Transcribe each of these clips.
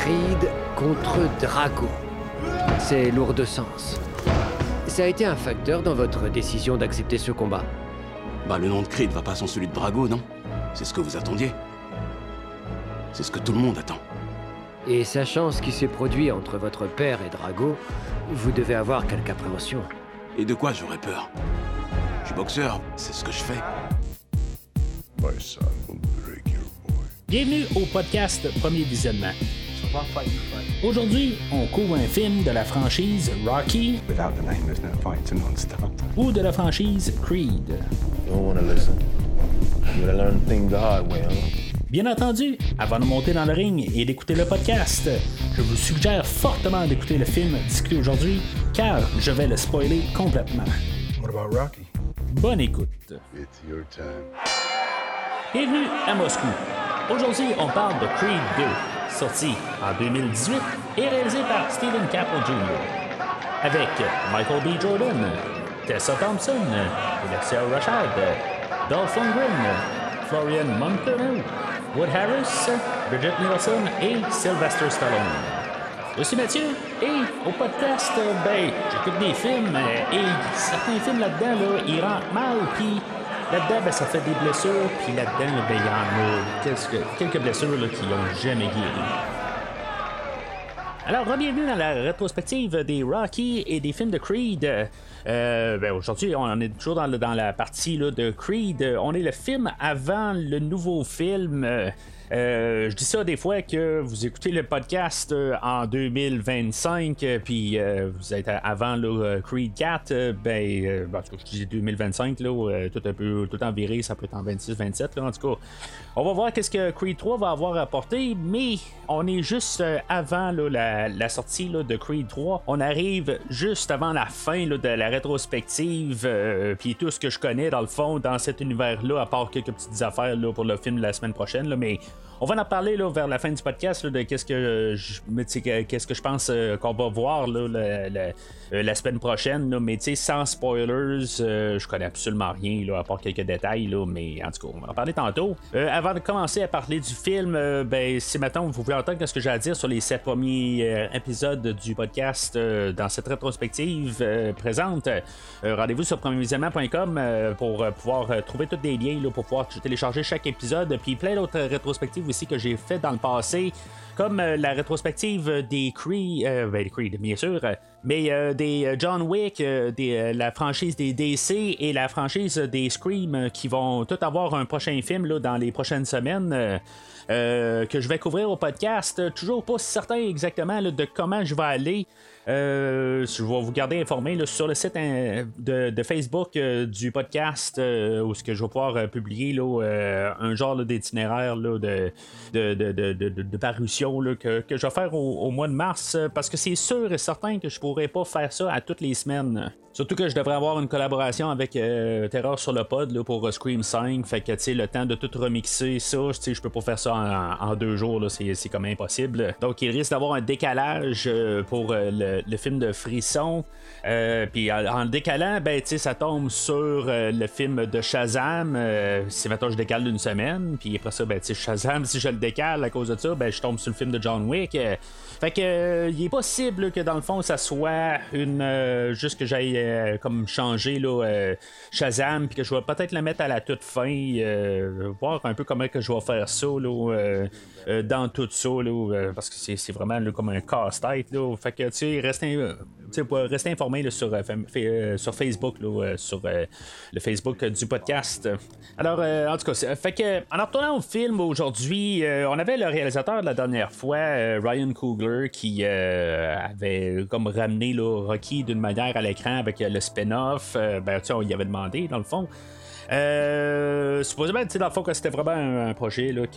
Creed contre Drago. C'est lourd de sens. Ça a été un facteur dans votre décision d'accepter ce combat? Bah, le nom de Creed va pas sans celui de Drago, non? C'est ce que vous attendiez. C'est ce que tout le monde attend. Et sachant ce qui s'est produit entre votre père et Drago, vous devez avoir quelque appréhension. Et de quoi j'aurais peur? Je suis boxeur, c'est ce que je fais. Bienvenue au podcast Premier Visionnement. Aujourd'hui, on couvre un film de la franchise Rocky ou de la franchise Creed. Bien entendu, avant de monter dans le ring et d'écouter le podcast, je vous suggère fortement d'écouter le film discuté aujourd'hui, car je vais le spoiler complètement. What about Rocky? Bonne écoute. It's your time. Bienvenue à Moscou. Aujourd'hui, on parle de Creed 2, sorti en 2018 et réalisé par Stephen Caple Jr. Avec Michael B. Jordan, Tessa Thompson, Alexia Rashad, Dolph Lundgren, Florian Munteanu, Wood Harris, Bridget Nielsen et Sylvester Stallone. Je suis Mathieu et au podcast, j'écoute des films et certains films là-dedans, ils rentrent mal, puis là-dedans, ça fait des blessures, puis là-dedans, il y en a quelques blessures qui n'ont jamais guéri. Alors, bienvenue dans la rétrospective des Rocky et des films de Creed. Aujourd'hui, on est toujours dans la partie là, de Creed. On est le film avant le nouveau film. Je dis ça des fois que vous écoutez le podcast en 2025, puis vous êtes avant là, Creed 4, je dis 2025, là, tout le temps viré, ça peut être en 26-27, en tout cas. On va voir qu'est-ce que Creed 3 va avoir apporté, mais on est juste avant là, la sortie là, de Creed 3. On arrive juste avant la fin là, de la rétrospective, puis tout ce que je connais dans le fond, dans cet univers-là, à part quelques petites affaires là, pour le film de la semaine prochaine, là, mais on va en parler là, vers la fin du podcast là, de qu'est-ce que je pense qu'on va voir là, la semaine prochaine, là, mais sans spoilers, je connais absolument rien là, à part quelques détails, là, mais en tout cas, on va en parler tantôt. Avant de commencer à parler du film, si maintenant vous voulez entendre ce que j'ai à dire sur les 7 premiers épisodes du podcast dans cette rétrospective présente, rendez-vous sur premiervisionnement.com pour pouvoir trouver tous des liens là, pour pouvoir télécharger chaque épisode, puis plein d'autres rétrospectives aussi que j'ai fait dans le passé, comme la rétrospective des Creed, bien sûr, mais des John Wick, la franchise des DC et la franchise des Scream qui vont tous avoir un prochain film là, dans les prochaines semaines. Que je vais couvrir au podcast. Toujours pas certain exactement là, de comment je vais aller. Je vais vous garder informé là, sur le site de Facebook du podcast où ce que je vais pouvoir publier là, un genre là, d'itinéraire là, de parution là, que je vais faire au mois de mars, parce que c'est sûr et certain que je pourrais pas faire ça à toutes les semaines. Surtout que je devrais avoir une collaboration avec Terror sur le pod là, pour Scream 5. Fait que le temps de tout remixer ça, je peux pas faire ça en 2 jours. Là, c'est comme impossible. Donc il risque d'avoir un décalage pour le film de Frisson. Puis en décalant, ça tombe sur le film de Shazam. Si maintenant je décale d'une semaine, puis après ça, Shazam, si je le décale à cause de ça, je tombe sur le film de John Wick. Fait que il est possible que dans le fond ça soit juste que j'aille comme changer là, Shazam, puis que je vais peut-être le mettre à la toute fin, voir un peu comment que je vais faire ça là, dans tout ça là, parce que c'est vraiment là, comme un casse-tête là. Fait que restez informé là, sur Facebook là, sur le Facebook du podcast. Alors en tout cas, fait que en retournant au film aujourd'hui, on avait le réalisateur de la dernière fois, Ryan Coogler, qui avait comme ramené là, Rocky d'une manière à l'écran avec le spin-off. On y avait demandé dans le fond. Supposément, dans le fond, que c'était vraiment un projet là,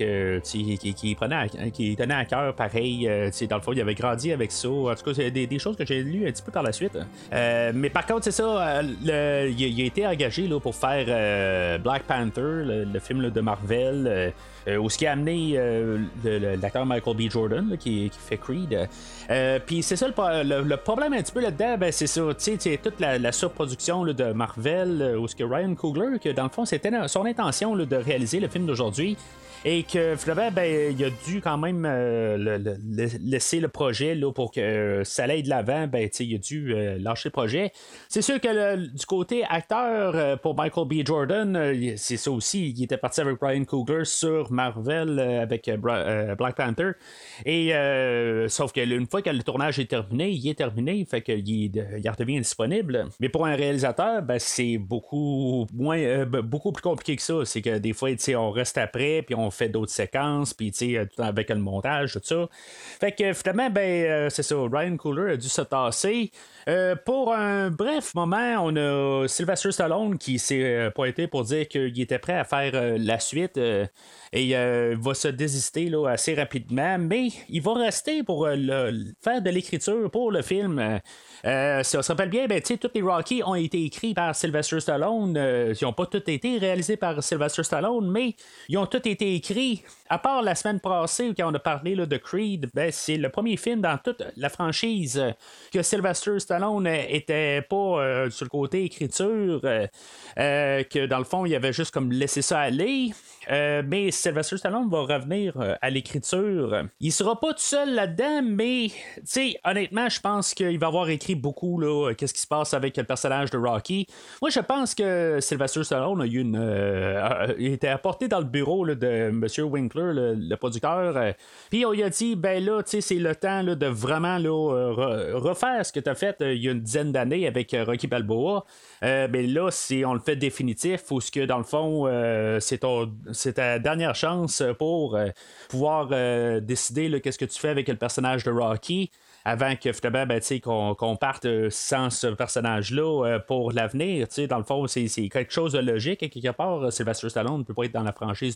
qui tenait à cœur, pareil. Dans le fond, il avait grandi avec ça. En tout cas, c'est des choses que j'ai lues un petit peu par la suite. Mais par contre, c'est ça, il a été engagé là, pour faire Black Panther, le film là, de Marvel. Où ce qui a amené l'acteur Michael B. Jordan là, qui fait Creed. Puis c'est ça le problème un petit peu là-dedans, c'est ça, tu sais, toute la surproduction là, de Marvel, où ce que Ryan Coogler, que dans le fond, c'était son intention là, de réaliser le film d'aujourd'hui. Et que finalement, ben, il a dû quand même laisser le projet là, pour que ça aille de l'avant. Ben, il a dû lâcher le projet. C'est sûr que du côté acteur, pour Michael B. Jordan, c'est ça aussi. Il était parti avec Ryan Coogler sur Marvel avec Black Panther. Et sauf que une fois que le tournage est terminé, il est terminé. Fait qu'il redevient disponible. Mais pour un réalisateur, ben, c'est beaucoup plus compliqué que ça. C'est que des fois, on reste après, puis on fait d'autres séquences, puis tout avec le montage, tout ça. Fait que finalement, ben, c'est ça, Ryan Coogler a dû se tasser. Pour un bref moment, on a Sylvester Stallone qui s'est pointé pour dire qu'il était prêt à faire la suite et va se désister là, assez rapidement, mais il va rester pour faire de l'écriture pour le film. Si on se rappelle bien, ben, tous les Rocky ont été écrits par Sylvester Stallone. Ils n'ont pas tous été réalisés par Sylvester Stallone, mais ils ont tous été écrits. À part la semaine passée, quand on a parlé là, de Creed, ben, c'est le premier film dans toute la franchise que Sylvester Stallone était pas sur le côté écriture, que dans le fond, il avait juste comme laissé ça aller. Mais Sylvester Stallone va revenir à l'écriture. Il sera pas tout seul là-dedans, mais honnêtement, je pense qu'il va avoir écrit beaucoup là, qu'est-ce qui se passe avec le personnage de Rocky. Moi, je pense que Sylvester Stallone a eu il était apporté dans le bureau là, de M. Winkler, le producteur. Puis on lui a dit, ben là, c'est le temps là, de vraiment là, refaire ce que tu as fait il y a une dizaine d'années avec Rocky Balboa. Mais là, on le fait définitif, ou ce que dans le fond, c'est ta dernière chance pour pouvoir décider là, qu'est-ce que tu fais avec le personnage de Rocky. Avant que finalement, ben, qu'on parte sans ce personnage-là pour l'avenir. Dans le fond, c'est quelque chose de logique. Et quelque part, Sylvester Stallone ne peut pas être dans la franchise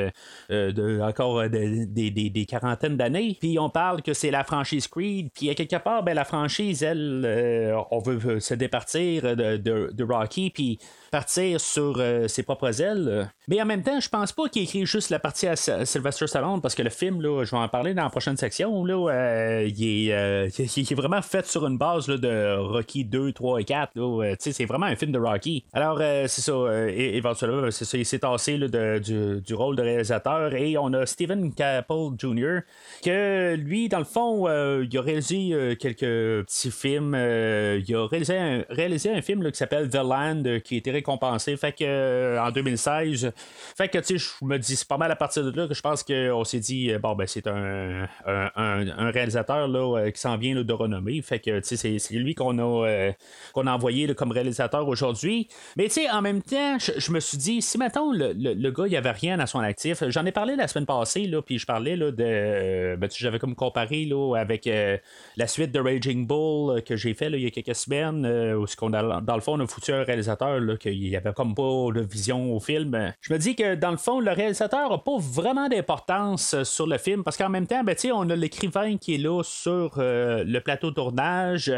encore des quarantaines d'années. Puis on parle que c'est la franchise Creed. Puis à quelque part, ben, la franchise, elle, on veut se départir de Rocky. Puis partir sur ses propres ailes. Mais en même temps, je pense pas qu'il écrit juste la partie à Sylvester Stallone, parce que le film, là, je vais en parler dans la prochaine section, là, il est vraiment fait sur une base là, de Rocky 2, 3 et 4. Là, c'est vraiment un film de Rocky. Alors, c'est ça, éventuellement, c'est ça, il s'est tassé là, du rôle de réalisateur, et on a Stephen Caple Jr., que lui, dans le fond, il a réalisé quelques petits films. Il a réalisé un film là, qui s'appelle The Land, qui a été récompensé, fait que en 2016. Fait que tu sais, je me dis, c'est pas mal à partir de là que je pense qu'on s'est dit, bon ben c'est un réalisateur là, qui s'en vient là, de renommée. Fait que tu sais, c'est lui qu'on a envoyé là, comme réalisateur aujourd'hui. Mais tu sais, en même temps, je me suis dit, si mettons le gars il avait rien à son actif, j'en ai parlé la semaine passée là, puis je parlais là de, ben, j'avais comme comparé là avec la suite de Raging Bull que j'ai fait là, il y a quelques semaines, où dans le fond on a foutu un réalisateur là, qu'il y avait comme pas de vision au film. Je me dis que dans le fond, le réalisateur n'a pas vraiment d'importance sur le film, parce qu'en même temps, ben, on a l'écrivain qui est là sur le plateau de tournage.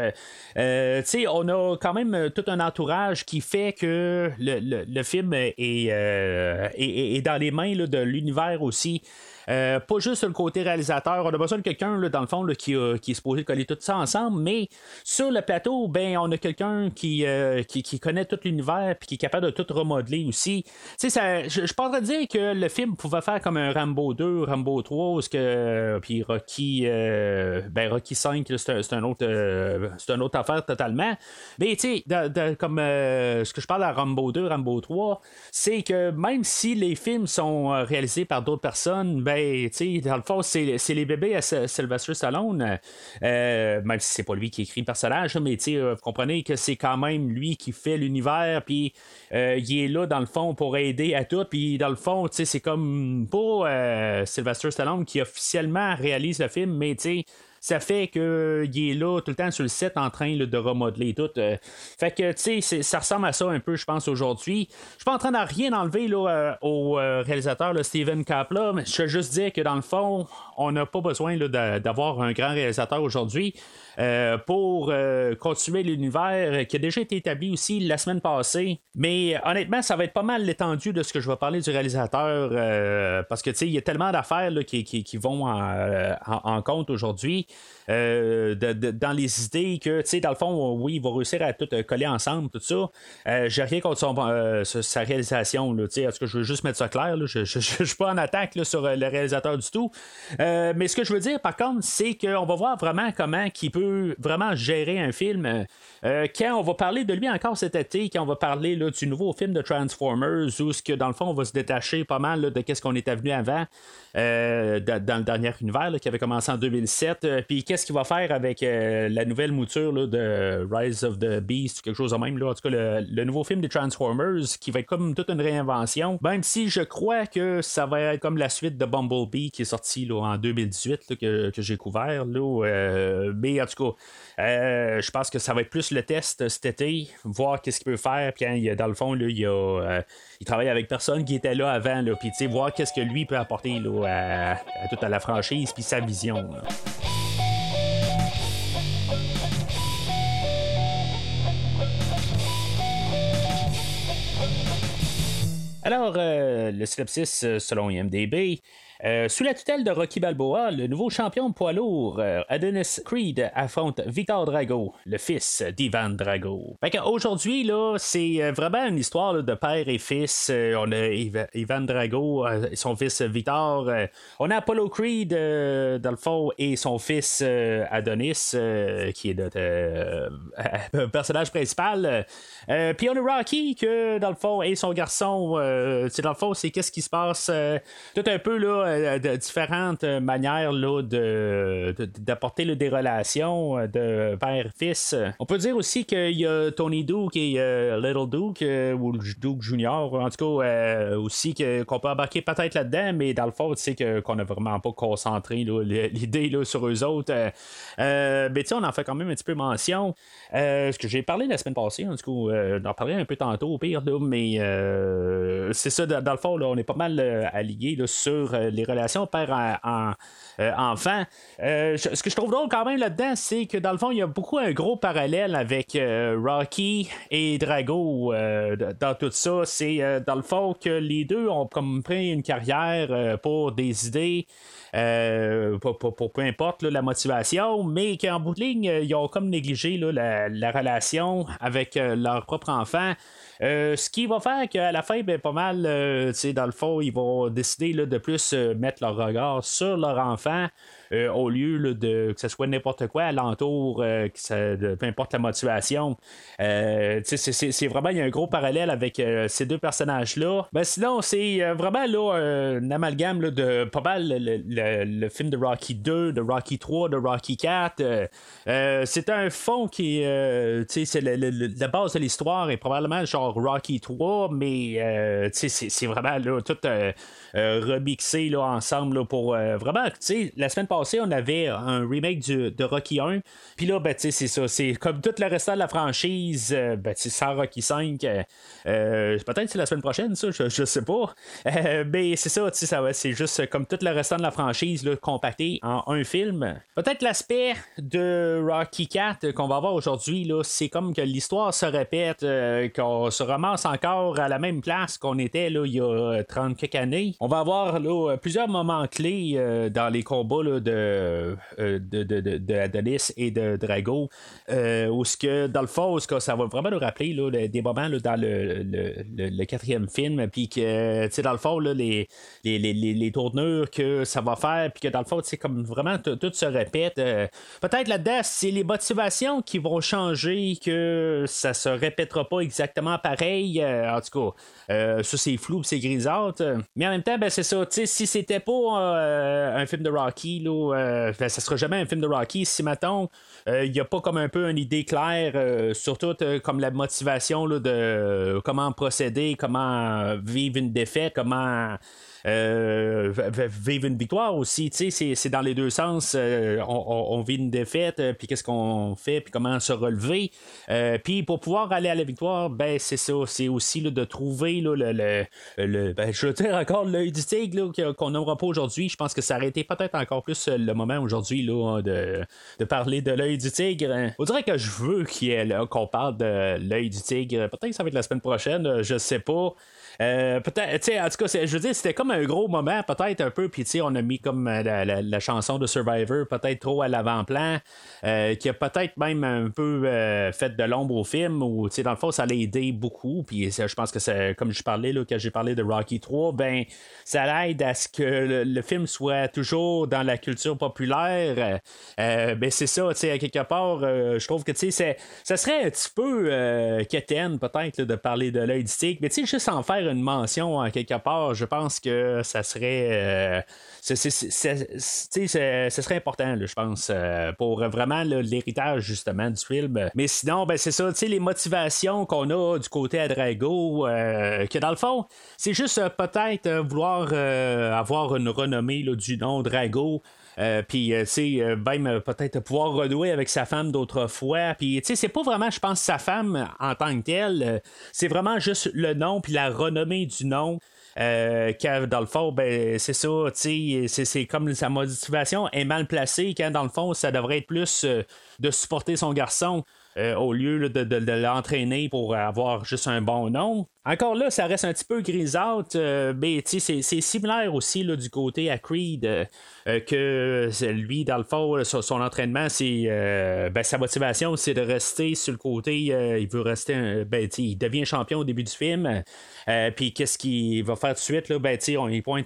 On a quand même tout un entourage qui fait que le film est dans les mains là, de l'univers aussi. Pas juste sur le côté réalisateur, on a besoin de quelqu'un là, dans le fond là, qui est supposé coller tout ça ensemble, mais sur le plateau, ben on a quelqu'un qui connaît tout l'univers et qui est capable de tout remodeler aussi. Je pourrais dire que le film pouvait faire comme un Rambo 2, Rambo 3, puis Rocky Rocky 5, là, c'est une autre affaire totalement. Mais tu sais, comme ce que je parle à Rambo 2, Rambo 3, c'est que même si les films sont réalisés par d'autres personnes, ben, dans le fond, c'est les bébés à Sylvester Stallone, même si c'est pas lui qui écrit le personnage, mais vous comprenez que c'est quand même lui qui fait l'univers, puis il est là dans le fond pour aider à tout, puis dans le fond, c'est comme pas Sylvester Stallone qui officiellement réalise le film, mais ça fait qu'il est là tout le temps sur le set en train là, de remodeler tout. Fait que, tu sais, ça ressemble à ça un peu, je pense, aujourd'hui. Je suis pas en train de rien enlever là, au réalisateur là, Steven Kapla, mais je veux juste dire que dans le fond, on n'a pas besoin là, d'avoir un grand réalisateur aujourd'hui pour continuer l'univers qui a déjà été établi aussi la semaine passée. Mais honnêtement, ça va être pas mal l'étendue de ce que je vais parler du réalisateur parce que, tu sais, il y a tellement d'affaires là, qui vont en compte aujourd'hui. dans les idées que, tu sais, dans le fond, oui, il va réussir à tout coller ensemble, tout ça. J'ai rien contre sa réalisation, là, tu sais, en tout cas, je veux juste mettre ça clair, là, je suis pas en attaque là, sur le réalisateur du tout. Mais ce que je veux dire, par contre, c'est qu'on va voir vraiment comment il peut vraiment gérer un film. Quand on va parler de lui encore cet été, quand on va parler là, du nouveau film de Transformers, où ce que dans le fond on va se détacher pas mal là, de qu'est-ce qu'on était venu avant dans le dernier univers là, qui avait commencé en 2007, puis qu'est-ce qu'il va faire avec la nouvelle mouture là, de Rise of the Beast ou quelque chose de même là. En tout cas le nouveau film des Transformers qui va être comme toute une réinvention, même si je crois que ça va être comme la suite de Bumblebee qui est sorti là, en 2018 là, que j'ai couvert là, mais en tout cas je pense que ça va être plus le test cet été, voir qu'est-ce qu'il peut faire. Puis dans le fond, là, il travaille avec personne qui était là avant. Puis voir qu'est-ce que lui peut apporter là, à toute la franchise puis sa vision. Là. Alors, le synopsis selon IMDb. Sous la tutelle de Rocky Balboa, le nouveau champion de poids lourd, Adonis Creed, affronte Victor Drago, le fils d'Ivan Drago. Fait qu'aujourd'hui, là, c'est vraiment une histoire là, de père et fils. On a Ivan Drago, son fils Victor. On a Apollo Creed, dans le fond, et son fils Adonis, qui est notre personnage principal. Puis on a Rocky, que dans le fond, et son garçon. Dans le fond, c'est qu'est-ce qui se passe tout un peu là. De différentes manières là, d'apporter là, des relations de père-fils. On peut dire aussi qu'il y a Tony Duke et Little Duke ou Duke Junior, en tout cas aussi qu'on peut embarquer peut-être là-dedans, mais dans le fond, tu sais qu'on n'a vraiment pas concentré là, l'idée là, sur eux autres. Mais tu sais, on en fait quand même un petit peu mention. Ce que j'ai parlé la semaine passée, en tout cas, on en parlerai un peu tantôt au pire, là, mais c'est ça, dans le fond, là, on est pas mal alliés là, sur les relations père-enfant. Ce que je trouve drôle quand même là-dedans, c'est que dans le fond, il y a beaucoup un gros parallèle avec Rocky et Drago dans tout ça. C'est dans le fond que les deux ont comme pris une carrière pour des idées. Pour peu importe là, la motivation, mais qu'en bout de ligne, ils ont comme négligé là, la relation avec leur propre enfant. Ce qui va faire qu'à la fin, ben, pas mal, dans le fond, ils vont décider là, de plus mettre leur regard sur leur enfant. Au lieu là, que ce soit n'importe quoi alentour, peu importe la motivation. C'est vraiment, il y a un gros parallèle avec ces deux personnages-là. Ben, sinon, c'est vraiment là, un amalgame là, de pas mal le film de Rocky 2, de Rocky 3, de Rocky 4. C'est un fond qui c'est la base de l'histoire est probablement genre Rocky 3, mais c'est vraiment là, tout remixé là, ensemble là, pour vraiment, la semaine passée, on avait un remake de Rocky 1. Puis là, ben, c'est ça. C'est comme tout le restant de la franchise, sans Rocky 5. Peut-être c'est la semaine prochaine, ça, je sais pas. Mais c'est ça, c'est juste comme tout le restant de la franchise là, compacté en un film. Peut-être l'aspect de Rocky 4 qu'on va avoir aujourd'hui, là, c'est comme que l'histoire se répète, qu'on se ramasse encore à la même place qu'on était là, il y a 30 quelques années. On va avoir là, plusieurs moments clés dans les combats là, de Adonis et de Drago, où ce que dans le fond, ça va vraiment nous rappeler là, des moments là, dans le quatrième film, puis que dans le fond là, les tournures que ça va faire, puis que dans le fond c'est comme vraiment tout se répète. Peut-être là-dedans c'est les motivations qui vont changer, que ça se répétera pas exactement pareil. En tout cas, ça c'est flou, c'est grisâtre, mais en même temps, ben c'est ça. Si c'était pas un film de Rocky là, ça sera jamais un film de Rocky si mettons il n'y a pas comme un peu une idée claire sur tout comme la motivation là, de comment procéder, comment vivre une défaite, comment vivre une victoire aussi, c'est dans les deux sens. On vit une défaite, puis qu'est-ce qu'on fait, puis comment se relever, puis pour pouvoir aller à la victoire, ben c'est ça, c'est aussi là, de trouver là, je veux dire encore l'œil du tigre là, qu'on n'aura pas aujourd'hui. Je pense que ça aurait été peut-être encore plus le moment aujourd'hui là, de parler de l'œil du tigre. On dirait que je veux qu'on parle de l'œil du tigre. Peut-être que ça va être la semaine prochaine, je sais pas. Peut-être, tu sais, en tout cas, je veux dire, c'était comme un gros moment, peut-être un peu, puis tu sais, on a mis comme la chanson de Survivor peut-être trop à l'avant-plan, qui a peut-être même un peu fait de l'ombre au film, ou tu sais, dans le fond, ça l'a aidé beaucoup, puis je pense que c'est, comme je parlais, là, quand j'ai parlé de Rocky 3, ben, ça l'aide à ce que le film soit toujours dans la culture populaire. Ben, c'est ça, tu sais, à quelque part, je trouve que, tu sais, ça serait un petit peu quétaine, peut-être, là, de parler de l'œil du tigre, mais tu sais, juste en faire une mention en quelque part, je pense que ça serait ce serait important, là, je pense, pour vraiment là, l'héritage justement du film. Mais sinon, ben c'est ça, les motivations qu'on a du côté à Drago, que dans le fond, c'est juste peut-être vouloir avoir une renommée là, du nom Drago. Puis, tu sais, même peut-être pouvoir renouer avec sa femme d'autrefois. Puis, tu sais, c'est pas vraiment, je pense, sa femme en tant que telle. C'est vraiment juste le nom puis la renommée du nom. Dans le fond, ben, c'est ça, tu sais, c'est comme sa motivation est mal placée, quand dans le fond, ça devrait être plus de supporter son garçon. Au lieu là, de l'entraîner pour avoir juste un bon nom. Encore là, ça reste un petit peu grisâtre, mais c'est similaire aussi là, du côté à Creed, que lui, dans le fond, son entraînement, c'est sa motivation, c'est de rester sur le côté, il veut rester, il devient champion au début du film, puis qu'est-ce qu'il va faire tout de suite, là, on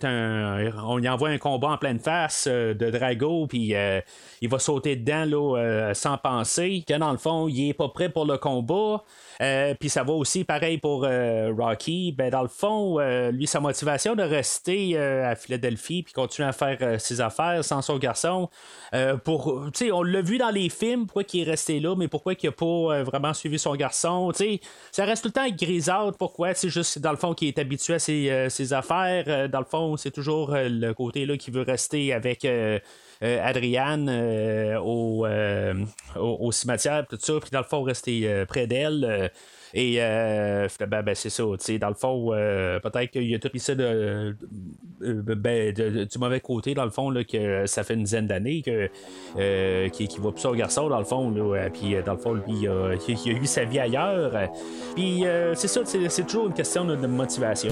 y envoie un combat en pleine face de Drago, puis il va sauter dedans là, sans penser, que dans le fond, il est pas prêt pour le combat. Puis ça va aussi pareil pour Rocky. Ben, dans le fond, lui, sa motivation de rester à Philadelphie puis continuer à faire ses affaires sans son garçon. On l'a vu dans les films, pourquoi il est resté là, mais pourquoi il n'a pas vraiment suivi son garçon. Ça reste tout le temps grisâtre. Pourquoi? C'est juste dans le fond qu'il est habitué à ses affaires. Dans le fond, c'est toujours le côté là qui veut rester avec Adrienne au cimetière, tout ça, puis dans le fond, rester près d'elle. Et c'est ça, dans le fond, peut-être qu'il y a tout mis ça du mauvais côté, dans le fond, là, que ça fait une dizaine d'années qu'il voit plus son garçon, dans le fond, puis dans le fond, lui, il a eu sa vie ailleurs. Puis c'est ça, c'est toujours une question de motivation.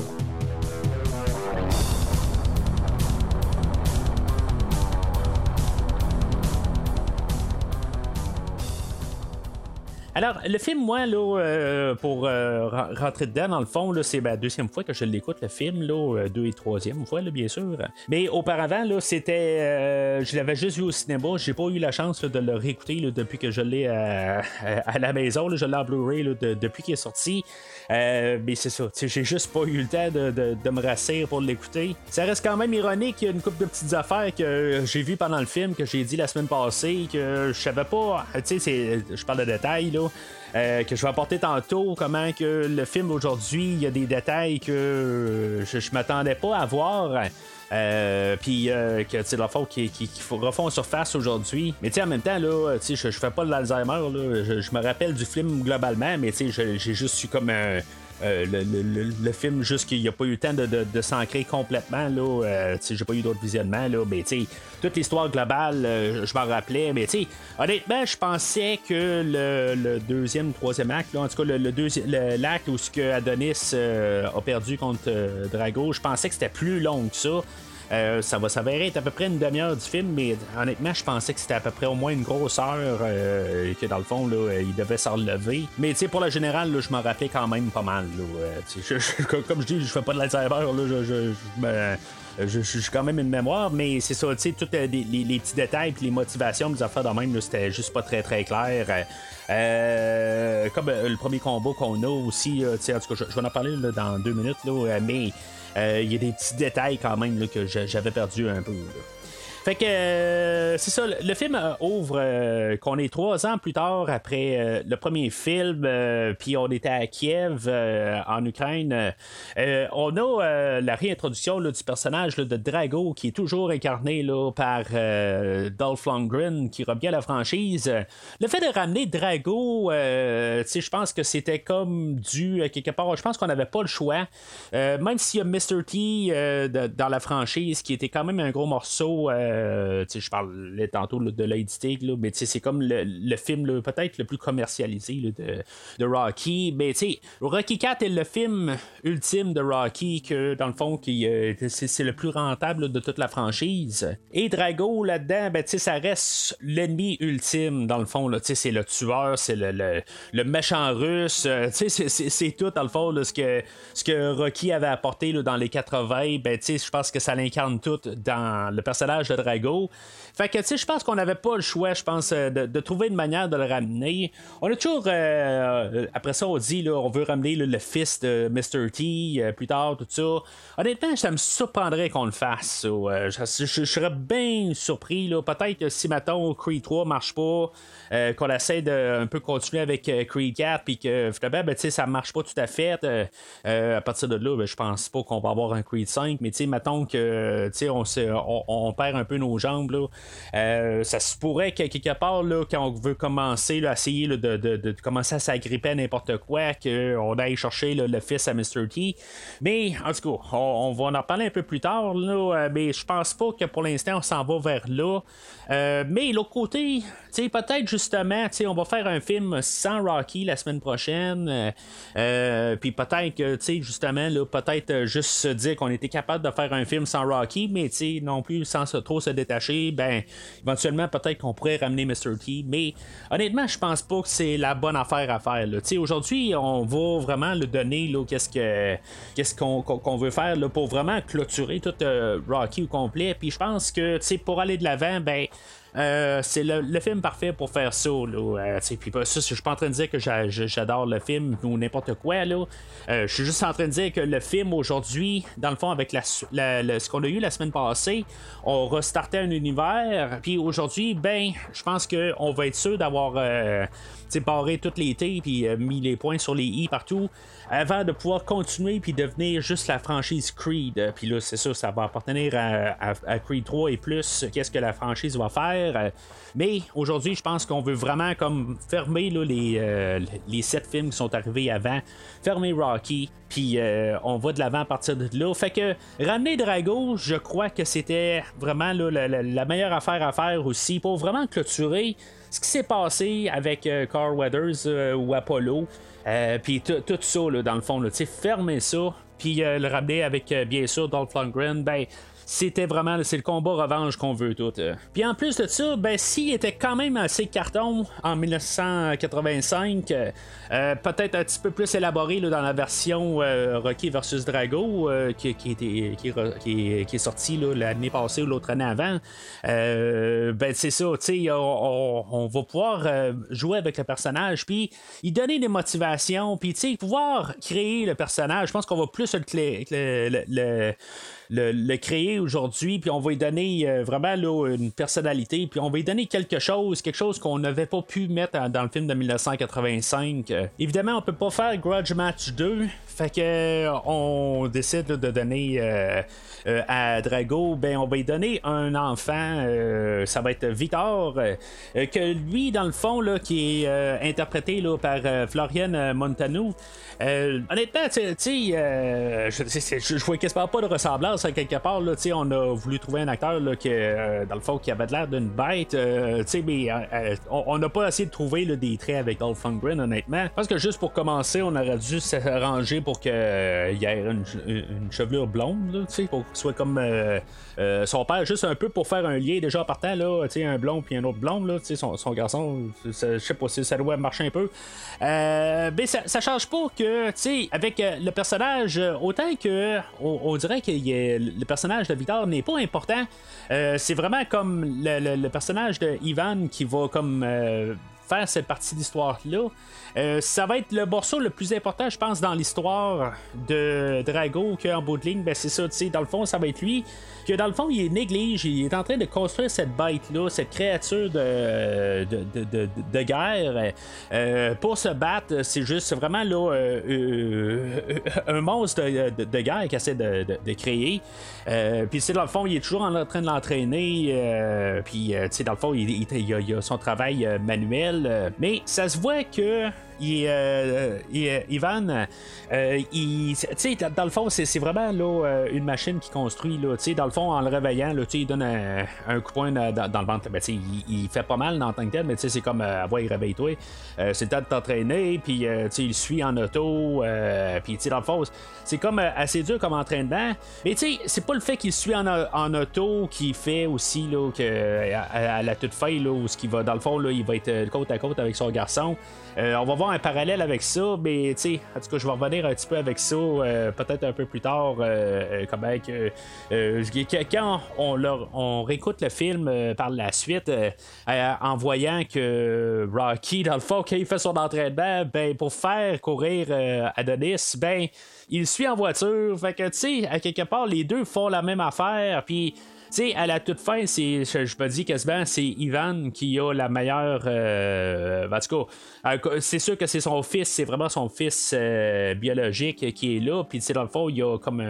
Alors, le film, moi, là, pour rentrer dedans, dans le fond, là, c'est la deuxième fois que je l'écoute, le film, là, 2 et troisième fois, là, bien sûr. Mais auparavant, là, c'était... je l'avais juste vu au cinéma. J'ai pas eu la chance là, de le réécouter là, depuis que je l'ai à la maison. Là, je l'ai en Blu-ray là, depuis qu'il est sorti. Mais c'est ça. J'ai juste pas eu le temps de me rassurer pour l'écouter. Ça reste quand même ironique. Il y a une couple de petites affaires que j'ai vues pendant le film, que j'ai dit la semaine passée, que je savais pas. Tu sais, je parle de détails, là. Que je vais apporter tantôt, comment que le film aujourd'hui, il y a des détails que je m'attendais pas à voir. Puis que tu sais dans le fond qui refont surface aujourd'hui, mais tu sais en même temps là, tu sais je fais pas de l'Alzheimer là, je me rappelle du film globalement, mais tu sais j'ai juste eu comme le film, juste qu'il n'y a pas eu le temps de s'ancrer complètement là, j'ai pas eu d'autres visionnements là, mais tu sais toute l'histoire globale je m'en rappelais, mais tu sais honnêtement je pensais que le deuxième, troisième acte là, en tout cas l'acte où ce que Adonis a perdu contre Drago, je pensais que c'était plus long que ça. Ça va s'avérer être à peu près une demi-heure du film, mais honnêtement, je pensais que c'était à peu près au moins une grosse heure, que dans le fond, là, il devait s'en relever. Mais tu sais, pour le général, là, je m'en rappelais quand même pas mal. Là, comme je dis, je fais pas de l'Alzheimer, là, j'ai quand même une mémoire, mais c'est ça, tu sais, tous les petits détails et les motivations des affaires de même, là, c'était juste pas très très clair. Comme le premier combat qu'on a aussi, en tout cas, je vais en parler là, dans 2 minutes, là, mais il y a des petits détails quand même là, que j'avais perdu un peu. Là. Fait que c'est ça, le film ouvre qu'on est 3 ans plus tard après le premier film, puis on était à Kiev en Ukraine. On a la réintroduction là, du personnage là, de Drago qui est toujours incarné là, par Dolph Lundgren qui revient à la franchise. Le fait de ramener Drago, je pense que c'était comme dû quelque part. Je pense qu'on n'avait pas le choix. Même s'il y a Mr. T dans la franchise qui était quand même un gros morceau je parlais tantôt là, de Lady Stig, mais c'est comme le film là, peut-être le plus commercialisé là, de Rocky. Mais Rocky 4 est le film ultime de Rocky, que dans le fond c'est le plus rentable là, de toute la franchise. Et Drago là-dedans, ça reste l'ennemi ultime dans le fond. Là, c'est le tueur, c'est le méchant russe. C'est tout dans le fond là, ce que Rocky avait apporté là, dans les 80. Je pense que ça l'incarne tout dans le personnage de Drago. Fait que je pense qu'on n'avait pas le choix, je pense, de trouver une manière de le ramener. On a toujours après ça on dit là, on veut ramener là, le fils de Mr. T plus tard, tout ça. Honnêtement, ça me surprendrait qu'on le fasse. Je serais bien surpris là, peut-être si mettons Creed 3 marche pas, qu'on essaie de un peu continuer avec Creed 4 puis que finalement ça marche pas tout à fait. À partir de là, je pense pas qu'on va avoir un Creed 5, mais mettons que on perd un peu nos jambes là. Ça se pourrait que quelque part là, quand on veut commencer là, essayer là, de commencer à s'agripper à n'importe quoi, qu'on aille chercher là, le fils à Mr. T. Mais en tout cas, on va en reparler un peu plus tard là, mais je pense pas que pour l'instant on s'en va vers là. Mais l'autre côté, peut-être justement, on va faire un film sans Rocky la semaine prochaine. Puis peut-être que justement là, peut-être juste se dire qu'on était capable de faire un film sans Rocky, mais non plus sans trop se détacher. Éventuellement peut-être qu'on pourrait ramener Mr. T, mais honnêtement je pense pas que c'est la bonne affaire à faire là. Aujourd'hui on va vraiment le donner là, qu'est-ce qu'on veut faire là, pour vraiment clôturer tout Rocky au complet. Puis je pense que pour aller de l'avant, c'est le film parfait pour faire ça. Puis ça, je suis pas en train de dire que j'adore le film ou n'importe quoi. Je suis juste en train de dire que le film aujourd'hui, dans le fond, avec ce qu'on a eu la semaine passée, on restartait un univers. Puis aujourd'hui, je pense qu'on va être sûr d'avoir barré toutes les T puis mis les points sur les I partout avant de pouvoir continuer puis devenir juste la franchise Creed. Puis là, c'est ça va appartenir à Creed 3 et plus. Qu'est-ce que la franchise va faire? Mais aujourd'hui, je pense qu'on veut vraiment comme fermer là, les 7 films qui sont arrivés avant, fermer Rocky, puis on va de l'avant à partir de là. Fait que ramener Drago, je crois que c'était vraiment là, la meilleure affaire à faire aussi pour vraiment clôturer ce qui s'est passé avec Carl Weathers ou Apollo. Puis tout ça, là, dans le fond, fermer ça, puis le ramener avec, bien sûr, Dolph Lundgren, c'était vraiment c'est le combat revanche qu'on veut tout. Puis en plus de ça, s'il était quand même assez carton en 1985, peut-être un petit peu plus élaboré là, dans la version Rocky vs Drago qui est sorti là, l'année passée ou l'autre année avant. C'est ça, on va pouvoir jouer avec le personnage, puis y donner des motivations, puis pouvoir créer le personnage. Je pense qu'on va plus le créer aujourd'hui, puis on va lui donner vraiment là, une personnalité, puis on va lui donner quelque chose qu'on n'avait pas pu mettre dans le film de 1985. Évidemment, on peut pas faire Grudge Match 2, fait que on décide là, de donner à Drago, on va lui donner un enfant, ça va être Victor, que lui, dans le fond, là, qui est interprété là, par Florian Montanou. Honnêtement, je vois quasiment pas de ressemblance à quelque part. Là, on a voulu trouver un acteur là, dans le fond, qui avait l'air d'une bête. Mais on n'a pas essayé de trouver là, des traits avec Dolph Lundgren, honnêtement. Parce que juste pour commencer, on aurait dû s'arranger pour qu'il y ait une chevelure blonde, là, pour qu'il soit comme son père, juste un peu pour faire un lien déjà en partant, là, un blond puis un autre blonde, là, son garçon, je sais pas si ça doit marcher un peu. Mais ça change pas que, avec le personnage, autant que on dirait que le personnage de Victor n'est pas important. C'est vraiment comme le personnage de Ivan qui va comme faire cette partie d'histoire-là. Ça va être le morceau le plus important, je pense, dans l'histoire de Drago, qu'en bout de ligne, c'est ça, dans le fond, ça va être lui, que dans le fond, il néglige, il est en train de construire cette bête-là, cette créature de guerre, pour se battre. C'est juste vraiment là un monstre de guerre qu'il essaie de créer. Puis dans le fond, il est toujours en train de l'entraîner, puis dans le fond, il a son travail manuel, mais ça se voit que Ivan, dans le fond, c'est vraiment là, une machine qui construit. Là, dans le fond, en le réveillant, là, il donne un coup de poing dans le ventre. Ben, il fait pas mal en tant que tel, mais c'est comme ouais, réveille-toi. C'est le temps de t'entraîner, puis il suit en auto. Puis dans le fond, c'est comme assez dur comme entraînement. Mais c'est pas le fait qu'il suit en auto qui fait aussi là, que, à la toute fin, là, où ce qui va, dans le fond, là, il va être côte à côte avec son garçon. On va voir un parallèle avec ça, mais en tout cas, je vais revenir un petit peu avec ça peut-être un peu plus tard. Comment quand on réécoute le film par la suite, en voyant que Rocky, dans le fond, quand il fait son entraînement, ben, pour faire courir Adonis, ben, il suit en voiture. Fait que, à quelque part, les deux font la même affaire, puis à la toute fin, je me dis quasiment c'est Ivan qui a la meilleure. En tout cas, c'est sûr que c'est son fils, c'est vraiment son fils biologique qui est là. Puis dans le fond, il y a comme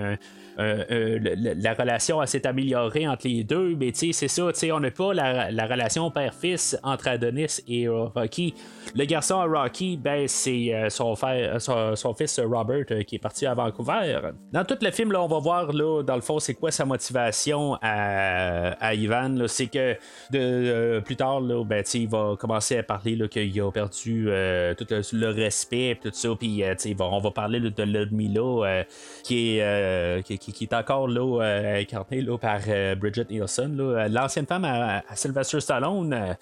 la relation s'est améliorée entre les deux, mais c'est ça, on n'a pas la relation père-fils entre Adonis et Rocky. Le garçon à Rocky, ben, c'est son fils Robert qui est parti à Vancouver. Dans tout le film, là, on va voir là, dans le fond, c'est quoi sa motivation à Ivan. Là, c'est que plus tard, là, ben, il va commencer à parler là, qu'il a perdu tout le respect et tout ça, puis on va parler là, de Ludmilla qui est encore là, incarnée là, par Bridget Nielsen, là, l'ancienne femme à Sylvester Stallone.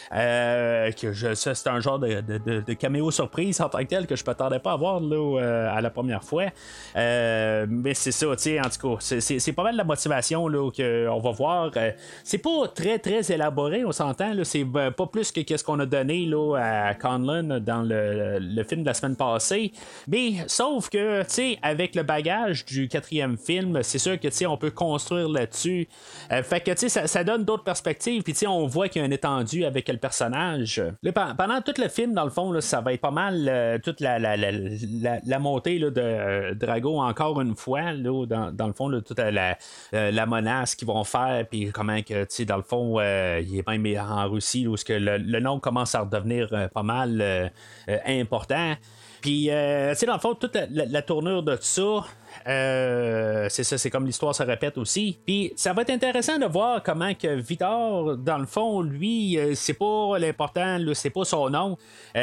C'est un genre de caméo surprise en tant que tel que je ne m'attendais pas à voir là, à la première fois. Mais c'est ça, en tout cas, c'est pas mal la motivation là, qu'on va voir. C'est pas très très élaboré, on s'entend. Là, c'est pas plus que ce qu'on a donné là, à Conlon dans le film de la semaine passée. Mais sauf que, avec le bagage du 4e film, c'est sûr que on peut construire là-dessus. Fait que ça donne d'autres perspectives. Puis on voit qu'il y a un étendu avec le personnage. Là, pendant tout le film, dans le fond, là, ça va être pas mal toute la montée là, de Drago encore une fois. Là, dans le fond, là, toute la menace qu'ils vont faire. Puis comment que, dans le fond, il est même en Russie, où le nom commence à redevenir pas mal important. Puis, dans le fond, toute la tournure de ça. C'est ça, c'est comme l'histoire se répète aussi. Puis ça va être intéressant de voir comment que Victor, dans le fond, lui, c'est pas l'important, là, c'est pas son nom.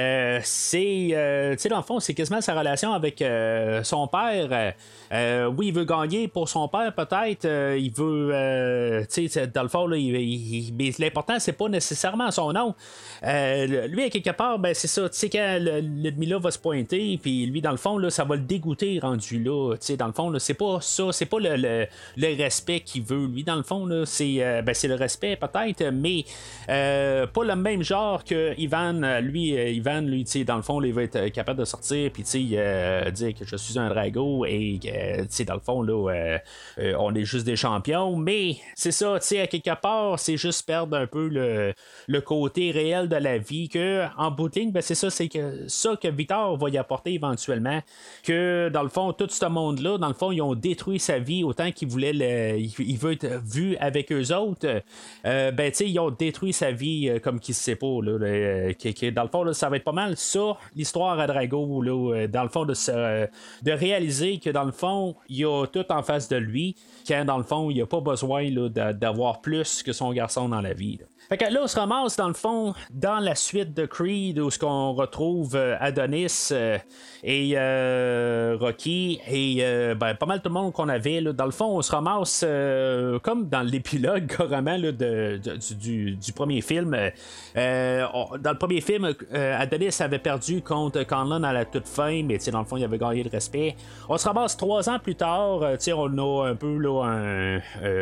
C'est, dans le fond, c'est quasiment sa relation avec son père. Oui, il veut gagner pour son père, peut-être. Il veut, dans le fond, là, mais l'important, c'est pas nécessairement son nom. Lui, à quelque part, ben, c'est ça. Tu sais, quand Ludmilla va se pointer, puis lui, dans le fond, là, ça va le dégoûter rendu là. Tu sais, dans le fond, là, c'est pas ça, c'est pas le respect qu'il veut. Lui, dans le fond, là, c'est le respect, peut-être, mais pas le même genre que Ivan. Lui, tu sais, dans le fond, là, il va être capable de sortir, puis, tu sais, dire que je suis un Drago et que, tu sais, dans le fond, là, on est juste des champions, mais c'est ça, tu sais, à quelque part, c'est juste perdre un peu le côté réel de la vie, que en bout de ligne, ben, c'est ça, c'est que ça que Victor va y apporter éventuellement, que dans le fond, tout ce monde-là, dans le fond, ils ont détruit sa vie autant qu'il voulait il veut être vu avec eux autres. Ben, tu sais, ils ont détruit sa vie comme qu'il se sait pas. Là, dans le fond, là, ça va être pas mal ça, l'histoire à Drago. Là, dans le fond, de réaliser que dans le fond, il y a tout en face de lui, quand dans le fond, il n'y a pas besoin là, d'avoir plus que son garçon dans la vie. Là. Fait que là, on se ramasse dans le fond dans la suite de Creed où on retrouve Adonis et Rocky et pas mal tout le monde qu'on avait. Là, dans le fond, on se ramasse comme dans l'épilogue carrément là, du premier film. Dans le premier film, Adonis avait perdu contre Conlon à la toute fin, mais dans le fond, il avait gagné le respect. On se ramasse 3 ans plus tard. On a un peu là,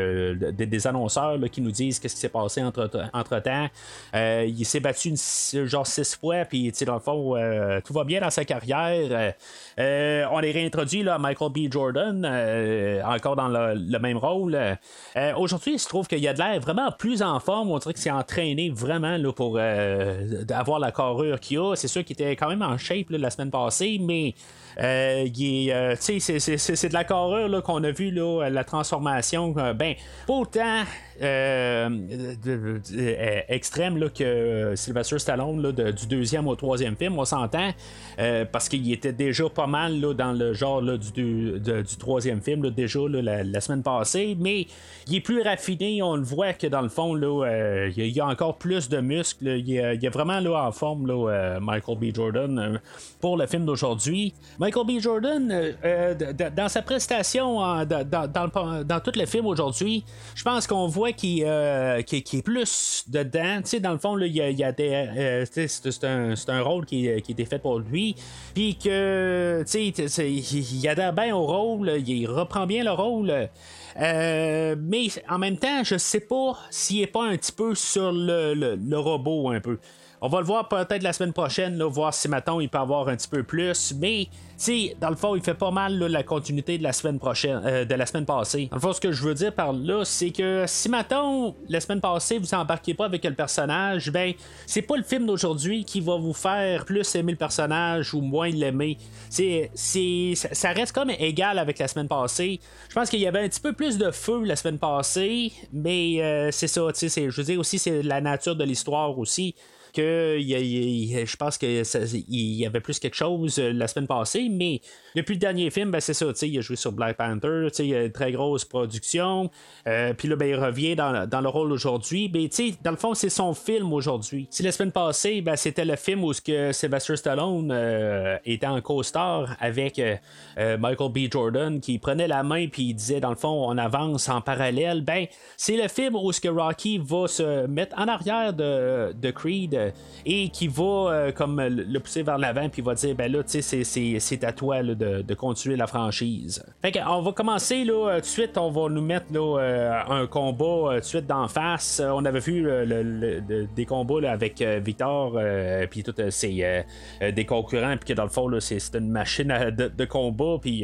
des annonceurs là, qui nous disent qu'est-ce qui s'est passé entre-temps. Il s'est battu genre 6 fois, puis dans le fond, tout va bien dans sa carrière. On est réintroduit là, à Michael B. Jordan, encore dans le même rôle. Aujourd'hui, il se trouve qu'il y a de l'air vraiment plus en forme. On dirait qu'il s'est entraîné vraiment là, pour avoir la carrure qu'il a. C'est sûr qu'il était quand même en shape là, la semaine passée, mais c'est de la carrure là, qu'on a vu là, la transformation. Ben, pas autant extrême là, que Sylvester Stallone là, du deuxième au troisième film, on s'entend, parce qu'il était déjà pas mal là, dans le genre là, du troisième film, là, déjà là, la semaine passée, mais il est plus raffiné, on le voit que dans le fond, là, il y a encore plus de muscles, là, il est vraiment là, en forme, là, Michael B. Jordan, pour le film d'aujourd'hui. Michael B. Jordan, dans sa prestation, dans tout le film aujourd'hui, je pense qu'on voit qu'il est plus dedans. Tu sais, dans le fond, là, il y a des, c'est un rôle qui était fait pour lui. Puis que, tu sais, il adhère bien au rôle, il reprend bien le rôle. Mais en même temps, je sais pas s'il est pas un petit peu sur le robot un peu. On va le voir peut-être la semaine prochaine, là, voir si maintenant il peut avoir un petit peu plus. Mais, tu sais, dans le fond, il fait pas mal là, la continuité de la semaine prochaine, de la semaine passée. Dans le fond, ce que je veux dire par là, c'est que si maintenant, la semaine passée, vous embarquez pas avec le personnage, ben, c'est pas le film d'aujourd'hui qui va vous faire plus aimer le personnage ou moins l'aimer. Ça reste comme égal avec la semaine passée. Je pense qu'il y avait un petit peu plus de feu la semaine passée, mais c'est ça, tu sais, je veux dire aussi, c'est la nature de l'histoire aussi. Que je pense qu'il y avait plus quelque chose la semaine passée, mais depuis le dernier film, ben c'est ça, il a joué sur Black Panther, il y a une très grosse production, puis là, ben, il revient dans le rôle aujourd'hui, mais dans le fond, c'est son film aujourd'hui. Si la semaine passée, ben, c'était le film où Sylvester Stallone était en co-star avec Michael B. Jordan, qui prenait la main puis il disait, dans le fond, on avance en parallèle, ben, c'est le film où Rocky va se mettre en arrière de Creed, et qui va comme le pousser vers l'avant puis va dire ben là tu sais c'est à toi là, de continuer la franchise. Fait qu'on va commencer là tout de suite, on va nous mettre là un combat tout de suite d'en face. On avait vu des combats là, avec Victor puis tout c'est des concurrents puis que dans le fond là c'est une machine de combat puis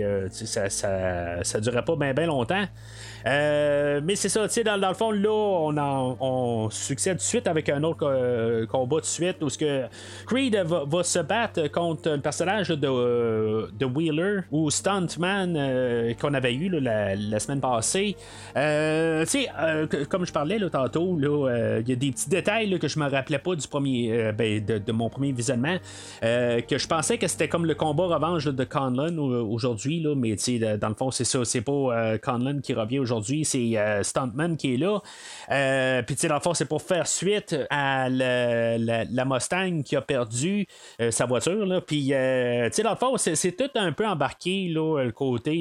ça durait pas bien longtemps. Mais c'est ça, tu sais, dans le fond, là, on succède tout de suite avec un autre combat tout de suite où Creed va se battre contre le personnage de Wheeler ou Stuntman qu'on avait eu là, la semaine passée. Tu sais, comme je parlais là, tantôt, il y a des petits détails là, que je me rappelais pas du premier de mon premier visionnement, que je pensais que c'était comme le combat revanche là, de Conlon aujourd'hui, là, mais tu sais, dans le fond, c'est ça, c'est pas Conlon qui revient aujourd'hui, c'est Stuntman qui est là. Puis tu sais, dans le fond, c'est pour faire suite à la Mustang qui a perdu sa voiture. Puis tu sais, dans le fond, c'est tout un peu embarqué là, le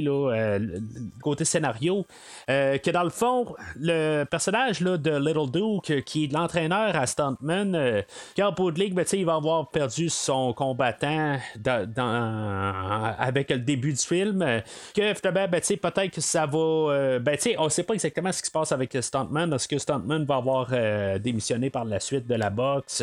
côté scénario. Que dans le fond, le personnage là, de Little Duke, qui est l'entraîneur à Stuntman, qui en bout de ligue, ben, il va avoir perdu son combattant avec le début du film. Que finalement, ben, peut-être que ça va. On sait pas exactement ce qui se passe avec Stuntman. Est-ce que Stuntman va avoir démissionné par la suite de la boxe?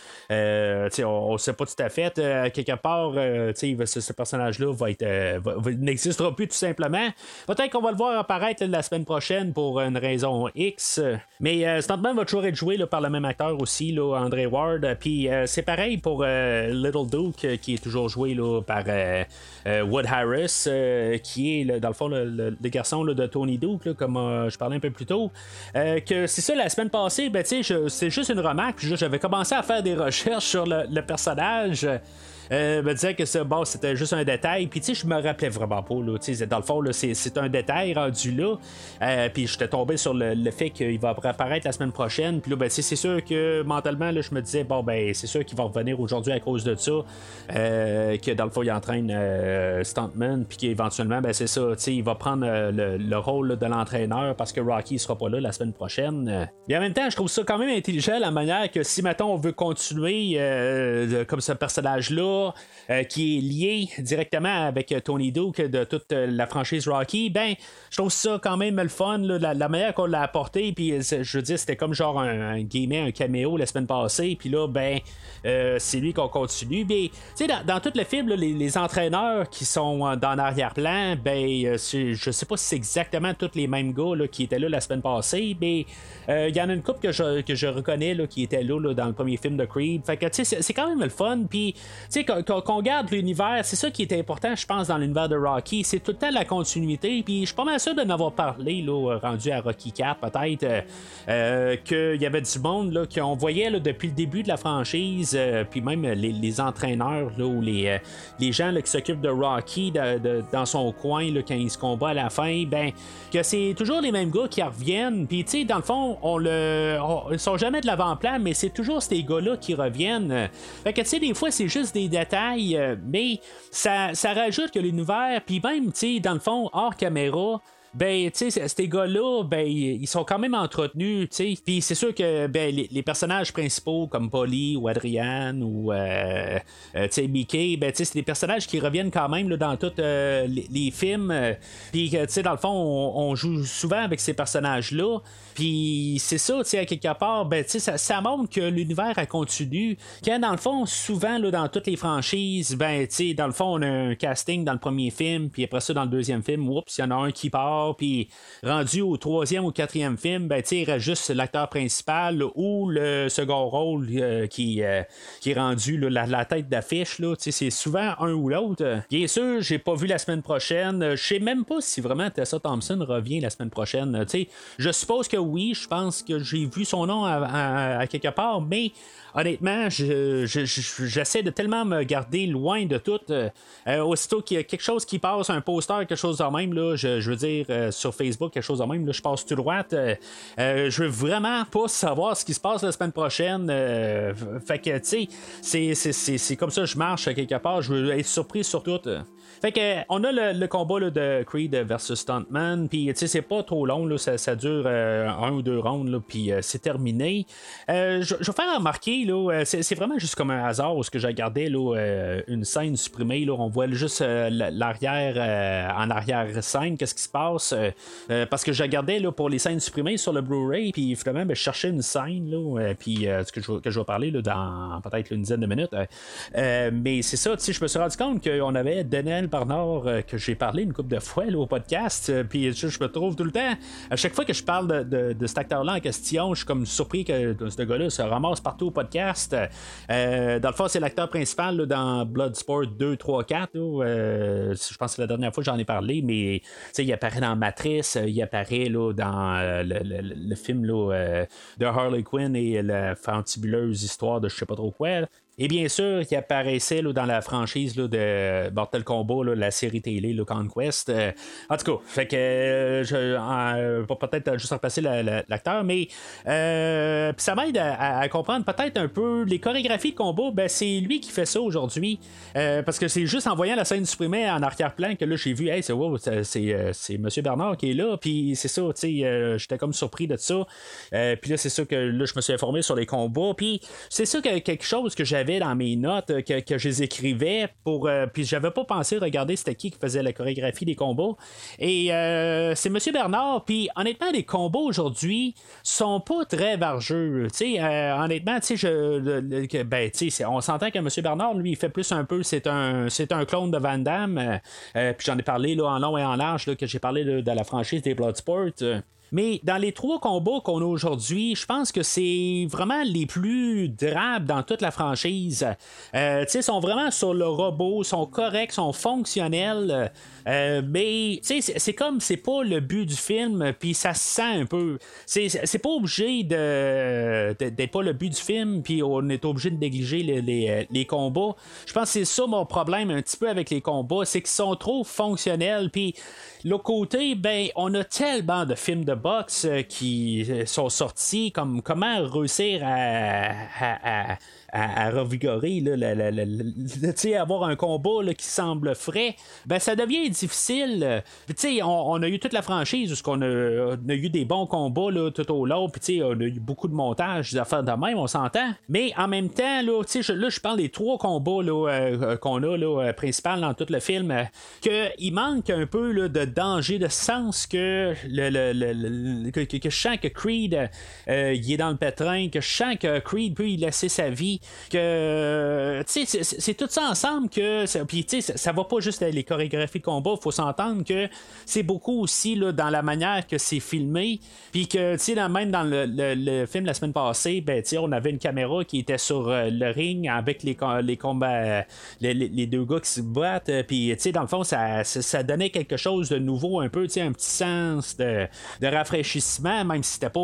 On sait pas tout à fait. Quelque part, ce personnage-là n'existera plus tout simplement. Peut-être qu'on va le voir apparaître la semaine prochaine pour une raison X. Mais Stuntman va toujours être joué là, par le même acteur aussi, là, André Ward. Puis c'est pareil pour Little Duke, qui est toujours joué là, par Wood Harris, qui est là, dans le fond le garçon là, de Tony Duke, là, comme je parlais un peu plus tôt. Que c'est ça, la semaine passée, c'est juste une remarque. J'avais commencé à faire des recherches sur le personnage. Me disait que c'était juste un détail, puis tu sais, je me rappelais vraiment pas là, dans le fond là, c'est un détail rendu là, puis j'étais tombé sur le fait qu'il va apparaître la semaine prochaine, puis là c'est sûr que mentalement là, je me disais c'est sûr qu'il va revenir aujourd'hui à cause de ça, que dans le fond il entraîne Stuntman, puis qu'éventuellement c'est ça, il va prendre le rôle là, de l'entraîneur parce que Rocky sera pas là la semaine prochaine. Mais en même temps, je trouve ça quand même intelligent la manière que si maintenant on veut continuer comme ce personnage là qui est lié directement avec Tony Duke de toute la franchise Rocky, je trouve ça quand même le fun là, la manière qu'on l'a apporté, puis je veux dire c'était comme genre un caméo la semaine passée, puis là c'est lui qu'on continue. Tu sais, dans tout le film là, les entraîneurs qui sont dans l'arrière-plan, je sais pas si c'est exactement tous les mêmes gars là, qui étaient là la semaine passée, mais il y en a une couple que je reconnais là, qui était là, dans le premier film de Creed. Fait que tu sais, c'est quand même le fun, puis tu sais, qu'on garde l'univers, c'est ça qui est important, je pense, dans l'univers de Rocky, c'est tout le temps la continuité, puis je suis pas mal sûr de n'avoir parlé, là, rendu à Rocky 4, peut-être, qu'il y avait du monde, là, qu'on voyait, là, depuis le début de la franchise, puis même les entraîneurs, là, ou les gens, là, qui s'occupent de Rocky dans son coin, là, quand il se combat à la fin, ben, que c'est toujours les mêmes gars qui reviennent, puis, tu sais, dans le fond, ils sont jamais de l'avant-plan, mais c'est toujours ces gars-là qui reviennent. Fait que, tu sais, des fois, c'est juste des détails, mais ça rajoute que l'univers, puis même, tu sais, dans le fond, hors caméra, ben, tu sais, ces gars-là, ben, ils sont quand même entretenus, tu sais. Puis c'est sûr que, ben, les personnages principaux, comme Polly ou Adrienne ou, tu sais, Mickey, ben, tu sais, c'est des personnages qui reviennent quand même là, dans tous les films. Puis, tu sais, dans le fond, on joue souvent avec ces personnages-là. Puis c'est ça, tu sais, à quelque part, ben, tu sais, ça montre que l'univers a continu. Quand, dans le fond, souvent, là, dans toutes les franchises, ben, tu sais, dans le fond, on a un casting dans le premier film, puis après ça, dans le deuxième film, oups, il y en a un qui part. Puis rendu au troisième ou quatrième film, ben, il reste juste l'acteur principal ou le second rôle qui est rendu là, la tête d'affiche. Là, c'est souvent un ou l'autre. Bien sûr, j'ai pas vu la semaine prochaine. Je sais même pas si vraiment Tessa Thompson revient la semaine prochaine. Je suppose que oui, je pense que j'ai vu son nom à quelque part, mais honnêtement, j'essaie de tellement me garder loin de tout. Aussitôt qu'il y a quelque chose qui passe, un poster, quelque chose de même, là, je veux dire, sur Facebook, quelque chose de même, là, je passe tout droit. Je veux vraiment pas savoir ce qui se passe la semaine prochaine. Fait que, tu sais, c'est comme ça que je marche quelque part. Je veux être surpris sur tout. Fait que on a le combat là, de Creed versus Stuntman, puis tu sais c'est pas trop long là, ça dure 1 ou 2 rounds, puis c'est terminé. Je vais faire remarquer là, c'est vraiment juste comme un hasard où ce que j'ai regardé là, une scène supprimée là, on voit juste l'arrière en arrière scène, qu'est-ce qui se passe parce que je regardais là pour les scènes supprimées sur le Blu-ray, puis finalement ben, je cherchais une scène là, puis ce que je vais parler là, dans peut-être une dizaine de minutes, mais c'est ça, tu sais je me suis rendu compte qu'on avait Daniel Barnard que j'ai parlé une couple de fois là, au podcast, puis je me trouve tout le temps à chaque fois que je parle de cet acteur-là en question, je suis comme surpris que ce gars-là se ramasse partout au podcast. Dans le fond, c'est l'acteur principal là, dans Bloodsport 2, 3, 4 là, je pense que c'est la dernière fois que j'en ai parlé, mais il apparaît dans Matrice, il apparaît là, dans le film là, de Harley Quinn et la fantabuleuse histoire de je sais pas trop quoi. Et bien sûr, il apparaissait là, dans la franchise là, de Mortal Kombat, là, la série télé, le Conquest. En tout cas, fait que je vais peut-être juste repasser l'acteur, mais ça m'aide à comprendre peut-être un peu les chorégraphies de combat. Ben, c'est lui qui fait ça aujourd'hui. Parce que c'est juste en voyant la scène supprimée en arrière-plan que là, j'ai vu, hey, c'est M. Bernard qui est là. Puis c'est ça, tu sais, j'étais comme surpris de ça. Puis là, c'est ça que là, je me suis informé sur les combats. Puis c'est ça que quelque chose que j'avais dans mes notes que je les écrivais pour puis j'avais pas pensé regarder c'était qui faisait la chorégraphie des combats et c'est M. Bernard, puis honnêtement les combats aujourd'hui sont pas très vargeux, tu sais, honnêtement tu sais on s'entend que M. Bernard lui il fait plus un peu c'est un clone de Van Damme, puis j'en ai parlé là, en long et en large là, que j'ai parlé là, de la franchise des Bloodsport. Mais dans les 3 combats qu'on a aujourd'hui, je pense que c'est vraiment les plus drabes dans toute la franchise. Tu sais, sont vraiment sur le robot, sont corrects, sont fonctionnels. Mais tu sais, c'est comme c'est pas le but du film, puis ça se sent un peu. C'est pas obligé d'être pas le but du film, puis on est obligé de négliger les combats. Je pense que c'est ça mon problème un petit peu avec les combats, c'est qu'ils sont trop fonctionnels, puis l'autre côté, ben, on a tellement de films de boxe qui sont sortis, comme comment réussir à revigorer, avoir un combat là, qui semble frais, ben ça devient difficile. On a eu toute la franchise où on a eu des bons combats là, tout au long, puis on a eu beaucoup de montage, des affaires de même, on s'entend. Mais en même temps, là, je parle des 3 combats là, qu'on a là, principal dans tout le film, qu'il manque un peu là, de danger, de sens que que je sens que Creed il est dans le pétrin, que je sens que Creed peut y laisser sa vie, que tu sais c'est tout ça ensemble que puis tu sais ça va pas juste les chorégraphies de combat, faut s'entendre que c'est beaucoup aussi là, dans la manière que c'est filmé, puis que tu sais même dans le film la semaine passée, ben tu sais on avait une caméra qui était sur le ring avec les combats, les deux gars qui se battent, puis tu sais dans le fond ça donnait quelque chose de nouveau un peu, tu sais un petit sens de rafraîchissement, même si c'était pas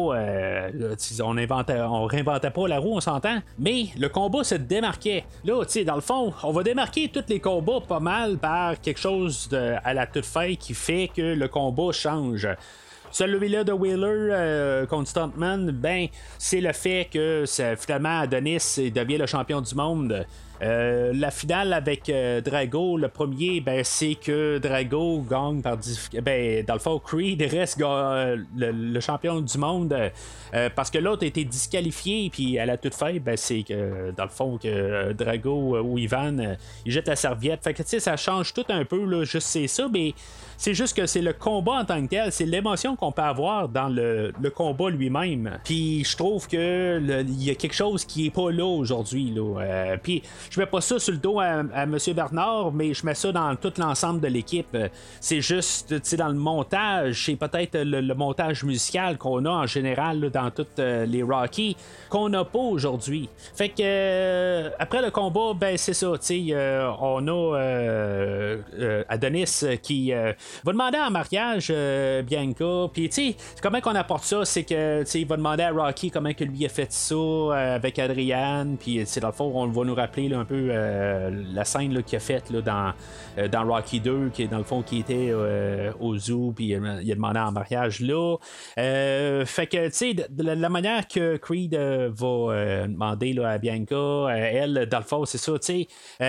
on réinventait pas la roue, on s'entend, mais le combat se démarquait là, tu sais dans le fond on va démarquer tous les combats pas mal par quelque chose à la toute fin qui fait que le combat change. Celui-là de Wheeler contre Stuntman, ben c'est le fait que finalement Adonis devient le champion du monde. La finale avec Drago, le premier, ben, c'est que Drago gagne par ben, dans le fond, Creed reste le champion du monde parce que l'autre a été disqualifié, puis à la toute fin, ben, c'est que dans le fond, que Drago ou Ivan, il jette la serviette. Fait que tu sais, ça change tout un peu, là, juste c'est ça, mais c'est juste que c'est le combat en tant que tel, c'est l'émotion qu'on peut avoir dans le combat lui-même. Puis je trouve que il y a quelque chose qui est pas là aujourd'hui, là. Puis je mets pas ça sur le dos à M. Bernard, mais je mets ça dans tout l'ensemble de l'équipe. C'est juste, tu sais, dans le montage, c'est peut-être le montage musical qu'on a en général là, dans toutes les Rocky qu'on n'a pas aujourd'hui. Fait que après le combat, ben c'est ça, tu sais, on a Adonis qui va demander en mariage Bianca, puis tu sais, comment qu'on apporte ça, c'est que tu sais, il va demander à Rocky comment que lui a fait ça avec Adrienne, puis tu sais, dans le fond, on va nous rappeler là, un peu la scène là, qu'il a faite là, dans Rocky 2, qui est dans le fond qui était au zoo, puis il a demandé en mariage là. Fait que tu sais, de la manière que Creed va demander là, à Bianca, elle, dans le fond, c'est ça, tu sais,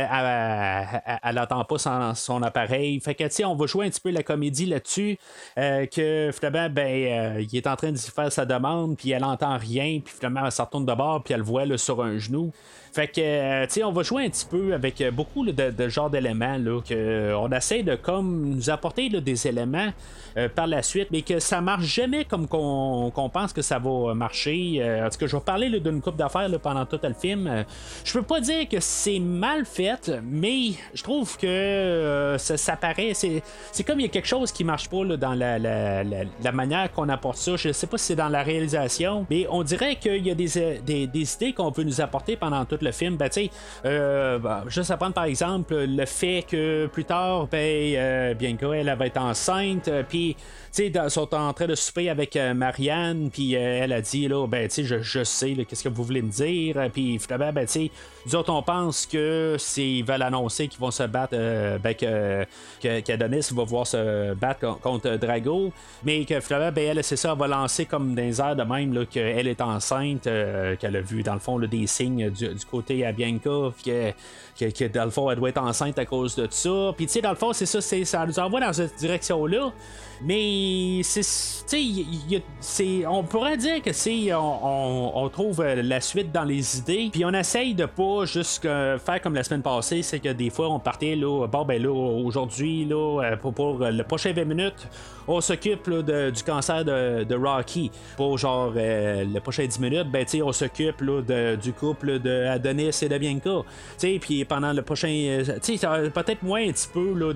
elle n'entend pas son appareil. Fait que tu sais, on va jouer un petit peu la comédie là-dessus, que finalement, ben, il est en train de faire sa demande, puis elle entend rien, puis finalement, elle se retourne de bord, puis elle le voit là, sur un genou. Fait que, tu sais, on va jouer un petit peu avec beaucoup là, de genre d'éléments, là, que on essaie de comme nous apporter là, des éléments par la suite, mais que ça marche jamais comme qu'on pense que ça va marcher. En tout cas, je vais parler là, d'une couple d'affaires là, pendant tout le film. Je peux pas dire que c'est mal fait, mais je trouve que ça paraît, c'est comme il y a quelque chose qui marche pas là, dans la manière qu'on apporte ça. Je sais pas si c'est dans la réalisation, mais on dirait qu'il y a des idées qu'on veut nous apporter pendant tout le film. Ben, tu sais, juste à prendre par exemple le fait que plus tard, ben, Bianca, elle va être enceinte, puis tu sais, ils sont en train de souper avec Marianne, puis elle a dit là, ben, tu sais, je sais, là, qu'est-ce que vous voulez me dire, puis finalement, ben, tu sais, nous autres, on pense que ils veulent annoncer qu'ils vont se battre, ben, qu'Adonis va voir se battre contre Drago, mais que finalement, ben, elle, c'est ça, elle va lancer comme des airs de même, là, qu'elle est enceinte, qu'elle a vu, dans le fond, là, des signes du côté à Bianca, que dans le fond, elle doit être enceinte à cause de ça, puis tu sais, dans le fond, c'est ça, ça nous envoie dans cette direction-là. Mais on pourrait dire que on trouve la suite dans les idées, puis on essaye de pas juste faire comme la semaine passée, c'est que des fois on partait là, bon ben là aujourd'hui là pour le prochain 20 minutes, on s'occupe là, du cancer de Rocky. Pour genre le prochain 10 minutes, ben tu sais on s'occupe là, du couple de Adonis et de Bianca. Tu sais, puis pendant le prochain, tu sais peut-être moins un petit peu là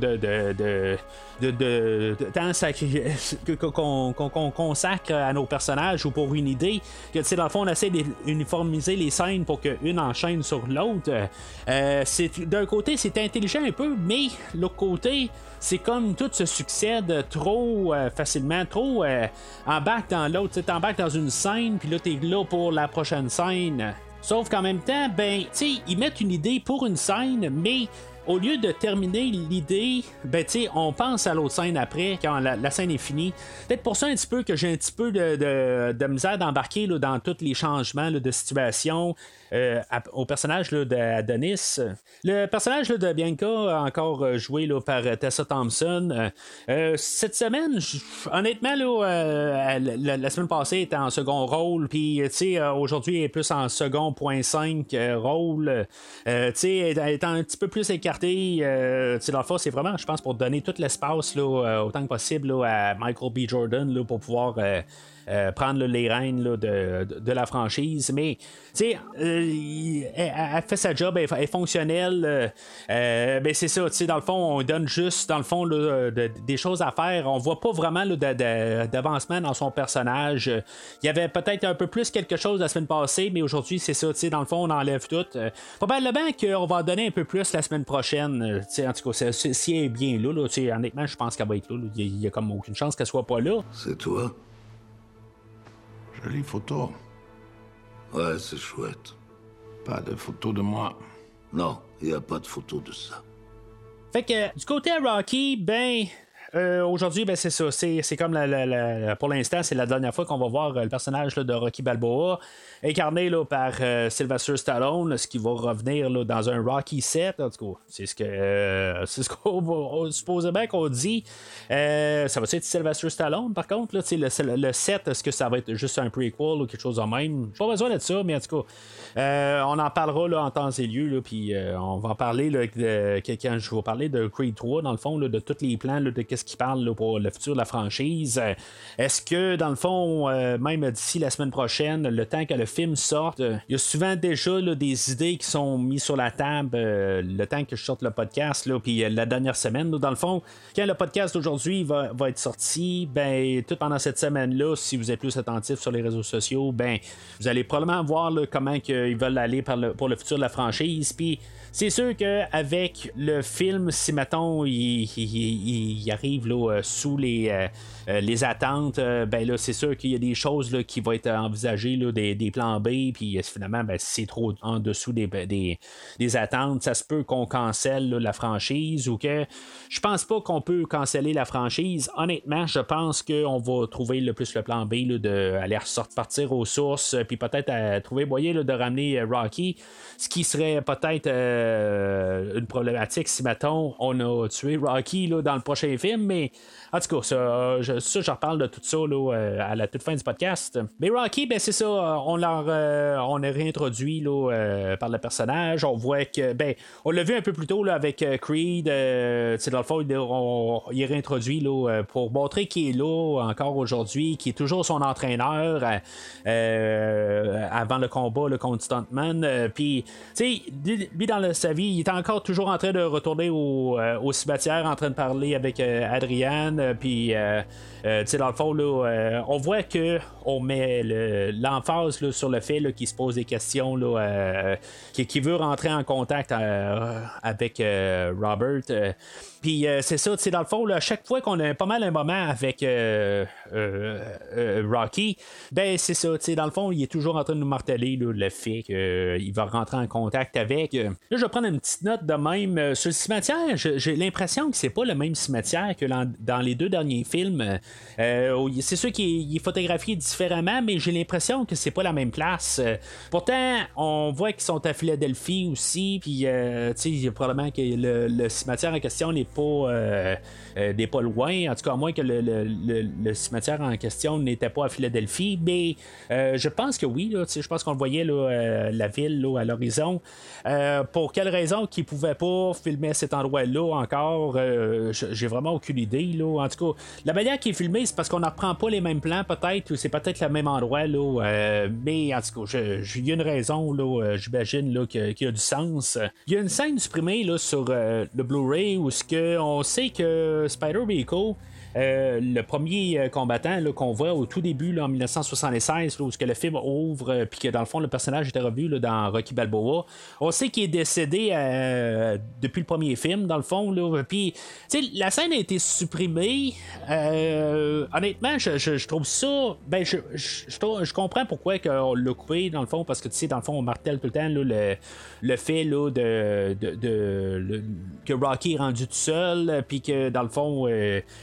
de temps qu'on consacre à nos personnages ou pour une idée que tu sais dans le fond on essaie d'uniformiser les scènes pour qu'une enchaîne sur l'autre. D'un côté c'est intelligent un peu, mais l'autre côté c'est comme tout se succède trop facilement, trop embarque dans l'autre, tu t'embarques dans une scène puis là t'es là pour la prochaine scène, sauf qu'en même temps ben tu sais ils mettent une idée pour une scène, mais au lieu de terminer l'idée, ben tu sais, on pense à l'autre scène après, quand la scène est finie. Peut-être pour ça un petit peu que j'ai un petit peu de misère d'embarquer là, dans tous les changements là, de situation au personnage là, d'Adonis. Le personnage là, de Bianca, encore joué là, par Tessa Thompson. Cette semaine, honnêtement, là, la semaine passée, elle était en second rôle, puis tu sais, aujourd'hui, elle est plus en second .5 rôle. Tu sais, elle est un petit peu plus écartée clarté, dans le fond, c'est vraiment, je pense, pour donner tout l'espace là, autant que possible là, à Michael B. Jordan là, pour pouvoir prendre là, les rênes là, de la franchise. Mais elle fait sa job, elle est fonctionnelle. Ben c'est ça, dans le fond, on donne juste dans le fond là, des choses à faire. On voit pas vraiment là, d'avancement dans son personnage. Il y avait peut-être un peu plus quelque chose la semaine passée, mais aujourd'hui c'est ça, dans le fond on enlève tout. Probablement qu'on va en donner un peu plus la semaine prochaine. En tout cas, si elle est bien là, honnêtement je pense qu'elle va être là. Il y a comme aucune chance qu'elle soit pas là. C'est toi? Jolie photo. Ouais, c'est chouette. Pas de photo de moi. Non, il n'y a pas de photo de ça. Fait que du côté à Rocky, aujourd'hui, c'est ça. C'est comme pour l'instant, c'est la dernière fois qu'on va voir le personnage là, de Rocky Balboa, incarné là, par Sylvester Stallone, ce qui va revenir là, dans un Rocky 7. En tout cas, c'est ce qu'on va supposément qu'on dit. Ça va être Sylvester Stallone, par contre. Là, le 7, est-ce que ça va être juste un prequel ou quelque chose de même? Pas besoin de ça, mais en tout cas, on en parlera là, en temps et lieu. Puis on va en parler là, quand je vais parler de Creed 3, dans le fond, là, de tous les plans là, de qu'est-ce qui parle là, pour le futur de la franchise. Est-ce que, dans le fond, même d'ici la semaine prochaine, le temps que le film sorte, il y a souvent déjà là, des idées qui sont mises sur la table le temps que je sorte le podcast, puis la dernière semaine, là, dans le fond, quand le podcast d'aujourd'hui va être sorti, tout pendant cette semaine-là, si vous êtes plus attentif sur les réseaux sociaux, vous allez probablement voir là, comment ils veulent aller pour le futur de la franchise, puis c'est sûr qu'avec le film, si mettons il arrive là, sous les attentes, là, c'est sûr qu'il y a des choses là, qui vont être envisagées, là, des plans B, puis finalement, si c'est trop en dessous des attentes, ça se peut qu'on cancelle là, la franchise, ou que je pense pas qu'on peut canceller la franchise. Honnêtement, je pense qu'on va trouver le plus le plan B là, d'aller partir aux sources, puis peut-être trouver moyen là, de ramener Rocky, ce qui serait peut-être une problématique si mettons on a tué Rocky là, dans le prochain film, mais en tout cas je reparle de tout ça là, à la toute fin du podcast. Mais Rocky, c'est ça, on est réintroduit là, par le personnage. On voit que on l'a vu un peu plus tôt là, avec Creed, dans le fond il est réintroduit là, pour montrer qu'il est là encore aujourd'hui, qui est toujours son entraîneur avant le combat là, contre Stuntman, puis lui dans sa vie il est encore toujours en train de retourner au cimetière, en train de parler avec Adrienne, puis dans le fond là, on voit que on met l'emphase là, sur le fait là, qu'il se pose des questions là, qui veut rentrer en contact avec Robert. Puis c'est ça, dans le fond, là, à chaque fois qu'on a pas mal un moment avec Rocky, c'est ça, dans le fond, il est toujours en train de nous marteler là, le fait qu'il va rentrer en contact avec. Là, je vais prendre une petite note de même. Sur le cimetière, j'ai l'impression que c'est pas le même cimetière que dans les deux derniers films. C'est sûr qu'il est photographié différemment, mais j'ai l'impression que c'est pas la même place. Pourtant, on voit qu'ils sont à Philadelphie aussi, puis probablement que le cimetière en question n'est pas loin, en tout cas à moins que le cimetière en question n'était pas à Philadelphie, mais je pense que oui, là, je pense qu'on le voyait là, la ville là, à l'horizon. Pour quelle raison qu'ils pouvaient pas filmer à cet endroit-là encore, j'ai vraiment aucune idée là. En tout cas, la manière qui est filmée, c'est parce qu'on ne reprend pas les mêmes plans peut-être, ou c'est peut-être le même endroit là, mais en tout cas, il y a une raison là, j'imagine là, qu'il y a du sens. Il y a une scène supprimée là, sur le Blu-ray où on sait que Spider-Rico, le premier combattant là, qu'on voit au tout début là, en 1976, là, où le film ouvre, puis que dans le fond le personnage était revenu là, dans Rocky Balboa, on sait qu'il est décédé depuis le premier film dans le fond là, puis la scène a été supprimée. Honnêtement, je trouve ça, je comprends pourquoi on l'a coupé dans le fond, parce que dans le fond on martèle tout le temps là, le fait là, que Rocky est rendu tout seul, puis que dans le fond il va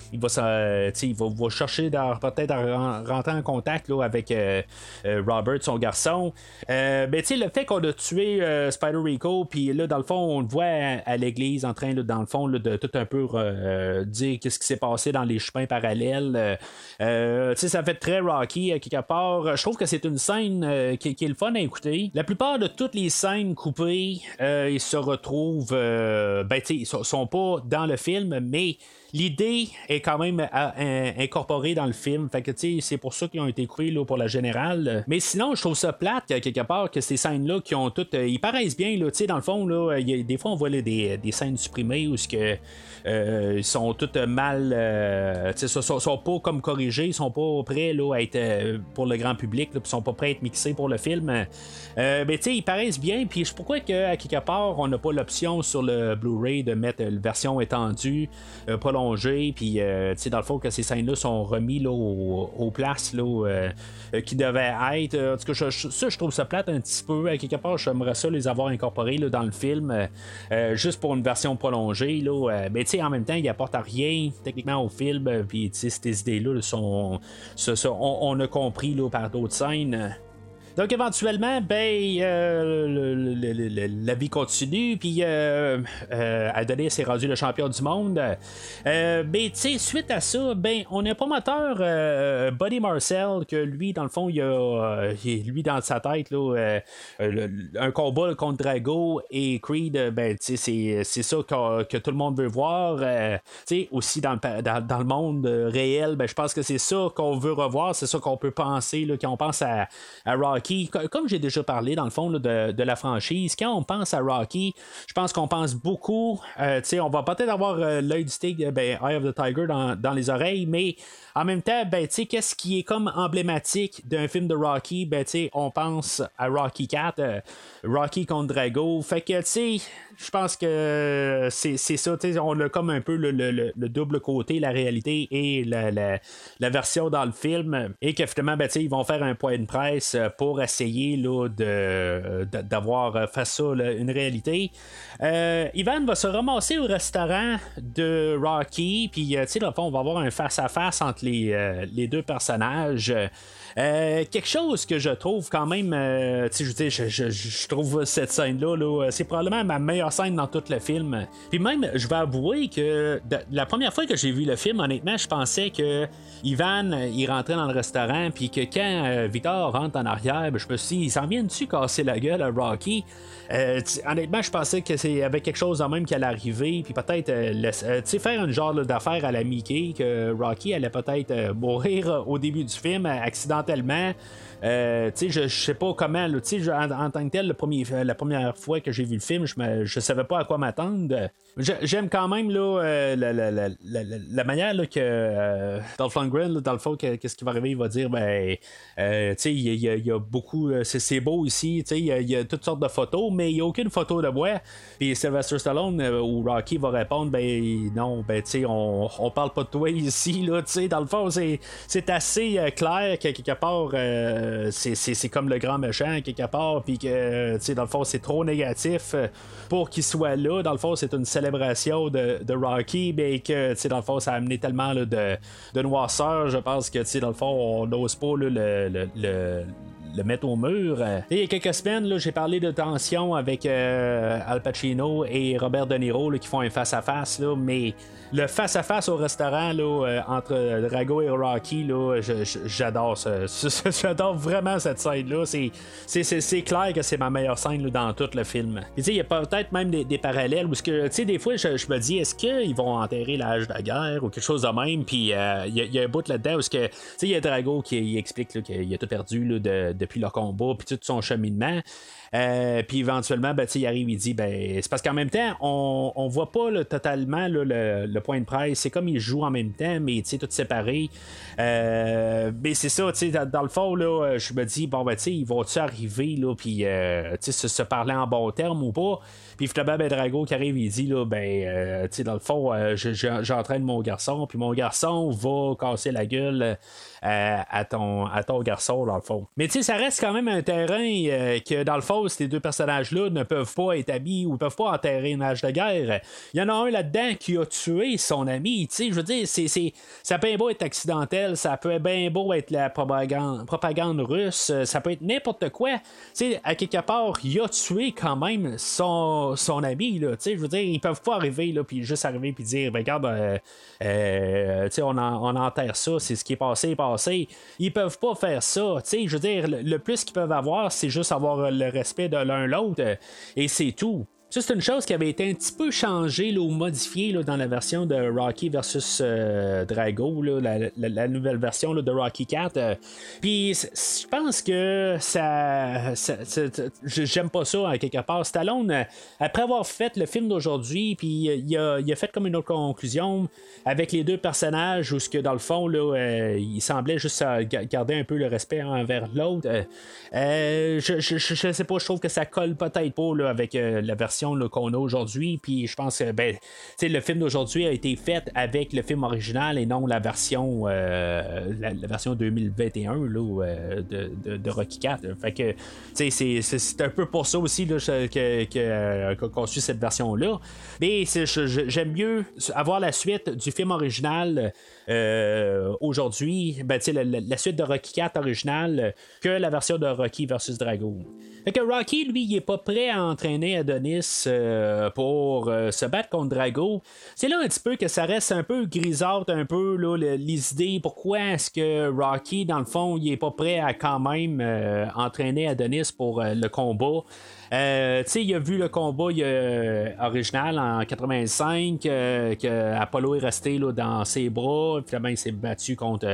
il va chercher peut-être à rentrer en contact là, avec Robert, son garçon. Le fait qu'on a tué Spider Rico, puis là, dans le fond, on le voit à l'église en train, là, dans le fond, là, de tout un peu dire qu'est-ce qui s'est passé dans les chemins parallèles. Ça fait très Rocky, quelque part. Je trouve que c'est une scène qui est le fun à écouter. La plupart de toutes les scènes coupées, ils se retrouvent, ils sont pas dans le film, mais l'idée est quand même incorporée dans le film. Fait que c'est pour ça qu'ils ont été coupés là, pour la générale. Mais sinon, je trouve ça plate quelque part que ces scènes-là qui ont toutes. Ils paraissent bien, là, dans le fond, là, des fois on voit là, des scènes supprimées où ils sont toutes mal. Sont pas comme corrigées, ils sont pas prêts là, à être pour le grand public, puis sont pas prêts à être mixés pour le film. Ils paraissent bien, puis pourquoi à quelque part on n'a pas l'option sur le Blu-ray de mettre la version étendue, prolongée, puis dans le fond que ces scènes-là sont remis là, aux places là, qui devaient être. En tout cas, je trouve ça plate un petit peu. À quelque part, j'aimerais ça les avoir incorporés là, dans le film, juste pour une version prolongée. Là, en même temps, ils apportent à rien techniquement au film, puis ces idées-là on a compris là, par d'autres scènes. Donc éventuellement, la vie continue, puis Adonis est rendu le champion du monde. Suite à ça, on a pas moteur Buddy Marcel, que lui, dans le fond, il a lui dans sa tête là, un combat contre Drago et Creed, c'est ça que tout le monde veut voir. Aussi dans le monde réel, je pense que c'est ça qu'on veut revoir, c'est ça qu'on peut penser là, quand on pense à Rocky. Comme j'ai déjà parlé dans le fond là, de la franchise, quand on pense à Rocky, je pense qu'on pense beaucoup, on va peut-être avoir l'œil du tigre, Eye of the Tiger dans les oreilles, mais en même temps, qu'est-ce qui est comme emblématique d'un film de Rocky, on pense à Rocky 4, Rocky contre Drago, fait que je pense que c'est ça, on a comme un peu le double côté, la réalité et la version dans le film, et que finalement, ils vont faire un point de presse pour essayer là, d'avoir face à ça une réalité. Ivan va se ramasser au restaurant de Rocky, puis dans le fond, on va avoir un face-à-face entre les deux personnages. Quelque chose que je trouve quand même, je trouve cette scène-là, c'est probablement ma meilleure scène dans tout le film. Puis même, je vais avouer que la première fois que j'ai vu le film, honnêtement, je pensais que Ivan, il rentrait dans le restaurant, puis que quand Victor rentre en arrière, je me suis dit, il s'en vient-tu casser la gueule à Rocky? Honnêtement, je pensais que c'est avec quelque chose de même qui allait arriver, puis peut-être faire une genre d'affaire à la Mickey, que Rocky allait peut-être mourir au début du film accidentellement. Je sais pas comment, en tant que tel, la première fois que j'ai vu le film, je savais pas à quoi m'attendre. J'aime quand même là, la manière là, que Dolph Lundgren, dans le fond, qu'est-ce qui va arriver, il va dire il y a beaucoup, c'est beau ici, il y a toutes sortes de photos, mais il n'y a aucune photo de moi. Puis Sylvester Stallone ou Rocky va répondre non, on parle pas de toi ici, là, dans le fond, c'est assez clair que quelque part c'est comme le grand méchant quelque part, puis que dans le fond c'est trop négatif pour qu'il soit là. Dans le fond, c'est une célébration de Rocky, mais que dans le fond ça a amené tellement là, de noirceur, je pense que dans le fond on n'ose pas là, le mettre au mur. Il y a quelques semaines, là, j'ai parlé de tension avec Al Pacino et Robert De Niro là, qui font un face-à-face, là, mais le face-à-face au restaurant là, entre Drago et Rocky, là, j'adore j'adore vraiment cette scène-là. C'est clair que c'est ma meilleure scène là, dans tout le film. Il y a peut-être même des parallèles où des fois je me dis, est-ce qu'ils vont enterrer l'âge de la guerre ou quelque chose de même, puis il y a un bout là-dedans où il y a Drago qui explique là, qu'il a tout perdu là, depuis leur combat, puis tout son cheminement. Puis éventuellement, il arrive, il dit, c'est parce qu'en même temps, on voit pas là, totalement là, le point de presse. C'est comme ils jouent en même temps, mais tout séparé. Mais c'est ça, dans le fond, là, je me dis, ils vont-tu arriver, là, puis se parler en bon terme ou pas? Puis finalement, Drago qui arrive, il dit, là, dans le fond, j'entraîne mon garçon, puis mon garçon va casser la gueule à ton garçon, dans le fond. Mais ça reste quand même un terrain que, dans le fond, ces deux personnages-là ne peuvent pas être amis ou ne peuvent pas enterrer une hache de guerre. Il y en a un là-dedans qui a tué son ami. Tu sais, je veux dire, ça peut bien beau être accidentel, ça peut bien beau être la propagande russe, ça peut être n'importe quoi. Tu sais, à quelque part, il a tué quand même son ami. Tu sais, je veux dire, ils peuvent pas arriver, là, puis juste arriver puis dire, ben, regarde, tu sais, on enterre ça, c'est ce qui est passé. Ils peuvent pas faire ça. Tu sais, je veux dire, le plus qu'ils peuvent avoir, c'est juste avoir le respect de l'un l'autre, et c'est tout. Ça, c'est une chose qui avait été un petit peu changée là, ou modifiée là, dans la version de Rocky versus Drago, là, la nouvelle version là, de Rocky 4. Puis je pense que ça j'aime pas ça à quelque part. Stallone, après avoir fait le film d'aujourd'hui, puis il a fait comme une autre conclusion avec les deux personnages où ce que dans le fond là, il semblait juste garder un peu le respect envers l'autre. Je sais pas, je trouve que ça colle peut-être pas là, avec la version là, qu'on a aujourd'hui, puis je pense que le film d'aujourd'hui a été fait avec le film original et non la version la version 2021 là, de Rocky 4. Fait que c'est un peu pour ça aussi là, qu'on suit cette version là, mais j'aime mieux avoir la suite du film original aujourd'hui, la suite de Rocky 4 original que la version de Rocky versus Drago. Fait que Rocky, lui, il est pas prêt à entraîner Adonis pour se battre contre Drago. C'est là un petit peu que ça reste un peu grisâtre, un peu là, les idées. Pourquoi est-ce que Rocky, dans le fond, il est pas prêt à quand même entraîner Adonis pour le combat? Il a vu le combat original en 85, que Apollo est resté là, dans ses bras, puis il s'est battu contre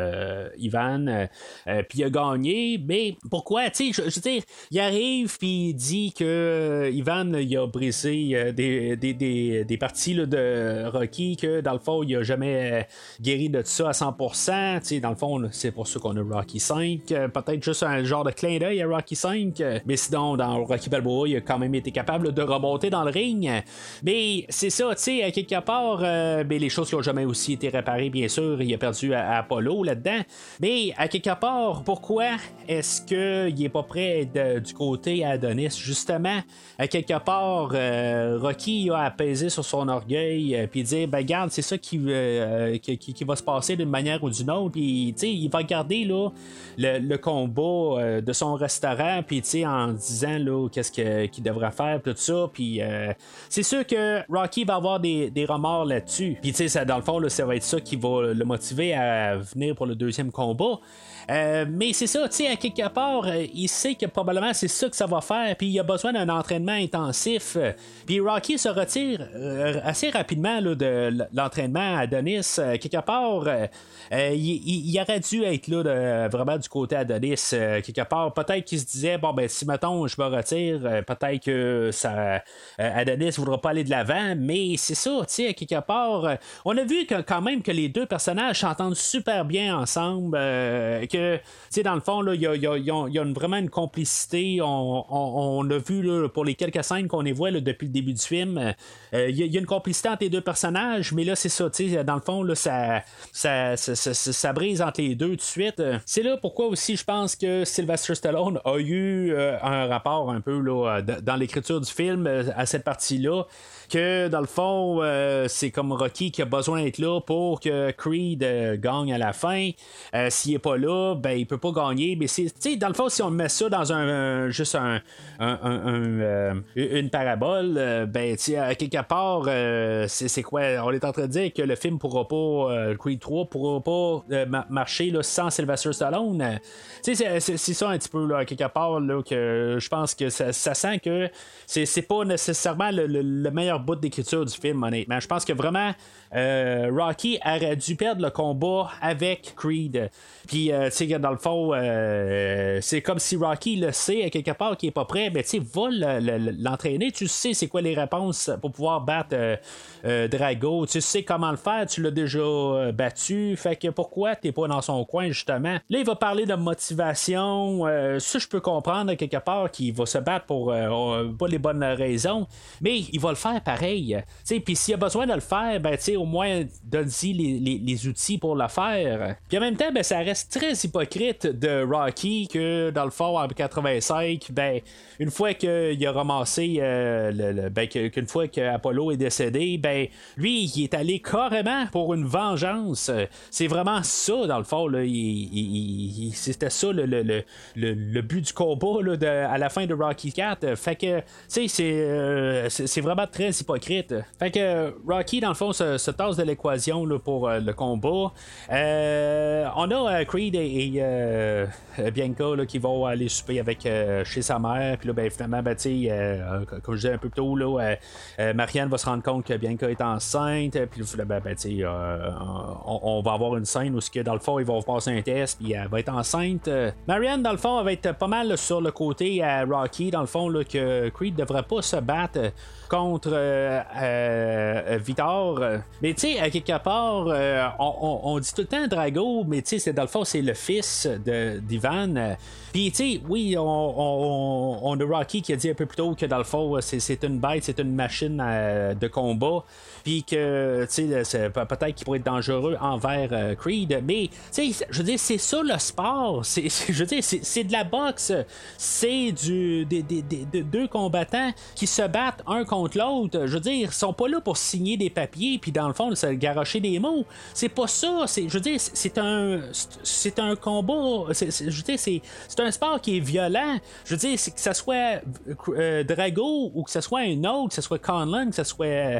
Ivan, puis il a gagné. Mais pourquoi? Je veux dire, il arrive puis il dit que Ivan il a brisé des parties là, de Rocky, que dans le fond il a jamais guéri de ça à 100%. Dans le fond là, c'est pour ça qu'on a Rocky 5, peut-être juste un genre de clin d'œil à Rocky 5, mais sinon dans Rocky Balboa il a quand même été capable de remonter dans le ring. Mais c'est ça, à quelque part les choses qui ont jamais aussi été réparées, bien sûr, il a perdu à Apollo là-dedans, mais à quelque part pourquoi est-ce qu'il est pas prêt du côté à Adonis? Justement, à quelque part Rocky a apaisé sur son orgueil, puis dire ben garde, c'est ça qui va se passer d'une manière ou d'une autre, puis il va garder là le combat de son restaurant, puis en disant là qu'est-ce qu'il devrait faire, tout ça, puis c'est sûr que Rocky va avoir des remords là-dessus, puis dans le fond là, ça va être ça qui va le motiver à venir pour le deuxième combat. Mais c'est ça, à quelque part, il sait que probablement c'est ça que ça va faire, puis il a besoin d'un entraînement intensif. Puis Rocky se retire assez rapidement là, de l'entraînement à Adonis. Quelque part, il aurait dû être là vraiment du côté Adonis. Quelque part, peut-être qu'il se disait bon ben si mettons je me retire, peut-être que ça Adonis ne voudra pas aller de l'avant, mais c'est ça, à quelque part, on a vu quand même que les deux personnages s'entendent super bien ensemble. Que dans le fond, il y a vraiment une complicité. On a vu là, pour les quelques scènes qu'on les voit là, depuis le début du film, il y a une complicité entre les deux personnages, mais là, c'est ça, dans le fond, là, ça brise entre les deux tout de suite. C'est là pourquoi aussi je pense que Sylvester Stallone a eu un rapport un peu là, dans l'écriture du film à cette partie-là, que dans le fond, c'est comme Rocky qui a besoin d'être là pour que Creed gagne à la fin. S'il n'est pas là, ben il peut pas gagner. Mais c'est, dans le fond, si on met ça dans juste une parabole, ben à quelque part, c'est quoi? On est en train de dire que le film pourra pas, Creed 3 pourra pas marcher là, sans Sylvester Stallone. C'est ça un petit peu là, à quelque part là, que je pense que ça sent que c'est pas nécessairement le meilleur bout d'écriture du film, honnêtement. Je pense que vraiment Rocky aurait dû perdre le combat avec Creed. Puis dans le fond, c'est comme si Rocky le sait à quelque part qu'il est pas prêt, mais va l'entraîner. Tu sais c'est quoi les réponses pour pouvoir battre Drago. Tu sais comment le faire. Tu l'as déjà battu. Fait que pourquoi t'es pas dans son coin justement? Là il va parler de motivation. Ça je peux comprendre à quelque part qu'il va se battre battre pour pas les bonnes raisons, mais il va le faire pareil. Puis s'il a besoin de le faire, ben, au moins donne-y les outils pour le faire. Puis en même temps, ben, ça reste très hypocrite de Rocky que dans le fond en 85, ben, une fois qu'il a ramassé qu'une fois qu'Apollo est décédé, ben lui il est allé carrément pour une vengeance. C'est vraiment ça dans le fond là. C'était ça le but du combat là, à la fin de Rocky 4. Fait que c'est vraiment très hypocrite. Fait que Rocky dans le fond se tasse de l'équation là, pour le combat. On a Creed et Bianca là, qui vont aller souper avec chez sa mère. Puis là ben finalement ben, comme je disais un peu plus tôt là, Marianne va se rendre compte que Bianca est enceinte. Puis là on va avoir une scène où dans le fond ils vont passer un test puis elle va être enceinte. Marianne dans le fond elle va être pas mal là, sur le côté à Rocky dans le fond là, que Creed devrait pas se battre contre Vitor. Mais tu sais, à quelque part, on dit tout le temps Drago, mais tu sais, dans le fond, c'est le fils d'Ivan. Puis tu sais, oui, on a Rocky qui a dit un peu plus tôt que dans le fond, c'est une bête, c'est une machine de combat. Puis que, tu sais, peut-être qu'il pourrait être dangereux envers Creed. Mais, tu sais, je veux dire, c'est ça le sport. Je veux dire, c'est de la boxe. C'est deux combattants qui se battent un contre l'autre. Je veux dire, ils sont pas là pour signer des papiers puis dans le fond, se garocher des mots. C'est pas ça. Je veux dire, c'est un combat. Je veux dire, c'est un sport qui est violent. Je veux dire, que ce soit Drago ou que ce soit un autre, que ce soit Conlon, que ce soit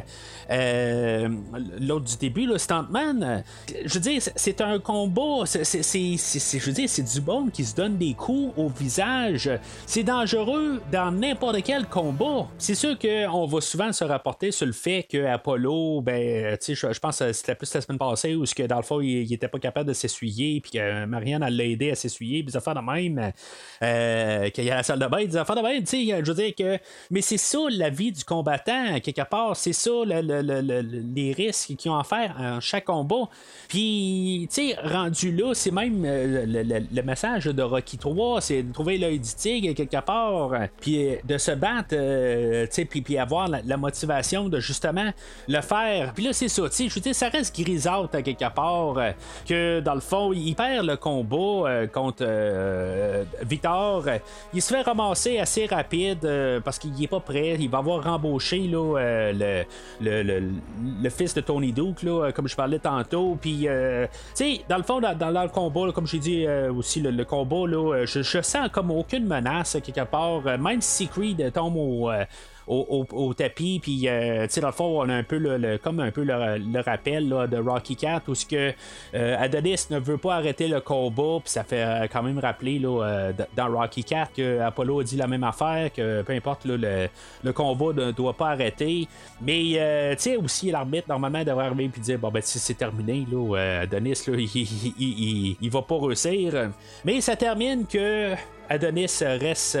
l'autre du début, là, Stuntman. Je veux dire, c'est un combat. Je veux dire, c'est du monde qui se donne des coups au visage. C'est dangereux dans n'importe quel combat. C'est sûr qu'on va souvent se rapporter sur le fait que Apollo, ben, tu sais, je pense que c'était plus la semaine passée où que dans le fond, il était pas capable de s'essuyer, puis que Marianne elle l'a aidé à s'essuyer, puis des affaires de même, qu'il y a la salle de bain, des affaires de bain, tu sais, je veux dire que, mais c'est ça la vie du combattant, quelque part, c'est ça les risques qu'ils ont à faire en chaque combat. Puis, tu sais, rendu là, c'est même le message de Rocky 3, c'est de trouver l'œil du tigre quelque part, puis de se battre, tu sais, puis avoir la motivation de justement le faire. Puis là, c'est ça, tu sais, je veux dire, ça reste grisâtre à quelque part, que dans le fond, il perd le combat contre Victor. Il se fait ramasser assez rapide parce qu'il est pas prêt. Il va avoir rembauché là, le fils de Tony Duke, là, comme je parlais tantôt. Puis, tu sais, dans le fond, dans le combat, là, comme j'ai dit aussi, le combat, là, je sens comme aucune menace quelque part. Même si Creed tombe au tapis, puis tu sais, dans le fond, on a un peu comme un peu le rappel là, de Rocky 4 où ce que Adonis ne veut pas arrêter le combat, puis ça fait quand même rappeler là, dans Rocky 4 que Apollo a dit la même affaire, que peu importe là, le combat ne doit pas arrêter, mais tu sais aussi l'arbitre normalement devrait arriver puis dire bon ben si c'est terminé là, Adonis là, il va pas réussir, mais ça termine que Adonis reste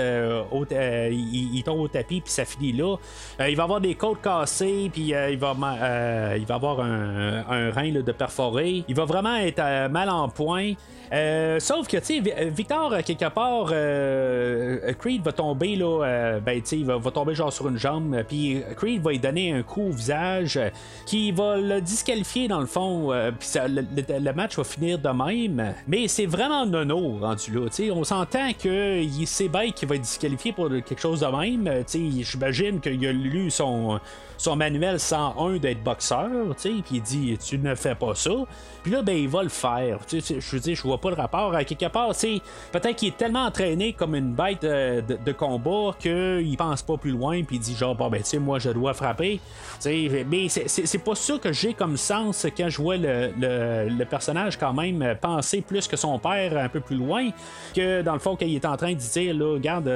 il tombe au tapis puis ça finit là. Il va avoir des côtes cassées puis il va avoir un rein là, de perforé. Il va vraiment être mal en point. Sauf que tu sais Victor quelque part Creed va tomber là ben tu sais il va tomber genre sur une jambe puis Creed va lui donner un coup au visage qui va le disqualifier dans le fond puis le match va finir de même, mais c'est vraiment nono rendu là, tu sais on s'entend que c'est bête qu'il va être disqualifié pour quelque chose de même, tu sais j'imagine qu'il a lu son manuel 101 d'être boxeur, tu sais, puis il dit tu ne fais pas ça, puis là ben il va le faire, tu sais, je veux dire je vois pas le rapport à quelque part, tu sais peut-être qu'il est tellement entraîné comme une bête de combat qu'il pense pas plus loin puis il dit genre bon ben tu sais moi je dois frapper, tu sais, mais c'est pas ça que j'ai comme sens quand je vois le personnage quand même penser plus que son père un peu plus loin, que dans le fond qu'il est en train de dire là regarde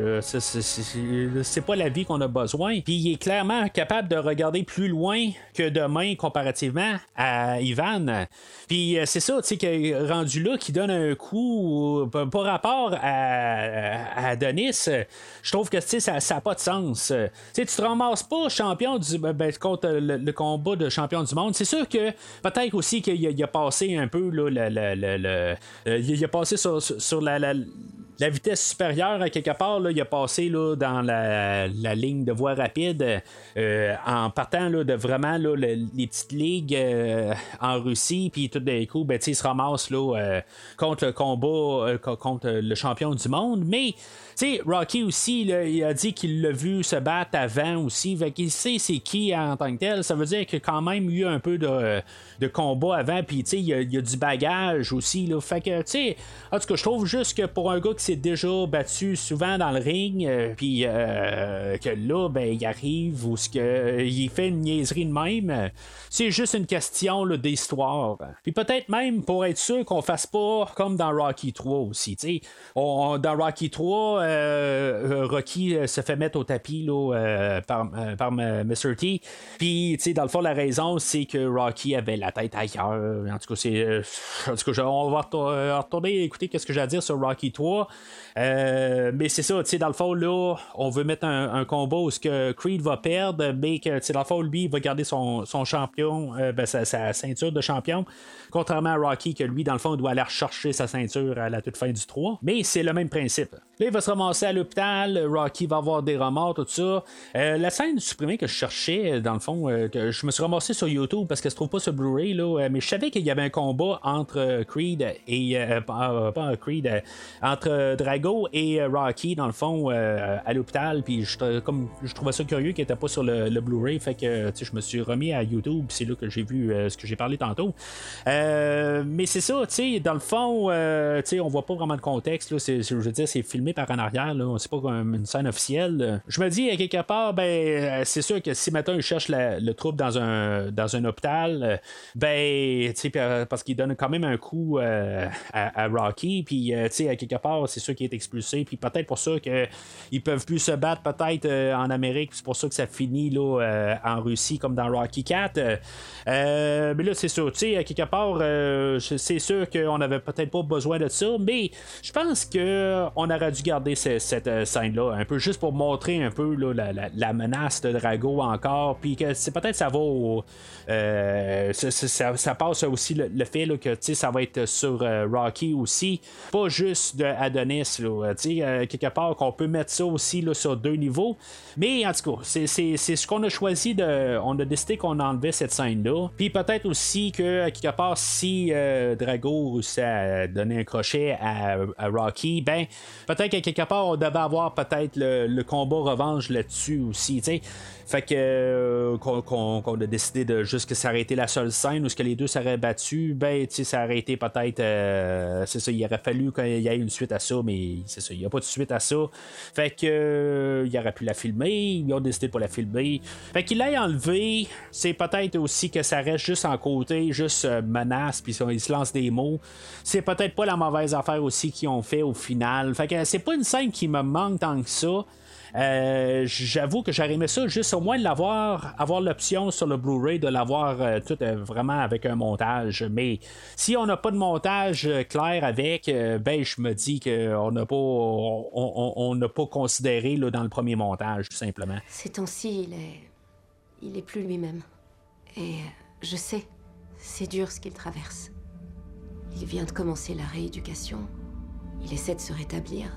c'est pas la vie qu'on a besoin, puis il est clairement capable de regarder plus loin que demain comparativement à Ivan. Puis c'est ça, tu sais, qui est rendu là, qui donne un coup par rapport à Adonis. Je trouve que ça n'a pas de sens. Tu te ramasses pas champion contre le combat de champion du monde. C'est sûr que peut-être aussi qu'il a passé un peu là, il a passé sur la vitesse supérieure, à quelque part, là, il a passé là, dans la ligne de voie rapide en partant là, de vraiment là, les petites ligues en Russie, puis tout d'un coup, ben, il se ramasse là, contre le combat, contre le champion du monde. Mais Rocky aussi, là, il a dit qu'il l'a vu se battre avant aussi, fait qu'il sait c'est qui en tant que tel. Ça veut dire qu'il y a quand même eu un peu de combat avant, puis il y a du bagage aussi. Là, fait que, en tout cas, je trouve juste que pour un gars qui s'est déjà battu souvent dans le ring, puis que là, ben, il arrive ou il fait une niaiserie de même, c'est juste une question là, d'histoire. Puis peut-être même pour être sûr qu'on fasse pas comme dans Rocky 3 aussi. Dans Rocky 3, Rocky se fait mettre au tapis là, par Mr. T. Puis, dans le fond, la raison, c'est que Rocky avait la tête ailleurs. En tout cas, on va retourner écouter ce que j'ai à dire sur Rocky 3. Mais c'est ça, dans le fond, là, on veut mettre un combat où que Creed va perdre, mais que, dans le fond, lui, il va garder son champion, sa ceinture de champion. Contrairement à Rocky, que lui, dans le fond, il doit aller rechercher sa ceinture à la toute fin du 3. Mais c'est le même principe. Là, il va se ramasser à l'hôpital. Rocky va avoir des remords, tout ça. La scène supprimée que je cherchais, dans le fond, que je me suis ramassé sur YouTube parce qu'elle se trouve pas sur Blu-ray, là, mais je savais qu'il y avait un combat entre Creed et. Creed, entre Drago et Rocky, dans le fond, à l'hôpital. Puis je trouvais ça curieux qu'il n'était pas sur le Blu-ray. Fait que je me suis remis à YouTube. C'est là que j'ai vu ce que j'ai parlé tantôt. Mais c'est ça, dans le fond, on voit pas vraiment le contexte. Là, je veux dire, c'est filmé par en arrière. Là, c'est pas comme une scène officielle. Je me dis, à quelque part, ben, c'est sûr que si maintenant il cherche le trouble dans un hôpital, ben, parce qu'il donne quand même un coup à Rocky, puis à quelque part, c'est sûr qu'il est expulsé, puis peut-être pour ça qu'ils peuvent plus se battre peut-être en Amérique, c'est pour ça que ça finit là, en Russie comme dans Rocky 4. Mais là, c'est sûr, à quelque part, c'est sûr qu'on avait peut-être pas besoin de ça, mais je pense qu'on aurait dû garder cette scène-là, un peu juste pour montrer un peu là, la menace de Drago encore, puis que c'est peut-être ça va ça passe aussi le fait là, que ça va être sur Rocky aussi, pas juste de Adonis là, quelque part qu'on peut mettre ça aussi là, sur 2 niveaux, mais en tout cas c'est ce qu'on a choisi on a décidé qu'on enlevait cette scène-là, puis peut-être aussi que quelque part si Drago réussit à donner un crochet à Rocky, ben peut-être qu'à quelque part on devait avoir peut-être le combat revanche là-dessus aussi, t'sais. Fait que qu'on a décidé de juste que ça aurait été la seule scène où ce que les deux s'auraient battu, ben ça aurait été peut-être c'est ça, il aurait fallu qu'il y ait une suite à ça, mais c'est ça, il n'y a pas de suite à ça. Fait que il aurait pu la filmer, ils ont décidé de pas la filmer. Fait qu'il l'ait enlevé, c'est peut-être aussi que ça reste juste en côté, juste menace, puis ils se lancent des mots. C'est peut-être pas la mauvaise affaire aussi qu'ils ont fait au final. Fait que c'est pas une scène qui me manque tant que ça. J'avoue que j'aurais aimé ça juste au moins de avoir l'option sur le Blu-ray de l'avoir tout vraiment avec un montage, mais si on n'a pas de montage clair avec, ben je me dis qu'on n'a pas on n'a pas considéré là, dans le premier montage tout simplement. Ces temps-ci il est plus lui-même, et je sais, c'est dur ce qu'il traverse. Il vient de commencer la rééducation, il essaie de se rétablir,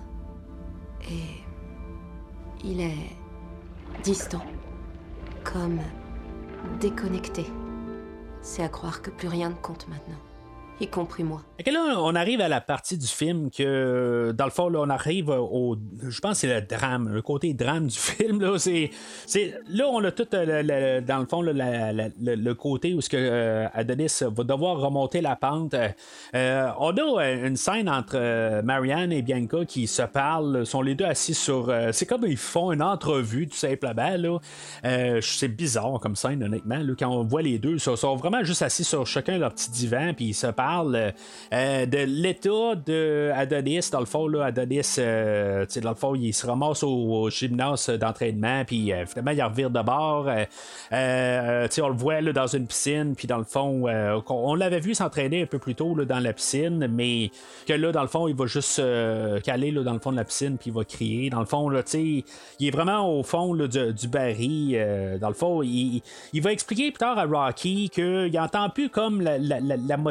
et il est distant, comme déconnecté. C'est à croire que plus rien ne compte maintenant, y compris moi. Et là, on arrive à la partie du film que, dans le fond, là, on arrive je pense que c'est le drame, le côté drame du film. Là, là on a tout, dans le fond, le côté où Adonis va devoir remonter la pente. On a une scène entre Marianne et Bianca qui se parlent, sont les deux assis sur... c'est comme ils font une entrevue, tout simplement. Là. C'est bizarre comme scène, honnêtement. Là, quand on voit les deux, ils sont vraiment juste assis sur chacun leur petit divan, puis ils se parlent de l'état de Adonis. Dans le fond, là, Adonis, dans le fond, il se ramasse au gymnase d'entraînement, puis finalement, il revire de bord. On le voit là, dans une piscine, puis dans le fond, on l'avait vu s'entraîner un peu plus tôt là, dans la piscine, mais que là, dans le fond, il va juste caler là, dans le fond de la piscine, puis il va crier. Dans le fond, là, il est vraiment au fond là, du baril. Dans le fond, il va expliquer plus tard à Rocky qu'il n'entend plus comme la motivation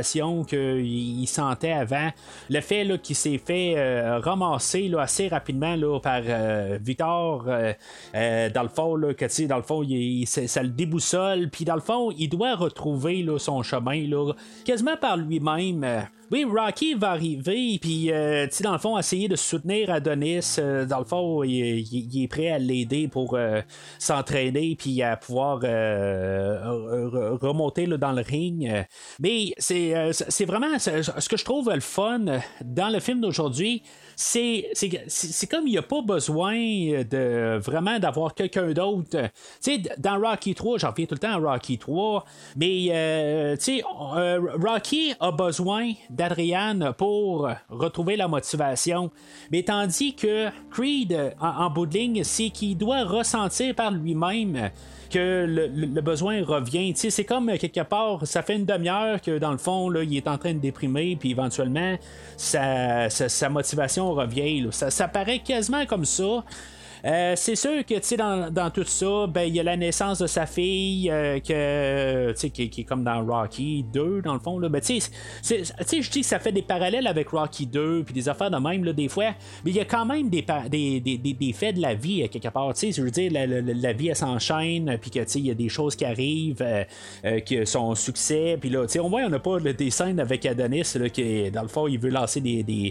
motivation qu'il sentait avant. Le fait là, qu'il s'est fait ramasser là, assez rapidement là, par Victor, dans le fond, là, que dans le fond, ça le déboussole, puis dans le fond, il doit retrouver là, son chemin là, quasiment par lui-même. Oui, Rocky va arriver, puis dans le fond, essayer de soutenir Adonis. Dans le fond, il est prêt à l'aider pour s'entraîner, puis à pouvoir remonter là, dans le ring. Mais c'est vraiment ce que je trouve le fun dans le film d'aujourd'hui. C'est comme il n'y a pas besoin de vraiment d'avoir quelqu'un d'autre. Dans Rocky 3, j'en reviens tout le temps à Rocky 3, mais Rocky a besoin d'Adrian pour retrouver la motivation. Mais tandis que Creed, en bout de ligne, c'est qu'il doit ressentir par lui-même que le besoin revient. C'est comme quelque part, ça fait une demi-heure que dans le fond, là, il est en train de déprimer, puis éventuellement, sa motivation revient. Ça paraît quasiment comme ça. C'est sûr que dans tout ça, ben il y a la naissance de sa fille qui est comme dans Rocky 2 dans le fond là. Ben je dis que ça fait des parallèles avec Rocky 2 puis des affaires de même là, des fois, mais il y a quand même des faits de la vie quelque part. Je veux dire la vie elle s'enchaîne puis que il y a des choses qui arrivent que son succès puis là on voit on n'a pas des scènes avec Adonis là, qui dans le fond il veut lancer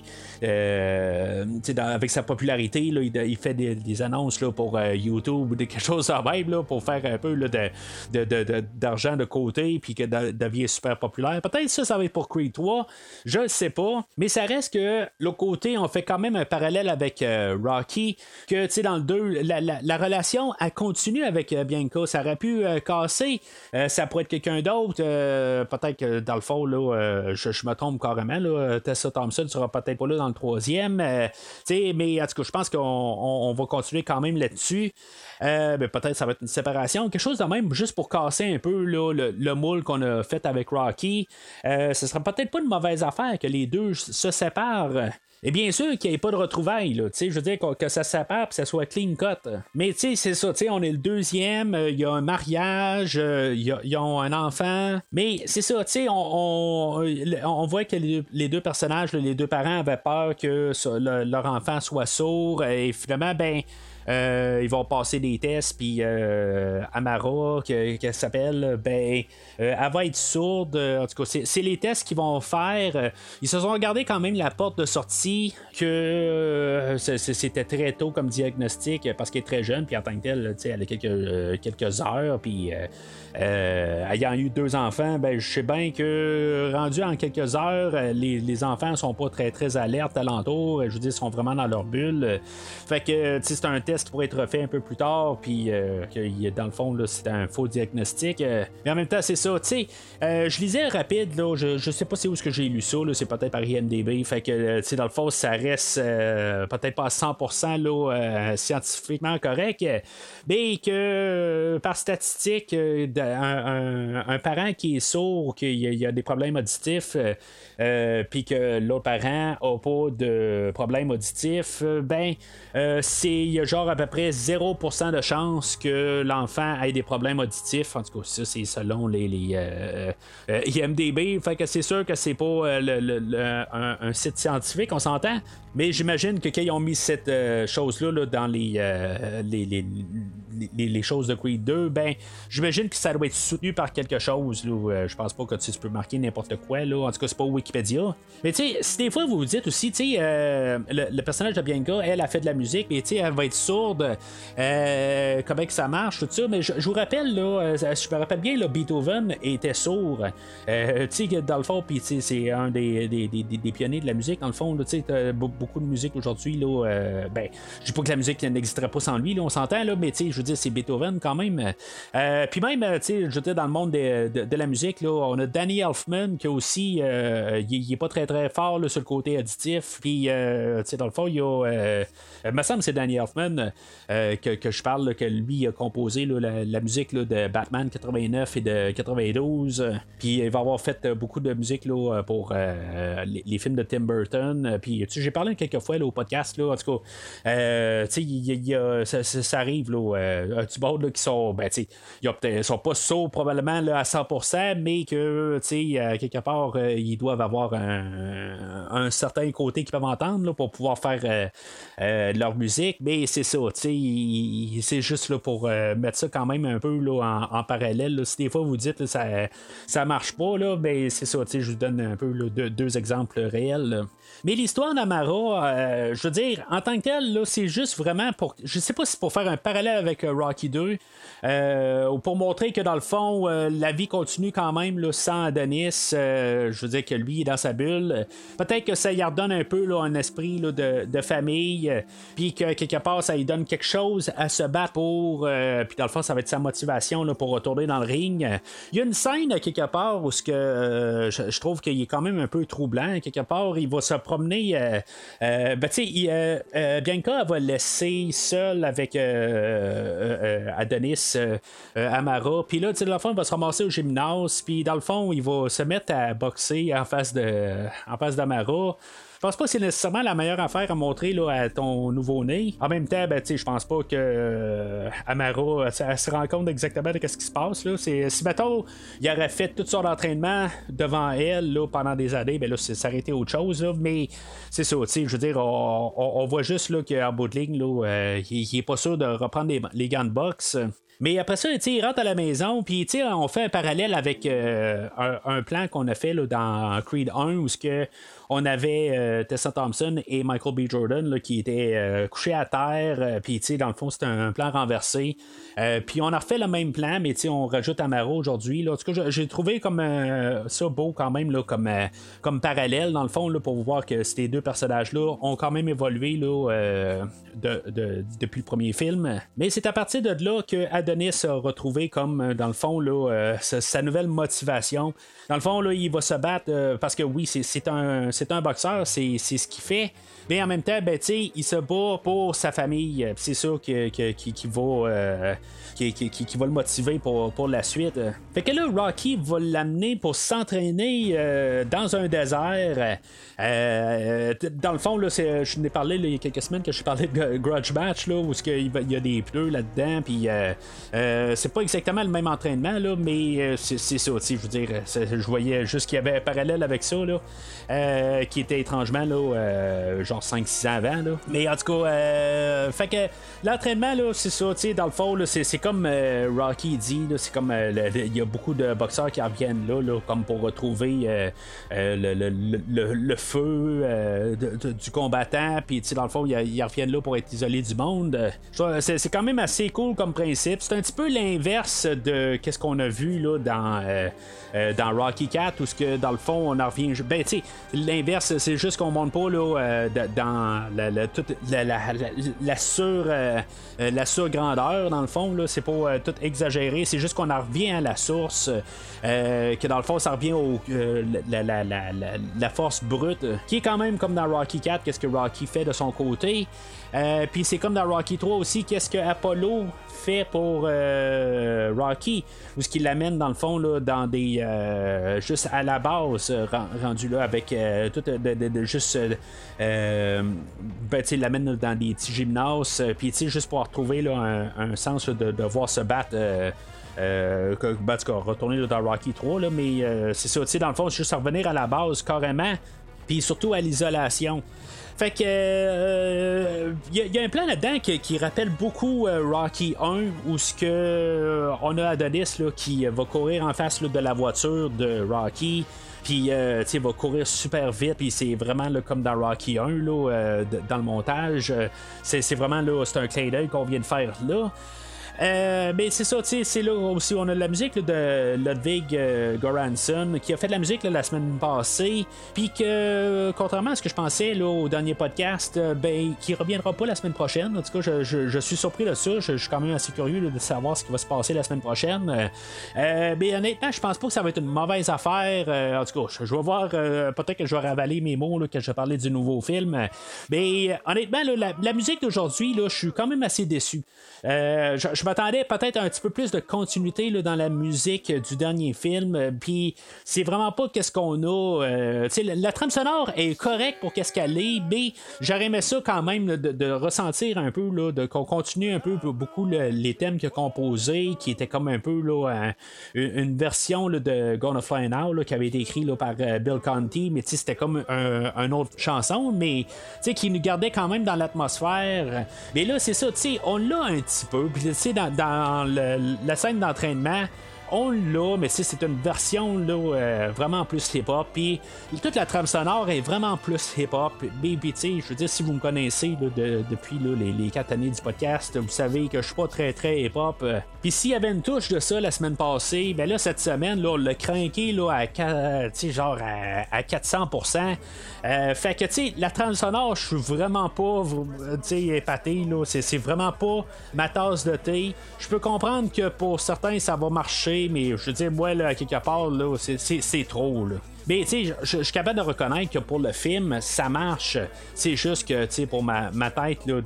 avec sa popularité là, il fait des annonces là, pour YouTube ou quelque chose de même là, pour faire un peu là, d'argent de côté puis que devient super populaire. Peut-être ça va être pour Creed 3, je ne sais pas, mais ça reste que l'autre côté on fait quand même un parallèle avec Rocky, que dans le 2 la relation elle continue avec Bianca, ça aurait pu casser, ça pourrait être quelqu'un d'autre, peut-être que dans le fond là, je me trompe carrément là, Tessa Thompson sera peut-être pas là dans le 3e, mais en tout cas je pense qu'on va continuer quand même là-dessus. Peut-être ça va être une séparation, quelque chose de même juste pour casser un peu là, le moule qu'on a fait avec Rocky. Ce sera peut-être pas une mauvaise affaire que les deux se séparent. Et bien sûr qu'il n'y ait pas de retrouvailles, là, je veux dire que ça se sépare et que ça soit clean cut. Mais c'est ça, on est le 2e, il y a un mariage, ils ont un enfant. Mais c'est ça, on voit que les deux personnages, les deux parents avaient peur que leur enfant soit sourd et finalement, ils vont passer des tests, puis Amara, qu'elle s'appelle, elle va être sourde. En tout cas, c'est les tests qu'ils vont faire. Ils se sont regardés quand même la porte de sortie, que c'était très tôt comme diagnostic, parce qu'elle est très jeune, puis en tant que telle, elle a quelques heures, puis ayant eu 2 enfants, je sais bien que rendu en quelques heures, les enfants sont pas très très alertes alentour. Je veux dire, ils sont vraiment dans leur bulle. Fait que c'est un test qui pourrait être refait un peu plus tard, puis que dans le fond là, c'est un faux diagnostic, mais en même temps c'est ça, je lisais rapide là, je sais pas c'est où ce que j'ai lu ça là, c'est peut-être par IMDb, fait que dans le fond ça reste peut-être pas à 100% là, scientifiquement correct, mais que par statistique un parent qui est sourd, qu'il y a des problèmes auditifs, puis que l'autre parent a pas de problème auditif, il y a genre à peu près 0% de chance que l'enfant ait des problèmes auditifs. En tout cas, ça c'est selon les IMDb. Fait que c'est sûr que c'est pas un site scientifique, on s'entend. Mais j'imagine que quand ils ont mis cette chose-là là, dans les choses de Creed 2, j'imagine que ça doit être soutenu par quelque chose. Là, je pense pas que tu peux marquer n'importe quoi. Là. En tout cas, c'est pas Wikipédia. Mais tu sais, si des fois vous vous dites aussi, tu sais, le personnage de Bianca, elle a fait de la musique, mais tu sais, elle va être sourde. Comment que ça marche, tout ça. Mais je vous rappelle, là, je me rappelle bien, là, Beethoven était sourd. Tu sais, dans le fond, puis c'est un des pionniers de la musique, dans le fond. Tu sais, beaucoup de musique aujourd'hui. Là, je dis pas que la musique n'existerait pas sans lui, là, on s'entend, là, mais tu sais, je veux dire, c'est Beethoven quand même. Puis même, tu sais, je veux dire, dans le monde de la musique, là, on a Danny Elfman qui a aussi, il est pas très très fort là, sur le côté auditif. Puis, tu sais, dans le fond, il y a, il me semble que c'est Danny Elfman que je parle, là, que lui a composé là, la musique là, de Batman 89 et de 92. Puis il va avoir fait beaucoup de musique là, pour les films de Tim Burton. Puis, j'ai parlé quelques fois là, au podcast, là, en tout cas, tu sais, ça arrive là, un petit bord là, qui sont, ils sont pas sourds probablement là, à 100%, mais que quelque part, ils doivent avoir un certain côté qu'ils peuvent entendre là, pour pouvoir faire leur musique. Mais c'est ça, c'est juste là, pour mettre ça quand même un peu là, en parallèle. Là. Si des fois vous dites là, ça marche pas, là, ben, c'est ça, je vous donne un peu là, deux exemples réels. Là. Mais l'histoire d'Amara, je veux dire, en tant que telle, là, c'est juste vraiment pour. Je sais pas si c'est pour faire un parallèle avec Rocky 2 ou pour montrer que dans le fond, la vie continue quand même là, sans Adonis. Je veux dire que lui est dans sa bulle. Peut-être que ça y redonne un peu là, un esprit là, de famille. Puis que quelque part, ça lui donne quelque chose à se battre pour. Puis dans le fond, ça va être sa motivation là, pour retourner dans le ring. Il y a une scène quelque part où je trouve qu'il est quand même un peu troublant. Quelque part, il va se promener. Bianca va le laisser seul avec Adonis, Amara. Puis là, dans le fond, il va se ramasser au gymnase. Puis dans le fond, il va se mettre à boxer en face d'Amara. Je pense pas que c'est nécessairement la meilleure affaire à montrer là, à ton nouveau-né. En même temps, je pense pas que Amara elle se rend compte exactement de ce qui se passe. Là. Si mettons, il aurait fait tout son entraînement devant elle là, pendant des années, là, ça aurait été autre chose. Là. Mais c'est ça, je veux dire, on voit juste là, qu'en bout de ligne, là, il est pas sûr de reprendre les gants de boxe. Mais après ça, il rentre à la maison, puis on fait un parallèle avec un plan qu'on a fait là, dans Creed 1 où on avait Tessa Thompson et Michael B. Jordan là, qui étaient couchés à terre, puis dans le fond, c'est un plan renversé. Puis on a refait le même plan, mais on rajoute Amara aujourd'hui. Là. En tout cas, j'ai trouvé comme ça beau quand même, là, comme parallèle, dans le fond, là, pour voir que ces deux personnages-là ont quand même évolué là, depuis le premier film. Mais c'est à partir de là que Adonis a retrouvé comme, dans le fond, là, sa nouvelle motivation. Dans le fond, là, il va se battre parce que oui, c'est un boxeur, c'est ce qu'il fait. Mais en même temps, il se bat pour sa famille. C'est ça qui va le motiver pour la suite. Fait que là, Rocky va l'amener pour s'entraîner dans un désert. Dans le fond, là, je n'ai parlé là, il y a quelques semaines que je parlais de Grudge Match, là, où il y a des pneus là-dedans. Puis c'est pas exactement le même entraînement, là, mais c'est ça. Je veux dire, je voyais juste qu'il y avait un parallèle avec ça, là, qui était étrangement là, genre 5-6 ans avant. Là. Mais en tout cas, fait que l'entraînement, là, c'est ça. Dans le fond, là, c'est comme Rocky dit, là, c'est comme il y a beaucoup de boxeurs qui reviennent là, comme pour retrouver le feu du combattant. Puis dans le fond, ils reviennent là pour être isolés du monde. C'est quand même assez cool comme principe. C'est un petit peu l'inverse de qu'est-ce qu'on a vu là, dans Rocky 4 où dans le fond on en revient. L'inverse, c'est juste qu'on monte pas là, dans toute la surgrandeur dans le fond là, c'est pas tout exagéré, c'est juste qu'on en revient à la source, que dans le fond ça revient au la force brute qui est quand même comme dans Rocky 4, qu'est-ce que Rocky fait de son côté. Puis c'est comme dans Rocky 3 aussi, qu'est-ce que Apollo fait pour Rocky, où ce qu'il l'amène dans le fond là, dans des juste à la base rendu là avec tout juste il l'amène dans des petits gymnases, puis juste pour retrouver là, un sens là, de devoir se battre. Retourner là, dans Rocky 3 là, mais c'est ça, dans le fond c'est juste revenir à la base carrément, puis surtout à l'isolation. Fait que y a un plan là-dedans qui rappelle beaucoup Rocky 1 où on a Adonis là, qui va courir en face là, de la voiture de Rocky. Puis il va courir super vite, puis c'est vraiment là, comme dans Rocky 1 là, dans le montage. C'est vraiment là, c'est un clin d'œil qu'on vient de faire là. Mais c'est ça, c'est là aussi on a de la musique là, de Ludwig Göransson qui a fait de la musique là, la semaine passée, puis que contrairement à ce que je pensais là, au dernier podcast, qui reviendra pas la semaine prochaine. En tout cas, je suis surpris de ça. Je suis quand même assez curieux là, de savoir ce qui va se passer la semaine prochaine. Mais honnêtement, je pense pas que ça va être une mauvaise affaire. En tout cas, je vais voir. Peut-être que je vais ravaler mes mots là, que je parlais du nouveau film. Mais honnêtement, là, la musique d'aujourd'hui, là, je suis quand même assez déçu. Je m'attendais peut-être un petit peu plus de continuité là, dans la musique du dernier film. Puis c'est vraiment pas qu'est-ce qu'on a. La trame sonore est correcte pour qu'est-ce qu'elle est, mais j'aurais aimé ça quand même là, de ressentir un peu, là, qu'on continue un peu beaucoup les thèmes qu'il a composés, qui étaient comme un peu là, une version là, de Gonna Fly Now là, qui avait été écrit là, par Bill Conti, mais c'était comme une autre chanson, mais qui nous gardait quand même dans l'atmosphère. Mais là, c'est ça, on l'a un petit peu. Puis dans la scène d'entraînement, on l'a, mais c'est une version là, vraiment plus hip-hop. Puis toute la trame sonore est vraiment plus hip-hop. Puis je veux dire, si vous me connaissez là, depuis là, les 4 années du podcast, vous savez que je suis pas très très hip-hop. Puis s'il y avait une touche de ça la semaine passée, ben là, cette semaine, là, on l'a craqué là, à 400%. Fait que la trame sonore, je suis vraiment pas épaté. Là. C'est vraiment pas ma tasse de thé. Je peux comprendre que pour certains, ça va marcher. Mais je veux dire, moi, là, à quelque part, là, c'est trop. Là. Mais tu sais, je suis capable de reconnaître que pour le film, ça marche. C'est juste que, tu sais, pour ma tête là,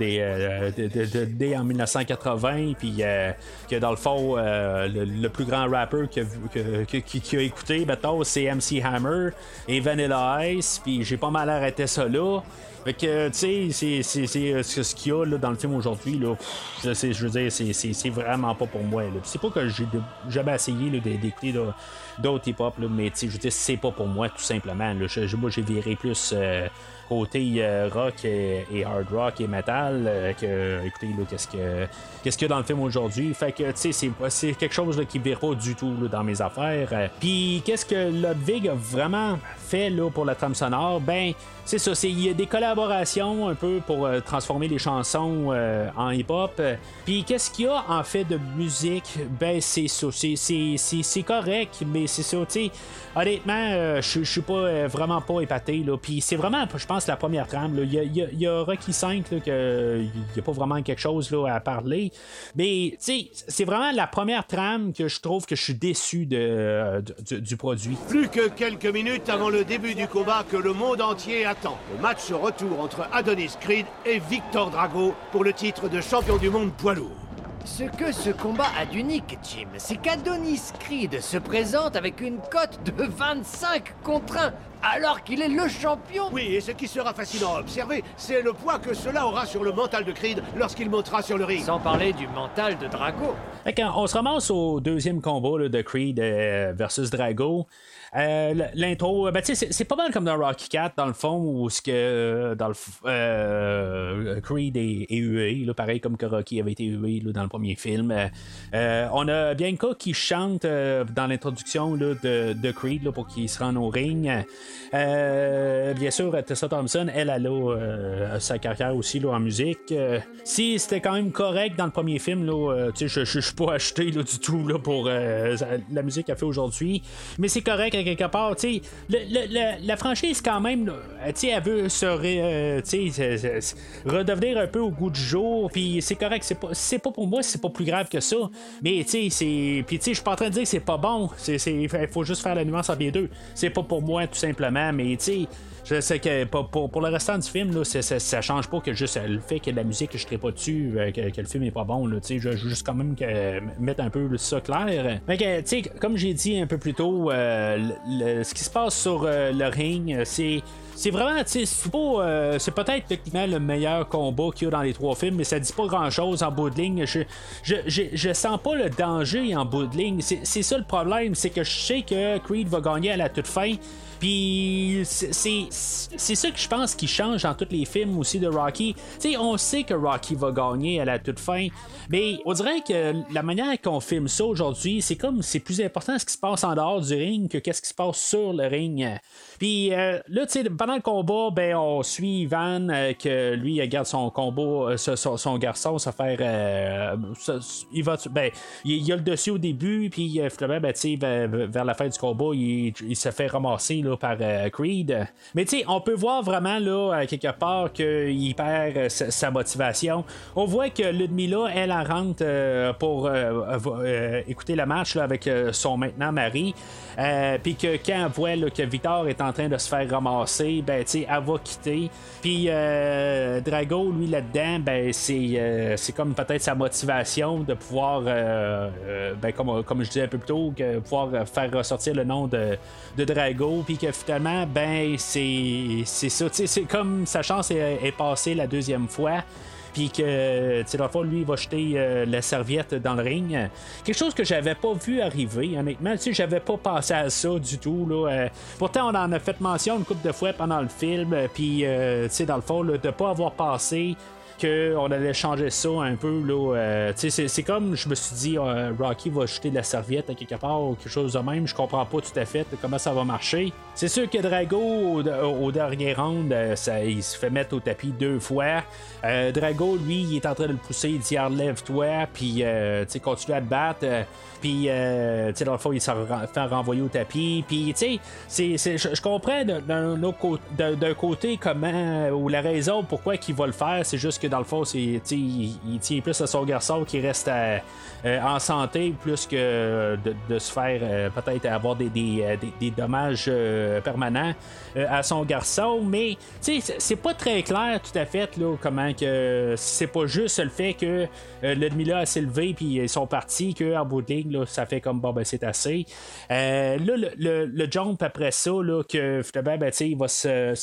dès en 1980, puis que dans le fond, le plus grand rapper qui a écouté, mettons, c'est MC Hammer et Vanilla Ice, puis j'ai pas mal arrêté ça là. Fait que, tu sais, c'est ce qu'il y a là, dans le film aujourd'hui. Là, je veux dire, c'est vraiment pas pour moi. Là. C'est pas que j'ai jamais essayé là, d'écouter d'autres hip-hop, là, mais je veux dire, c'est pas pour moi, tout simplement. Là. Moi, j'ai viré plus côté rock et hard rock et metal que, écoutez, là, qu'est-ce qu'il y a dans le film aujourd'hui. Fait que, tu sais, c'est quelque chose là, qui vire pas du tout là, dans mes affaires. Puis, qu'est-ce que Ludwig a vraiment fait là, pour la trame sonore? Ben, c'est ça, il y a des collaborations un peu pour transformer les chansons en hip-hop. Puis qu'est-ce qu'il y a en fait de musique? Ben c'est ça, c'est correct, mais c'est ça, tu sais. Honnêtement, je suis pas vraiment pas épaté là. Puis c'est vraiment, je pense, la première trame. Il y a Rocky 5 là, qu'il n'y a pas vraiment quelque chose là, à parler. Mais tu sais, c'est vraiment la première trame que je trouve que je suis déçu du produit. Plus que quelques minutes avant le début du combat que le monde entier attend. Le match retour entre Adonis Creed et Victor Drago pour le titre de champion du monde poids lourd. Ce que ce combat a d'unique, Jim, c'est qu'Adonis Creed se présente avec une cote de 25 contre 1, alors qu'il est le champion. Oui, et ce qui sera fascinant à observer, c'est le poids que cela aura sur le mental de Creed lorsqu'il montera sur le ring. Sans parler du mental de Drago. On se ramasse au deuxième combat là, de Creed versus Drago. L'intro, ben, c'est pas mal comme dans Rocky IV dans le fond, où ce que dans le Creed est hué, là, pareil comme que Rocky avait été hué là, dans le premier film. On a Bianca qui chante dans l'introduction là, de Creed là, pour qu'il se rende au ring. Bien sûr, Tessa Thompson, elle a sa carrière aussi là, en musique. Si c'était quand même correct dans le premier film, là, je suis pas acheté là, du tout là, pour la musique qu'elle fait aujourd'hui, mais c'est correct quelque part. La franchise quand même, elle veut redevenir un peu au goût du jour, puis c'est correct, c'est pas pour moi, c'est pas plus grave que ça, mais je suis pas en train de dire que c'est pas bon, il faut juste faire la nuance entre les deux. C'est pas pour moi tout simplement, mais je sais que pour le restant du film, là, ça change pas que juste le fait que la musique, je ne pas dessus, que le film est pas bon. Là, je veux juste quand même mettre un peu ça clair. Mais comme j'ai dit un peu plus tôt, ce qui se passe sur le ring, c'est vraiment, c'est peut-être techniquement le meilleur combat qu'il y a dans les 3 films, mais ça dit pas grand-chose en bout de ligne. Je sens pas le danger en bout de ligne. C'est ça le problème, c'est que je sais que Creed va gagner à la toute fin. Puis c'est ça que je pense qui change dans tous les films aussi de Rocky. On sait que Rocky va gagner à la toute fin, mais on dirait que la manière qu'on filme ça aujourd'hui, c'est comme c'est plus important ce qui se passe en dehors du ring que qu'est-ce qui se passe sur le ring. Puis là, pendant le combat, ben on suit Ivan que lui il garde son combat, son garçon, se faire, il a le dessus au début, puis vers la fin du combat, il se fait ramasser là, par Creed. Mais on peut voir vraiment là quelque part qu'il perd sa motivation. On voit que Ludmilla, elle rentre pour pour écouter le match là, avec son maintenant mari. Puis que quand elle voit là, que Victor est en train de se faire ramasser, ben, elle va quitter. Puis Drago, lui, là-dedans, ben, c'est comme peut-être sa motivation de pouvoir, ben, comme je disais un peu plus tôt, que pouvoir faire ressortir le nom de Drago. Puis que finalement, ben, c'est ça. C'est comme sa chance est passée la deuxième fois. Puis que, dans le fond, lui, il va jeter la serviette dans le ring. Quelque chose que j'avais pas vu arriver, honnêtement. J'avais pas pensé à ça du tout. Là. Pourtant, on en a fait mention une couple de fois pendant le film. Puis, dans le fond, là, de pas avoir passé qu'on allait changer ça un peu. Là, c'est comme je me suis dit, Rocky va jeter la serviette à quelque part ou quelque chose de même. Je comprends pas tout à fait comment ça va marcher. C'est sûr que Drago, au dernier round, il se fait mettre au tapis 2 fois. Drago, lui, il est en train de le pousser. Il dit relève-toi, puis continue à te battre. Puis, dans le fond, il se fait renvoyer au tapis. Puis, je comprends d'un côté comment, ou la raison pourquoi il va le faire, c'est juste que dans le fond, il tient plus à son garçon qui reste en santé, plus que de se faire peut-être avoir des dommages permanents à son garçon. Mais, c'est pas très clair tout à fait là, comment que c'est pas juste le fait que l'ennemi-là a s'élevé puis ils sont partis, qu'en bout de ligne, là, ça fait comme bon, ben c'est assez. Là, le jump après ça, là, que finalement, ben, il va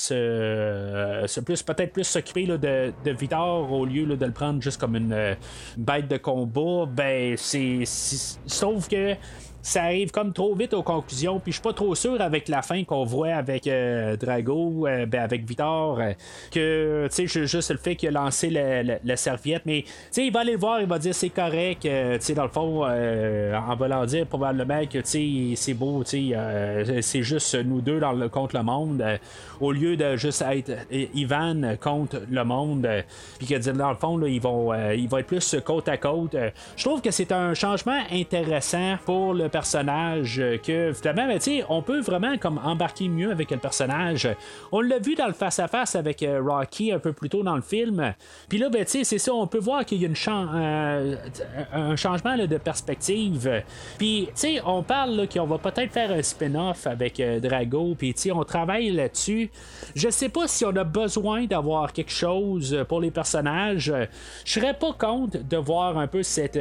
peut-être plus s'occuper là, de Victor au lieu là, de le prendre juste comme une bête de combat. Ben, sauf que ça arrive comme trop vite aux conclusions, puis je suis pas trop sûr avec la fin qu'on voit avec Drago, avec Victor, que juste le fait qu'il a lancé la serviette, mais il va aller le voir, il va dire c'est correct, dans le fond, en voulant dire probablement que c'est beau, c'est juste nous deux contre le monde, au lieu de juste être Ivan contre le monde, puis que dans le fond, là, il va être plus côte à côte. Je trouve que c'est un changement intéressant pour le personnage, que finalement, on peut vraiment comme embarquer mieux avec le personnage. On l'a vu dans le face-à-face avec Rocky un peu plus tôt dans le film. Puis là, c'est ça, on peut voir qu'il y a un changement là, de perspective. Puis, on parle là, qu'on va peut-être faire un spin-off avec Drago, puis on travaille là-dessus. Je sais pas si on a besoin d'avoir quelque chose pour les personnages. Je serais pas contre de voir un peu ça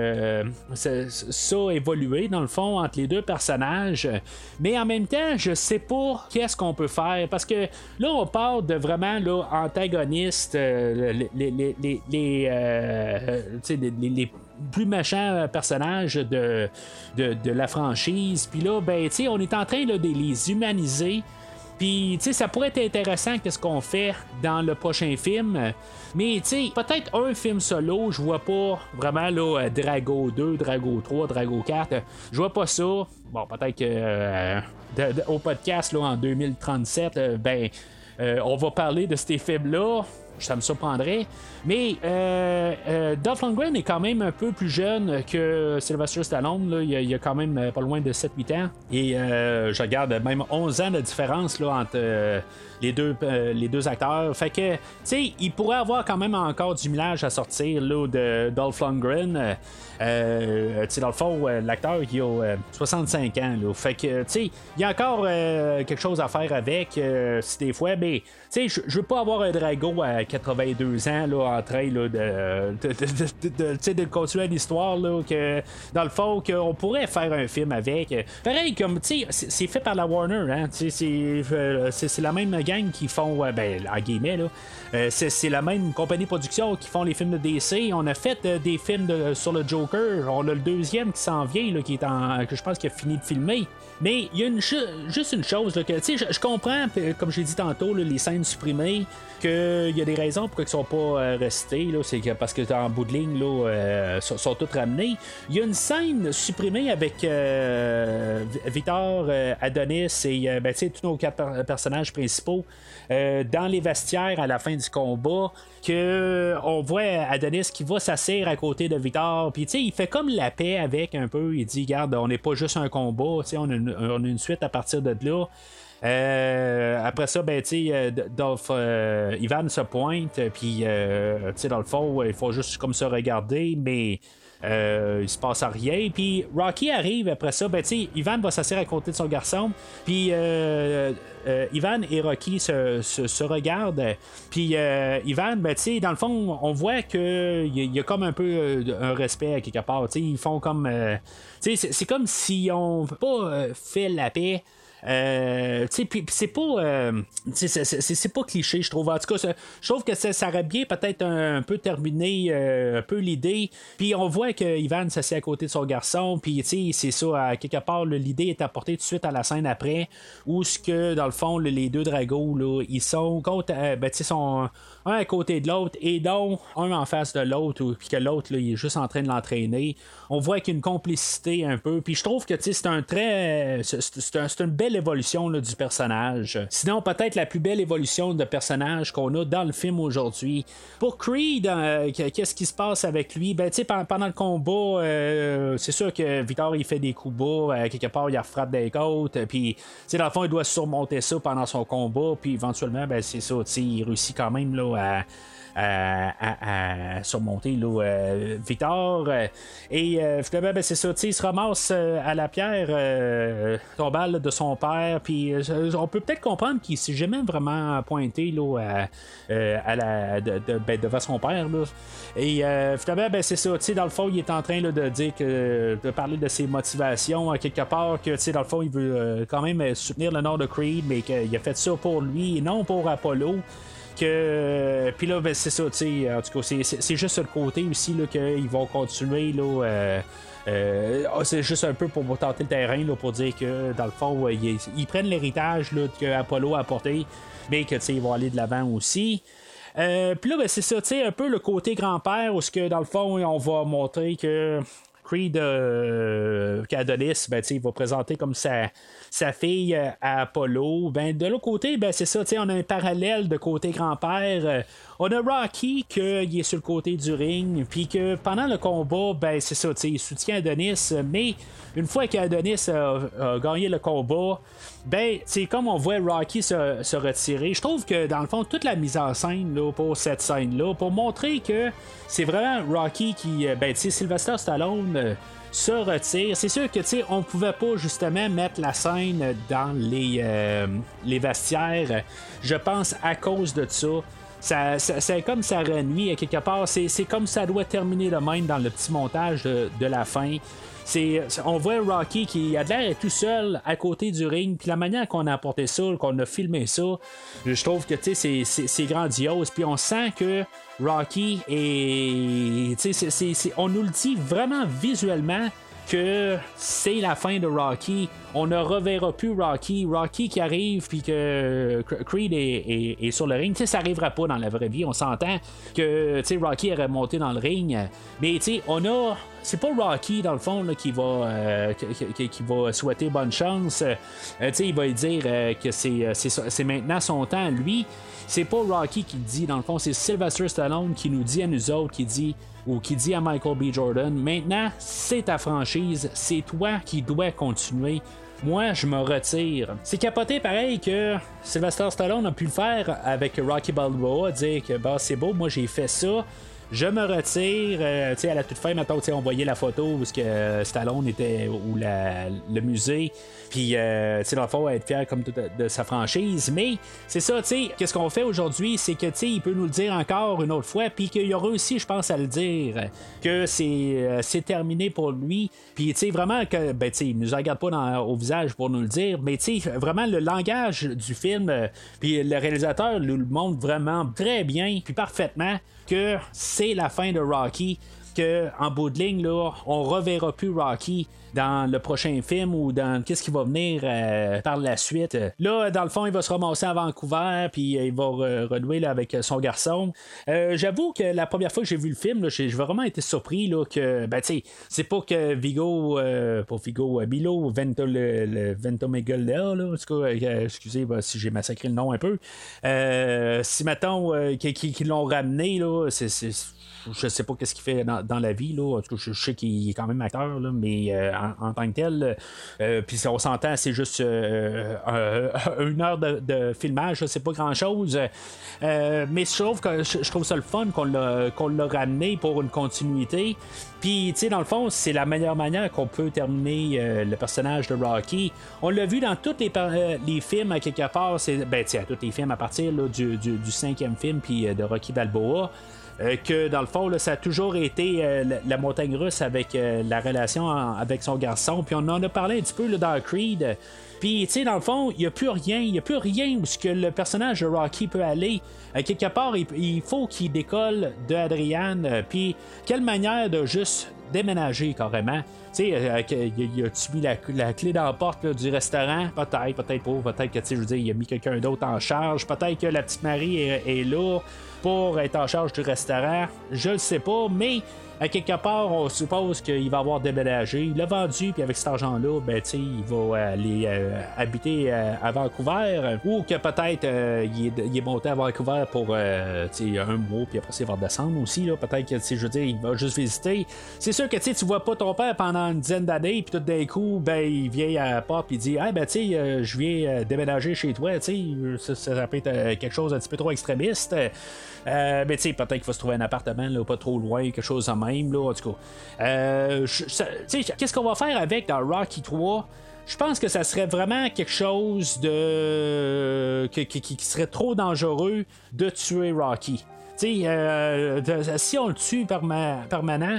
évoluer dans le fond entre les deux personnages, mais en même temps je sais pas qu'est-ce qu'on peut faire, parce que là on parle de vraiment là, antagonistes, les plus méchants personnages de la franchise, puis là on est en train là, de les humaniser. Puis, ça pourrait être intéressant qu'est-ce qu'on fait dans le prochain film. Mais, peut-être un film solo, je vois pas vraiment là, Drago 2, Drago 3, Drago 4. Je vois pas ça. Bon, peut-être que au podcast là, en 2037, on va parler de ces films-là. Ça me surprendrait. Mais Dolph Lundgren est quand même un peu plus jeune que Sylvester Stallone. Là. Il a quand même pas loin de 7-8 ans. Et je regarde même 11 ans de différence là, entre les deux acteurs. Fait que, il pourrait avoir quand même encore du millage à sortir là, de Dolph Lundgren. Dans le fond, l'acteur il a 65 ans. Là. Fait que, il y a encore quelque chose à faire avec. Si des fois, mais je veux pas avoir un Drago à 82 ans là, en train là, de continuer l'histoire là, que dans le fond qu'on pourrait faire un film avec. Pareil comme c'est fait par la Warner, hein, c'est la même gang qui font en guillemets là, c'est la même compagnie de production qui font les films de DC. On a fait des films sur le Joker. On a le deuxième qui s'en vient là, que je pense qu'il a fini de filmer. Mais il y a juste une chose là, que je comprends, comme j'ai dit tantôt, là, les scènes supprimées, qu'il y a des raisons pour qu'elles ne sont pas restées, là, c'est parce que en bout de ligne là, sont toutes ramenées. Il y a une scène supprimée avec Victor, Adonis et tous nos 4 personnages principaux dans les vestiaires à la fin du combat, que on voit Adonis qui va s'asseoir à côté de Victor, puis il fait comme la paix avec un peu. Il dit regarde, on n'est pas juste un combat, on a une suite à partir de là. Après ça, Dolph, Ivan se pointe, puis dans le fond, il faut juste comme se regarder, mais il se passe rien. Puis Rocky arrive après ça. Ben, tu sais, Ivan va s'asseoir à côté de son garçon. Puis Ivan et Rocky se regardent. Puis Ivan, ben, tu sais, dans le fond, on voit qu'il y a comme un peu un respect à quelque part. Tu sais, ils font comme. Tu sais, c'est comme si on pas fait la paix. C'est pas c'est pas cliché, je trouve. En tout cas, je trouve que ça aurait bien peut-être un peu terminé un peu l'idée. Puis on voit que Ivan s'assied à côté de son garçon. Puis c'est ça, à quelque part, l'idée est apportée tout de suite à la scène après, où ce que dans le fond les deux dragos là, ils sont contre, sont un à côté de l'autre et donc un en face de l'autre, puis que l'autre là, il est juste en train de l'entraîner. On voit qu'il y a une complicité un peu. Puis je trouve que c'est un très c'est une belle évolution là, du personnage. Sinon, peut-être la plus belle évolution de personnage qu'on a dans le film aujourd'hui. Pour Creed, qu'est-ce qui se passe avec lui? Ben, pendant le combat, c'est sûr que Victor il fait des coups bas, quelque part il frappe des côtes, puis dans le fond il doit surmonter ça pendant son combat, puis éventuellement, ben, c'est ça, il réussit quand même là, à surmonter là, Victor. Et finalement, ben, c'est ça, il se ramasse à la pierre tombale de son père. Puis on peut peut-être comprendre qu'il s'est jamais vraiment pointé là, devant son père. Là. Et finalement, ben, c'est ça, dans le fond, il est en train là, de dire de parler de ses motivations, quelque part, que dans le fond, il veut quand même soutenir le nom de Creed, mais qu'il a fait ça pour lui et non pour Apollo. Puis là, ben, c'est ça, tu sais, en tout cas, c'est juste le côté aussi là, qu'ils vont continuer là. C'est juste un peu pour tenter le terrain là, pour dire que dans le fond ils prennent l'héritage là, que Apollo a apporté, mais que ils vont aller de l'avant aussi. Puis là, ben, c'est ça, un peu le côté grand-père où ce que dans le fond on va montrer que Creed qu'Adonis, ben, il va présenter comme sa fille à Apollo. Ben, de l'autre côté, ben, c'est ça, on a un parallèle de côté grand-père. On a Rocky qui est sur le côté du ring, puis que pendant le combat, ben, c'est ça, il soutient Adonis, mais une fois qu'Adonis a gagné le combat, ben, comme on voit Rocky se retirer, je trouve que dans le fond, toute la mise en scène là, pour cette scène-là, pour montrer que c'est vraiment Rocky qui, ben, Sylvester Stallone se retire. C'est sûr que on pouvait pas justement mettre la scène dans les vestiaires, je pense à cause de ça. C'est comme ça renouit à quelque part. C'est comme ça doit terminer de même dans le petit montage de la fin. On voit Rocky qui a de l'air tout seul à côté du ring, puis la manière qu'on a apporté ça, qu'on a filmé ça, je trouve que c'est grandiose, puis on sent que Rocky on nous le dit vraiment visuellement que c'est la fin de Rocky. On ne reverra plus Rocky qui arrive puis que Creed est sur le ring. Ça arrivera pas dans la vraie vie. On s'entend que Rocky est remonté dans le ring, mais c'est pas Rocky dans le fond là, qui va souhaiter bonne chance. Il va dire que c'est maintenant son temps lui. C'est pas Rocky qui dit, dans le fond, c'est Sylvester Stallone qui nous dit à nous autres, qui dit à Michael B. Jordan, maintenant, c'est ta franchise, c'est toi qui dois continuer. Moi, je me retire. C'est capoté pareil que Sylvester Stallone a pu le faire avec Rocky Balboa, dire que bah, c'est beau, moi j'ai fait ça. Je me retire, à la toute fin, maintenant, on voyait la photo où Stallone était ou le musée, puis dans le fond, être fier comme de sa franchise. Mais c'est ça, qu'est-ce qu'on fait aujourd'hui, c'est que il peut nous le dire encore une autre fois, puis qu'il a réussi, je pense, à le dire, que c'est terminé pour lui. Puis vraiment que, il nous regarde pas au visage pour nous le dire, mais vraiment le langage du film, puis le réalisateur nous le montre vraiment très bien, puis parfaitement, que c'est la fin de Rocky, que en bout de ligne là, on reverra plus Rocky dans le prochain film ou dans qu'est-ce qui va venir par la suite. Là, dans le fond, il va se ramasser à Vancouver, puis il va renouer là, avec son garçon. J'avoue que la première fois que j'ai vu le film, là, j'ai vraiment été surpris là, que, c'est pas que Milo Ventimiglia, là, en tout cas, excusez si j'ai massacré le nom un peu. Si mettons qu'ils l'ont ramené, là, je sais pas qu'est-ce qu'il fait dans la vie. Là. En tout cas, je sais qu'il est quand même acteur, là, mais en tant que tel, puis on s'entend, c'est juste 1 heure de filmage, c'est pas grand-chose. Mais je trouve ça le fun qu'on l'a ramené pour une continuité. Puis, tu sais, dans le fond, c'est la meilleure manière qu'on peut terminer le personnage de Rocky. On l'a vu dans tous les films, à quelque part. À tous les films à partir là, du 5e film, puis de Rocky Balboa. Que dans le fond, là, ça a toujours été la montagne russe avec la relation avec son garçon. Puis on en a parlé un petit peu là, dans Creed. Puis, tu sais, dans le fond, il n'y a plus rien où ce que le personnage de Rocky peut aller. Quelque part, il faut qu'il décolle de Adrian. Puis, quelle manière de juste déménager carrément. Tu sais, il a-tu mis la clé dans la porte là, du restaurant? Peut-être pas. Peut-être que, tu sais, je veux dire, il a mis quelqu'un d'autre en charge. Peut-être que la petite Marie est là pour être en charge du restaurant. Je le sais pas, mais à quelque part, on suppose qu'il va avoir déménagé. Il l'a vendu, puis avec cet argent-là, ben, il va aller habiter à Vancouver. Ou que peut-être il est monté à Vancouver pour 1 mois, puis après ça, il va redescendre aussi. Là. Peut-être que, je veux dire, il va juste visiter. C'est sûr que tu vois pas ton père pendant une dizaine d'années, puis tout d'un coup, ben, il vient à la porte, puis il dit hey, ben, je viens déménager chez toi. Ça peut être quelque chose un petit peu trop extrémiste. Mais peut-être qu'il va se trouver un appartement là, pas trop loin, quelque chose de même, là, en tout cas. Qu'est-ce qu'on va faire avec dans Rocky 3? Je pense que ça serait vraiment quelque chose de qui serait trop dangereux de tuer Rocky. Si on le tue permanent,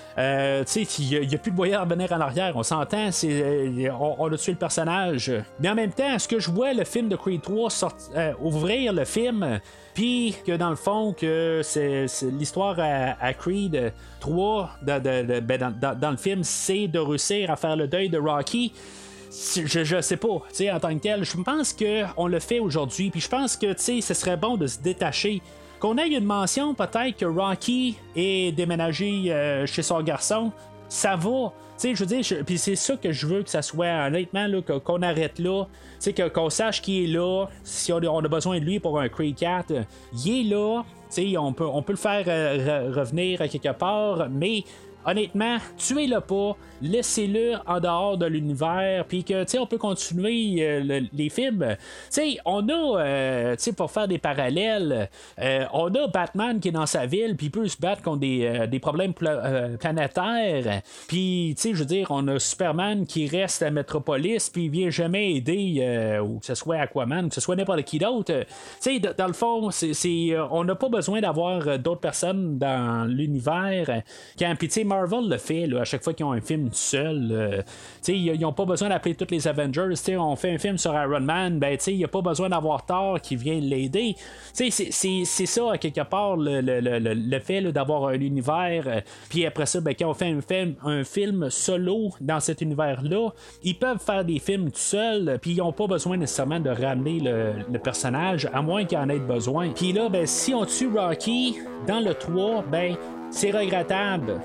il n'y a plus de moyen de revenir en arrière. On s'entend, on a tué le personnage. Mais en même temps, est-ce que je vois le film de Creed 3 ouvrir le film, puis que dans le fond, que c'est l'histoire à Creed 3 dans le film, c'est de réussir à faire le deuil de Rocky. Je sais pas, en tant que tel. Je pense qu'on le fait aujourd'hui, puis je pense que ce serait bon de se détacher. Qu'on ait une mention, peut-être que Rocky est déménagé chez son garçon, ça va. Je veux dire, puis c'est ça que je veux que ça soit, honnêtement, là, qu'on arrête là. Qu'on sache qu'il est là. Si on a besoin de lui pour un Creed 4, il est là. On peut le faire revenir à quelque part, mais honnêtement, tuez-le pas, laissez-le en dehors de l'univers, puis que, on peut continuer les films. On a, pour faire des parallèles, on a Batman qui est dans sa ville, puis il peut se battre contre des problèmes planétaires. Puis, je veux dire, on a Superman qui reste à Metropolis, puis il vient jamais aider, ou que ce soit Aquaman, que ce soit n'importe qui d'autre. Dans le fond, on n'a pas besoin d'avoir d'autres personnes dans l'univers. Puis, Marvel le fait là, à chaque fois qu'ils ont un film seul. Ils n'ont pas besoin d'appeler tous les Avengers. On fait un film sur Iron Man, il n'y a pas besoin d'avoir Thor qui vient l'aider. C'est ça, à quelque part, le fait là, d'avoir un univers. Puis après ça, quand on fait un film solo dans cet univers-là, ils peuvent faire des films tout seuls, puis ils n'ont pas besoin nécessairement de ramener le personnage, à moins qu'il en ait besoin. Puis là, si on tue Rocky dans le 3, c'est regrettable.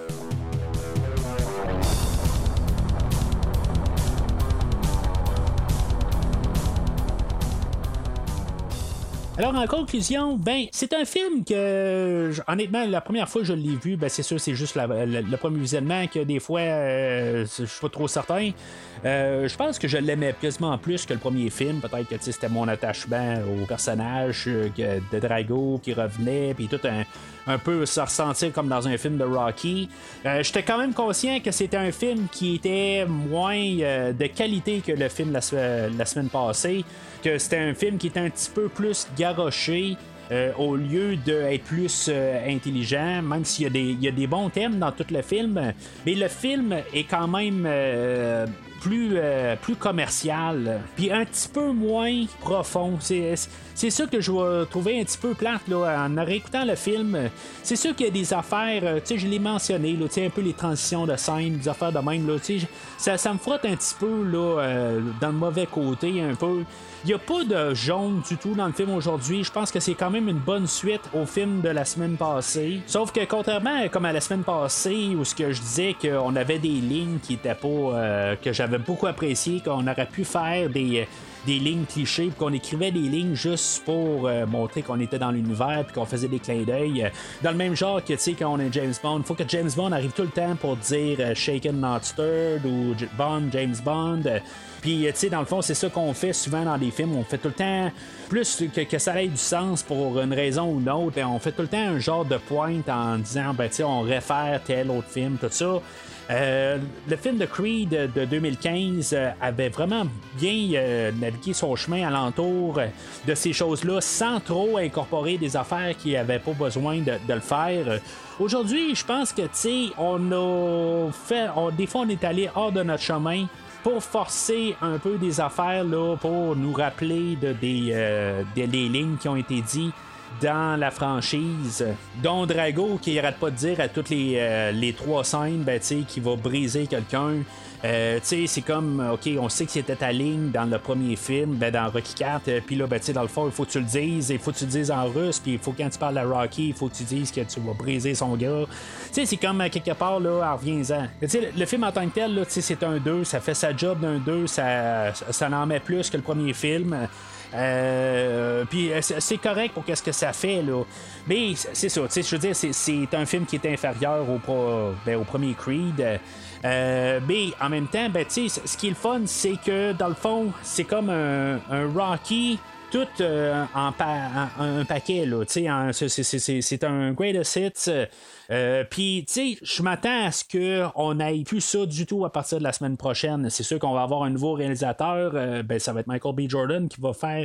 Alors, en conclusion, c'est un film que, honnêtement, la première fois que je l'ai vu, c'est sûr, c'est juste le premier visionnement que des fois, je suis pas trop certain. Je pense que je l'aimais quasiment plus que le premier film. Peut-être que c'était mon attachement au personnage de Drago qui revenait, puis tout un peu se ressentir comme dans un film de Rocky. J'étais quand même conscient que c'était un film qui était moins de qualité que le film la semaine passée, que c'était un film qui était un petit peu plus garoché. Au lieu d'être plus intelligent, même s'il y a des bons thèmes dans tout le film, mais le film est quand même plus commercial, puis un petit peu moins profond. C'est ça que je vais trouver un petit peu plate là, en réécoutant le film. C'est sûr qu'il y a des affaires, je l'ai mentionné, là, un peu les transitions de scène, des affaires de même, là, ça me frotte un petit peu là, dans le mauvais côté un peu. Il n'y a pas de jaune du tout dans le film aujourd'hui. Je pense que c'est quand même une bonne suite au film de la semaine passée. Sauf que contrairement comme à la semaine passée, où ce que je disais qu'on avait des lignes qui étaient pas que j'avais beaucoup apprécié, qu'on aurait pu faire des lignes clichés, puis qu'on écrivait des lignes juste pour montrer qu'on était dans l'univers, puis qu'on faisait des clins d'œil. Dans le même genre que, tu sais, quand on est James Bond, il faut que James Bond arrive tout le temps pour dire Shaken Not Stirred ou Bond, James Bond. Puis, tu sais, dans le fond, c'est ça qu'on fait souvent dans des films. On fait tout le temps, plus que ça ait du sens pour une raison ou une autre, on fait tout le temps un genre de pointe en disant, ben, tu sais, on réfère tel autre film, tout ça. Le film de Creed de 2015 avait vraiment bien navigué son chemin alentour de ces choses-là sans trop incorporer des affaires qui n'avaient pas besoin de le faire. Aujourd'hui, je pense que, tu sais, des fois, on est allé hors de notre chemin pour forcer un peu des affaires là, pour nous rappeler des lignes qui ont été dites dans la franchise, dont Drago qui arrête pas de dire à toutes les 3 scènes qu'il va briser quelqu'un. C'est comme, ok, on sait que c'était ta ligne dans le premier film, dans Rocky 4, puis là, dans le fond, il faut que tu le dises, il faut que tu le dises en russe, puis il faut quand tu parles à Rocky, il faut que tu dises que tu vas briser son gars. C'est comme quelque part, là, reviens-en. Le film en tant que tel, là, c'est un 2, ça fait sa job d'un 2, ça en met plus que le premier film. Puis c'est correct pour qu'est-ce que ça fait là, mais c'est ça, je veux dire, c'est un film qui est inférieur au premier Creed. Mais en même temps, ce qui est le fun, c'est que dans le fond, c'est comme un Rocky tout un paquet là, c'est un greatest hits. Puis, tu sais, je m'attends à ce qu'on n'aille plus ça du tout à partir de la semaine prochaine. C'est sûr qu'on va avoir un nouveau réalisateur. Ça va être Michael B. Jordan qui va faire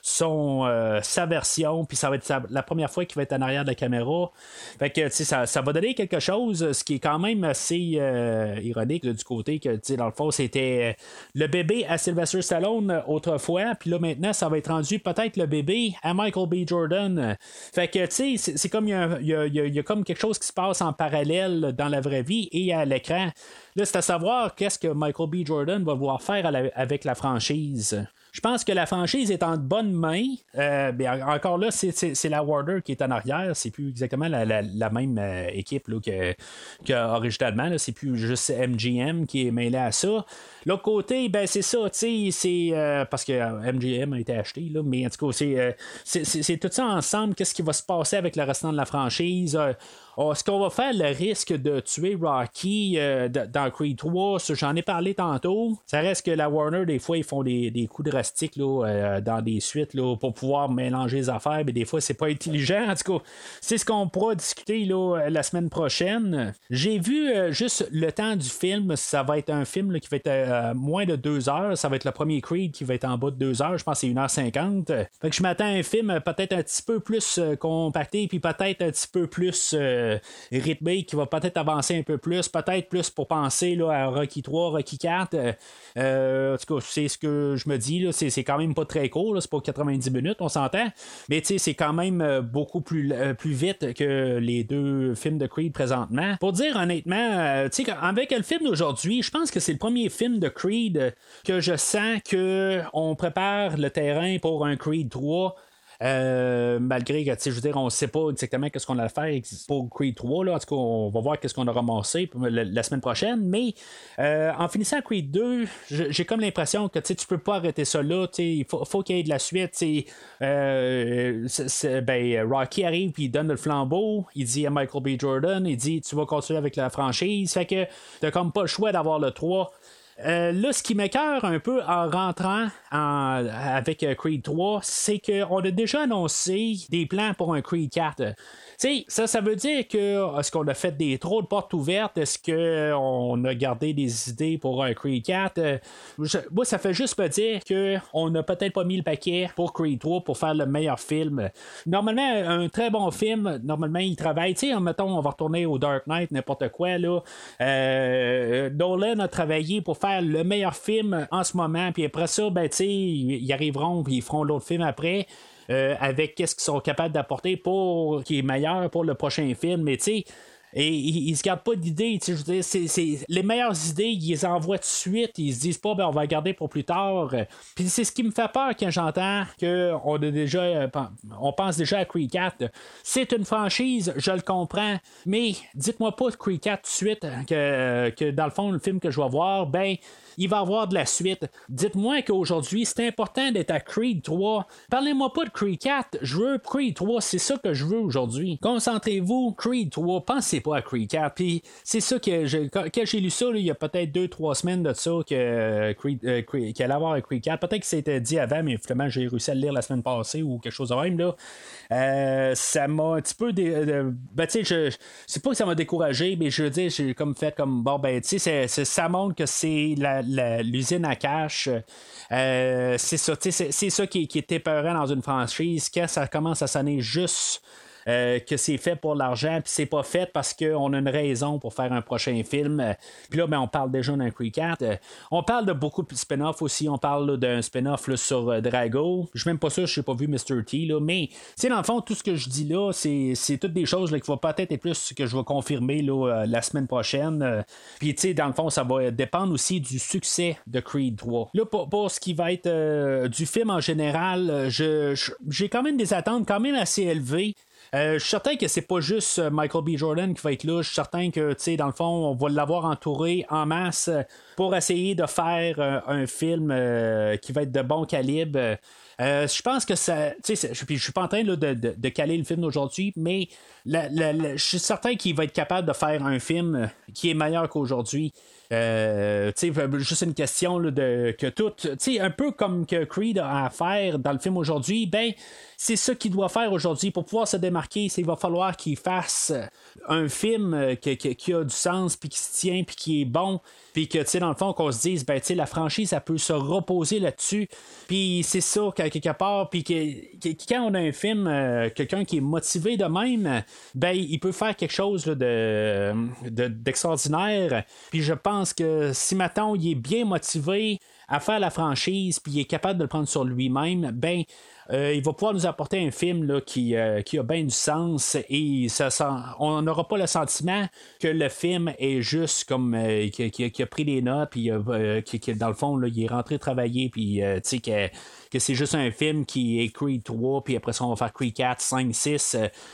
sa version, puis ça va être la première fois qu'il va être en arrière de la caméra. Fait que, tu sais, ça va donner quelque chose, ce qui est quand même assez ironique là, du côté que, tu sais, dans le fond, c'était le bébé à Sylvester Stallone autrefois, puis là, maintenant, ça va être rendu peut-être le bébé à Michael B. Jordan. Fait que, tu sais, c'est comme il y a comme quelque chose qui se passe en parallèle dans la vraie vie et à l'écran. Là, c'est à savoir qu'est-ce que Michael B. Jordan va vouloir faire avec la franchise. Je pense que la franchise est en bonne main. Encore là, c'est la Warner qui est en arrière. C'est plus exactement la même équipe là, que originalement. Là. C'est plus juste MGM qui est mêlé à ça. L'autre côté, c'est ça. C'est parce que MGM a été acheté. Là, mais en tout cas, c'est tout ça ensemble. Qu'est-ce qui va se passer avec le restant de la franchise? Est-ce qu'on va faire le risque de tuer Rocky dans Creed 3? J'en ai parlé tantôt. Ça reste que la Warner, des fois, ils font des coups drastiques là, dans des suites là, pour pouvoir mélanger les affaires. Mais des fois, c'est pas intelligent. En tout cas, c'est ce qu'on pourra discuter là, la semaine prochaine. J'ai vu juste le temps du film. Ça va être un film là, qui va être moins de 2 heures. Ça va être le premier Creed qui va être en bas de 2 heures. Je pense que c'est 1h50. Fait que je m'attends à un film peut-être un petit peu plus compacté, puis peut-être un petit peu plus rythmé, qui va peut-être avancer un peu plus, peut-être plus pour penser là, à Rocky 3, Rocky 4. En tout cas, c'est ce que je me dis. Là, c'est quand même pas très court. Là, c'est pas 90 minutes, on s'entend. Mais c'est quand même beaucoup plus vite que les 2 films de Creed présentement. Pour dire honnêtement, avec le film d'aujourd'hui, je pense que c'est le premier film de Creed que je sens qu'on prépare le terrain pour un Creed 3. Malgré que, je veux dire, on ne sait pas exactement qu'est-ce qu'on a faire pour Creed 3, là. En tout cas, on va voir qu'est-ce qu'on a ramassé la semaine prochaine, mais en finissant Creed 2, j'ai comme l'impression que tu peux pas arrêter ça là, il faut qu'il y ait de la suite. Rocky arrive puis il donne le flambeau, il dit à Michael B. Jordan, il dit tu vas continuer avec la franchise, fait que t'as comme pas le choix d'avoir le 3. Là, ce qui m'écoeure un peu en rentrant avec Creed 3, c'est qu'on a déjà annoncé des plans pour un Creed 4. Ça veut dire que est-ce qu'on a fait trop de portes ouvertes? Est-ce qu'on a gardé des idées pour un Creed 4? Moi, ça fait juste me dire qu'on n'a peut-être pas mis le paquet pour Creed 3 pour faire le meilleur film. Normalement, un très bon film, normalement, il travaille. Mettons, on va retourner au Dark Knight, n'importe quoi. Là. Nolan a travaillé pour faire le meilleur film en ce moment, puis après ça, ils arriveront puis ils feront l'autre film après. Avec qu'est-ce qu'ils sont capables d'apporter pour qui est meilleur pour le prochain film. Mais Et ils se gardent pas d'idées. Je veux dire, c'est les meilleures idées, ils les envoient tout de suite. Ils se disent pas, on va les garder pour plus tard. Puis c'est ce qui me fait peur quand j'entends on pense déjà à Creed 4. C'est une franchise, je le comprends. Mais dites-moi pas de Creed 4 tout de suite que dans le fond, le film que je vais voir, il va y avoir de la suite. Dites-moi qu'aujourd'hui, c'est important d'être à Creed 3. Parlez-moi pas de Creed 4. Je veux Creed 3. C'est ça que je veux aujourd'hui. Concentrez-vous, Creed 3. Pensez pas à Creed 4. Puis c'est ça que quand j'ai lu ça, là, il y a peut-être 2-3 semaines de ça qu'il allait avoir un Creed 4. Peut-être que c'était dit avant, mais finalement, j'ai réussi à le lire la semaine passée ou quelque chose de même. Là. Ça m'a un petit peu... c'est pas que ça m'a découragé, mais je veux dire, j'ai comme fait comme... ça montre que c'est l'usine à cash. C'est ça, c'est ça qui est épeurant dans une franchise quand ça commence à sonner juste que c'est fait pour l'argent, puis c'est pas fait parce qu'on a une raison pour faire un prochain film. Puis là, on parle déjà d'un Creed 4. On parle de beaucoup de spin-off aussi. On parle d'un spin-off sur Drago. Je suis même pas sûr, je n'ai pas vu Mr. T, là, mais dans le fond, tout ce que je dis là, c'est toutes des choses là, qui vont peut-être être plus que je vais confirmer là, la semaine prochaine. Puis dans le fond, ça va dépendre aussi du succès de Creed 3. Là, pour ce qui va être du film en général, j'ai quand même des attentes quand même assez élevées. Je suis certain que c'est pas juste Michael B. Jordan qui va être là. Je suis certain que, dans le fond, on va l'avoir entouré en masse pour essayer de faire un film qui va être de bon calibre. Je pense que ça. Je suis pas en train là, de caler le film d'aujourd'hui, mais je suis certain qu'il va être capable de faire un film qui est meilleur qu'aujourd'hui. Juste une question là, que tout, un peu comme que Creed a à faire dans le film aujourd'hui, c'est ça qu'il doit faire aujourd'hui pour pouvoir se démarquer. Il va falloir qu'il fasse un film qui a du sens, puis qui se tient, puis qui est bon, puis que dans le fond qu'on se dise la franchise ça peut se reposer là-dessus, puis c'est ça quelque part, puis quand on a un film quelqu'un qui est motivé de même, il peut faire quelque chose là, d'extraordinaire. Puis je pense que si maintenant il est bien motivé à faire la franchise, puis il est capable de le prendre sur lui-même, il va pouvoir nous apporter un film là, qui a bien du sens, et on n'aura pas le sentiment que le film est juste comme qui a pris des notes, puis qui dans le fond là, il est rentré travailler, puis que c'est juste un film qui est Creed 3, puis après ça on va faire Creed 4, 5, 6.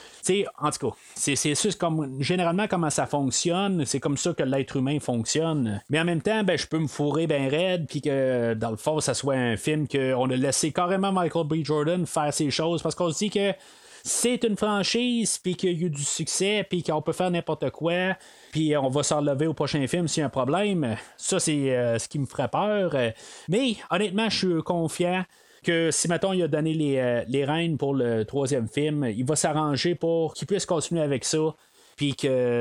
En tout cas, c'est juste comme généralement comment ça fonctionne. C'est comme ça que l'être humain fonctionne. Mais en même temps, je peux me fourrer bien raide, puis que dans le fond, ça soit un film qu'on a laissé carrément Michael B. Jordan faire ses choses, parce qu'on se dit que c'est une franchise, puis qu'il y a eu du succès, puis qu'on peut faire n'importe quoi, puis on va s'en relever au prochain film s'il y a un problème. Ça, c'est ce qui me ferait peur. Mais honnêtement, je suis confiant que si, mettons, il a donné les rênes pour le troisième film, il va s'arranger pour qu'il puisse continuer avec ça, puis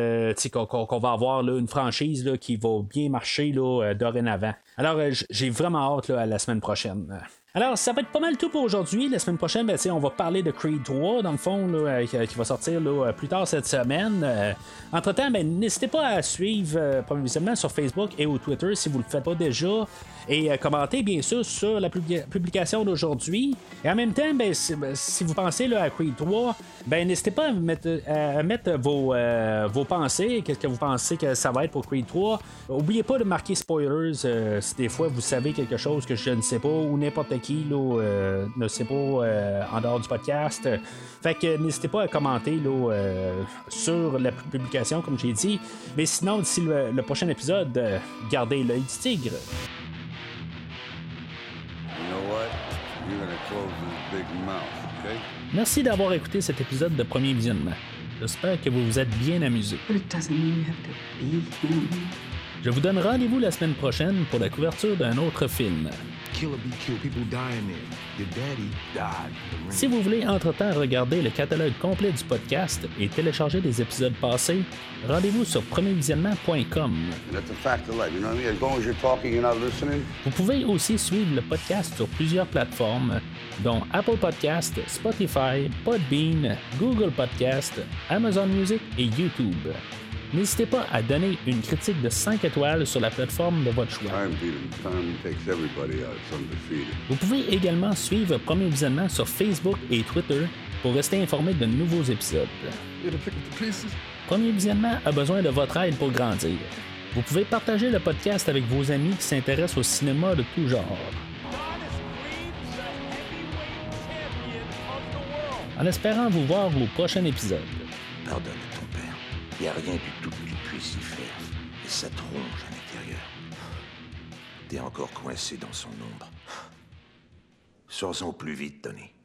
qu'on va avoir là, une franchise là, qui va bien marcher là, dorénavant. Alors, j'ai vraiment hâte là, à la semaine prochaine. Alors, ça va être pas mal tout pour aujourd'hui. La semaine prochaine, on va parler de Creed 3, dans le fond, là, qui va sortir là, plus tard cette semaine. Entre-temps, n'hésitez pas à suivre probablement sur Facebook et au Twitter si vous ne le faites pas déjà. Et commentez bien sûr sur la publication d'aujourd'hui. Et en même temps, si vous pensez là, à Creed 3, n'hésitez pas à mettre vos pensées. Qu'est-ce que vous pensez que ça va être pour Creed 3. N'oubliez pas de marquer spoilers si des fois vous savez quelque chose que je ne sais pas, ou n'importe qui là, ne sait pas en dehors du podcast. Fait que n'hésitez pas à commenter là, sur la publication, comme j'ai dit. Mais sinon, d'ici le prochain épisode, gardez l'œil du tigre. Merci d'avoir écouté cet épisode de Premier Visionnement. J'espère que vous vous êtes bien amusés. Je vous donne rendez-vous la semaine prochaine pour la couverture d'un autre film. Si vous voulez entre-temps regarder le catalogue complet du podcast et télécharger des épisodes passés, rendez-vous sur premiervisionnement.com. Vous pouvez aussi suivre le podcast sur plusieurs plateformes, dont Apple Podcast, Spotify, Podbean, Google Podcast, Amazon Music et YouTube. N'hésitez pas à donner une critique de 5 étoiles sur la plateforme de votre choix. Vous pouvez également suivre Premier Visionnement sur Facebook et Twitter pour rester informé de nouveaux épisodes. Premier Visionnement a besoin de votre aide pour grandir. Vous pouvez partager le podcast avec vos amis qui s'intéressent au cinéma de tout genre. En espérant vous voir au prochain épisode. Pardonne ton père. Il n'y a rien du tout que tu puisses y faire. Et ça te ronge à l'intérieur. T'es encore coincé dans son ombre. Sors-en au plus vite, Tony.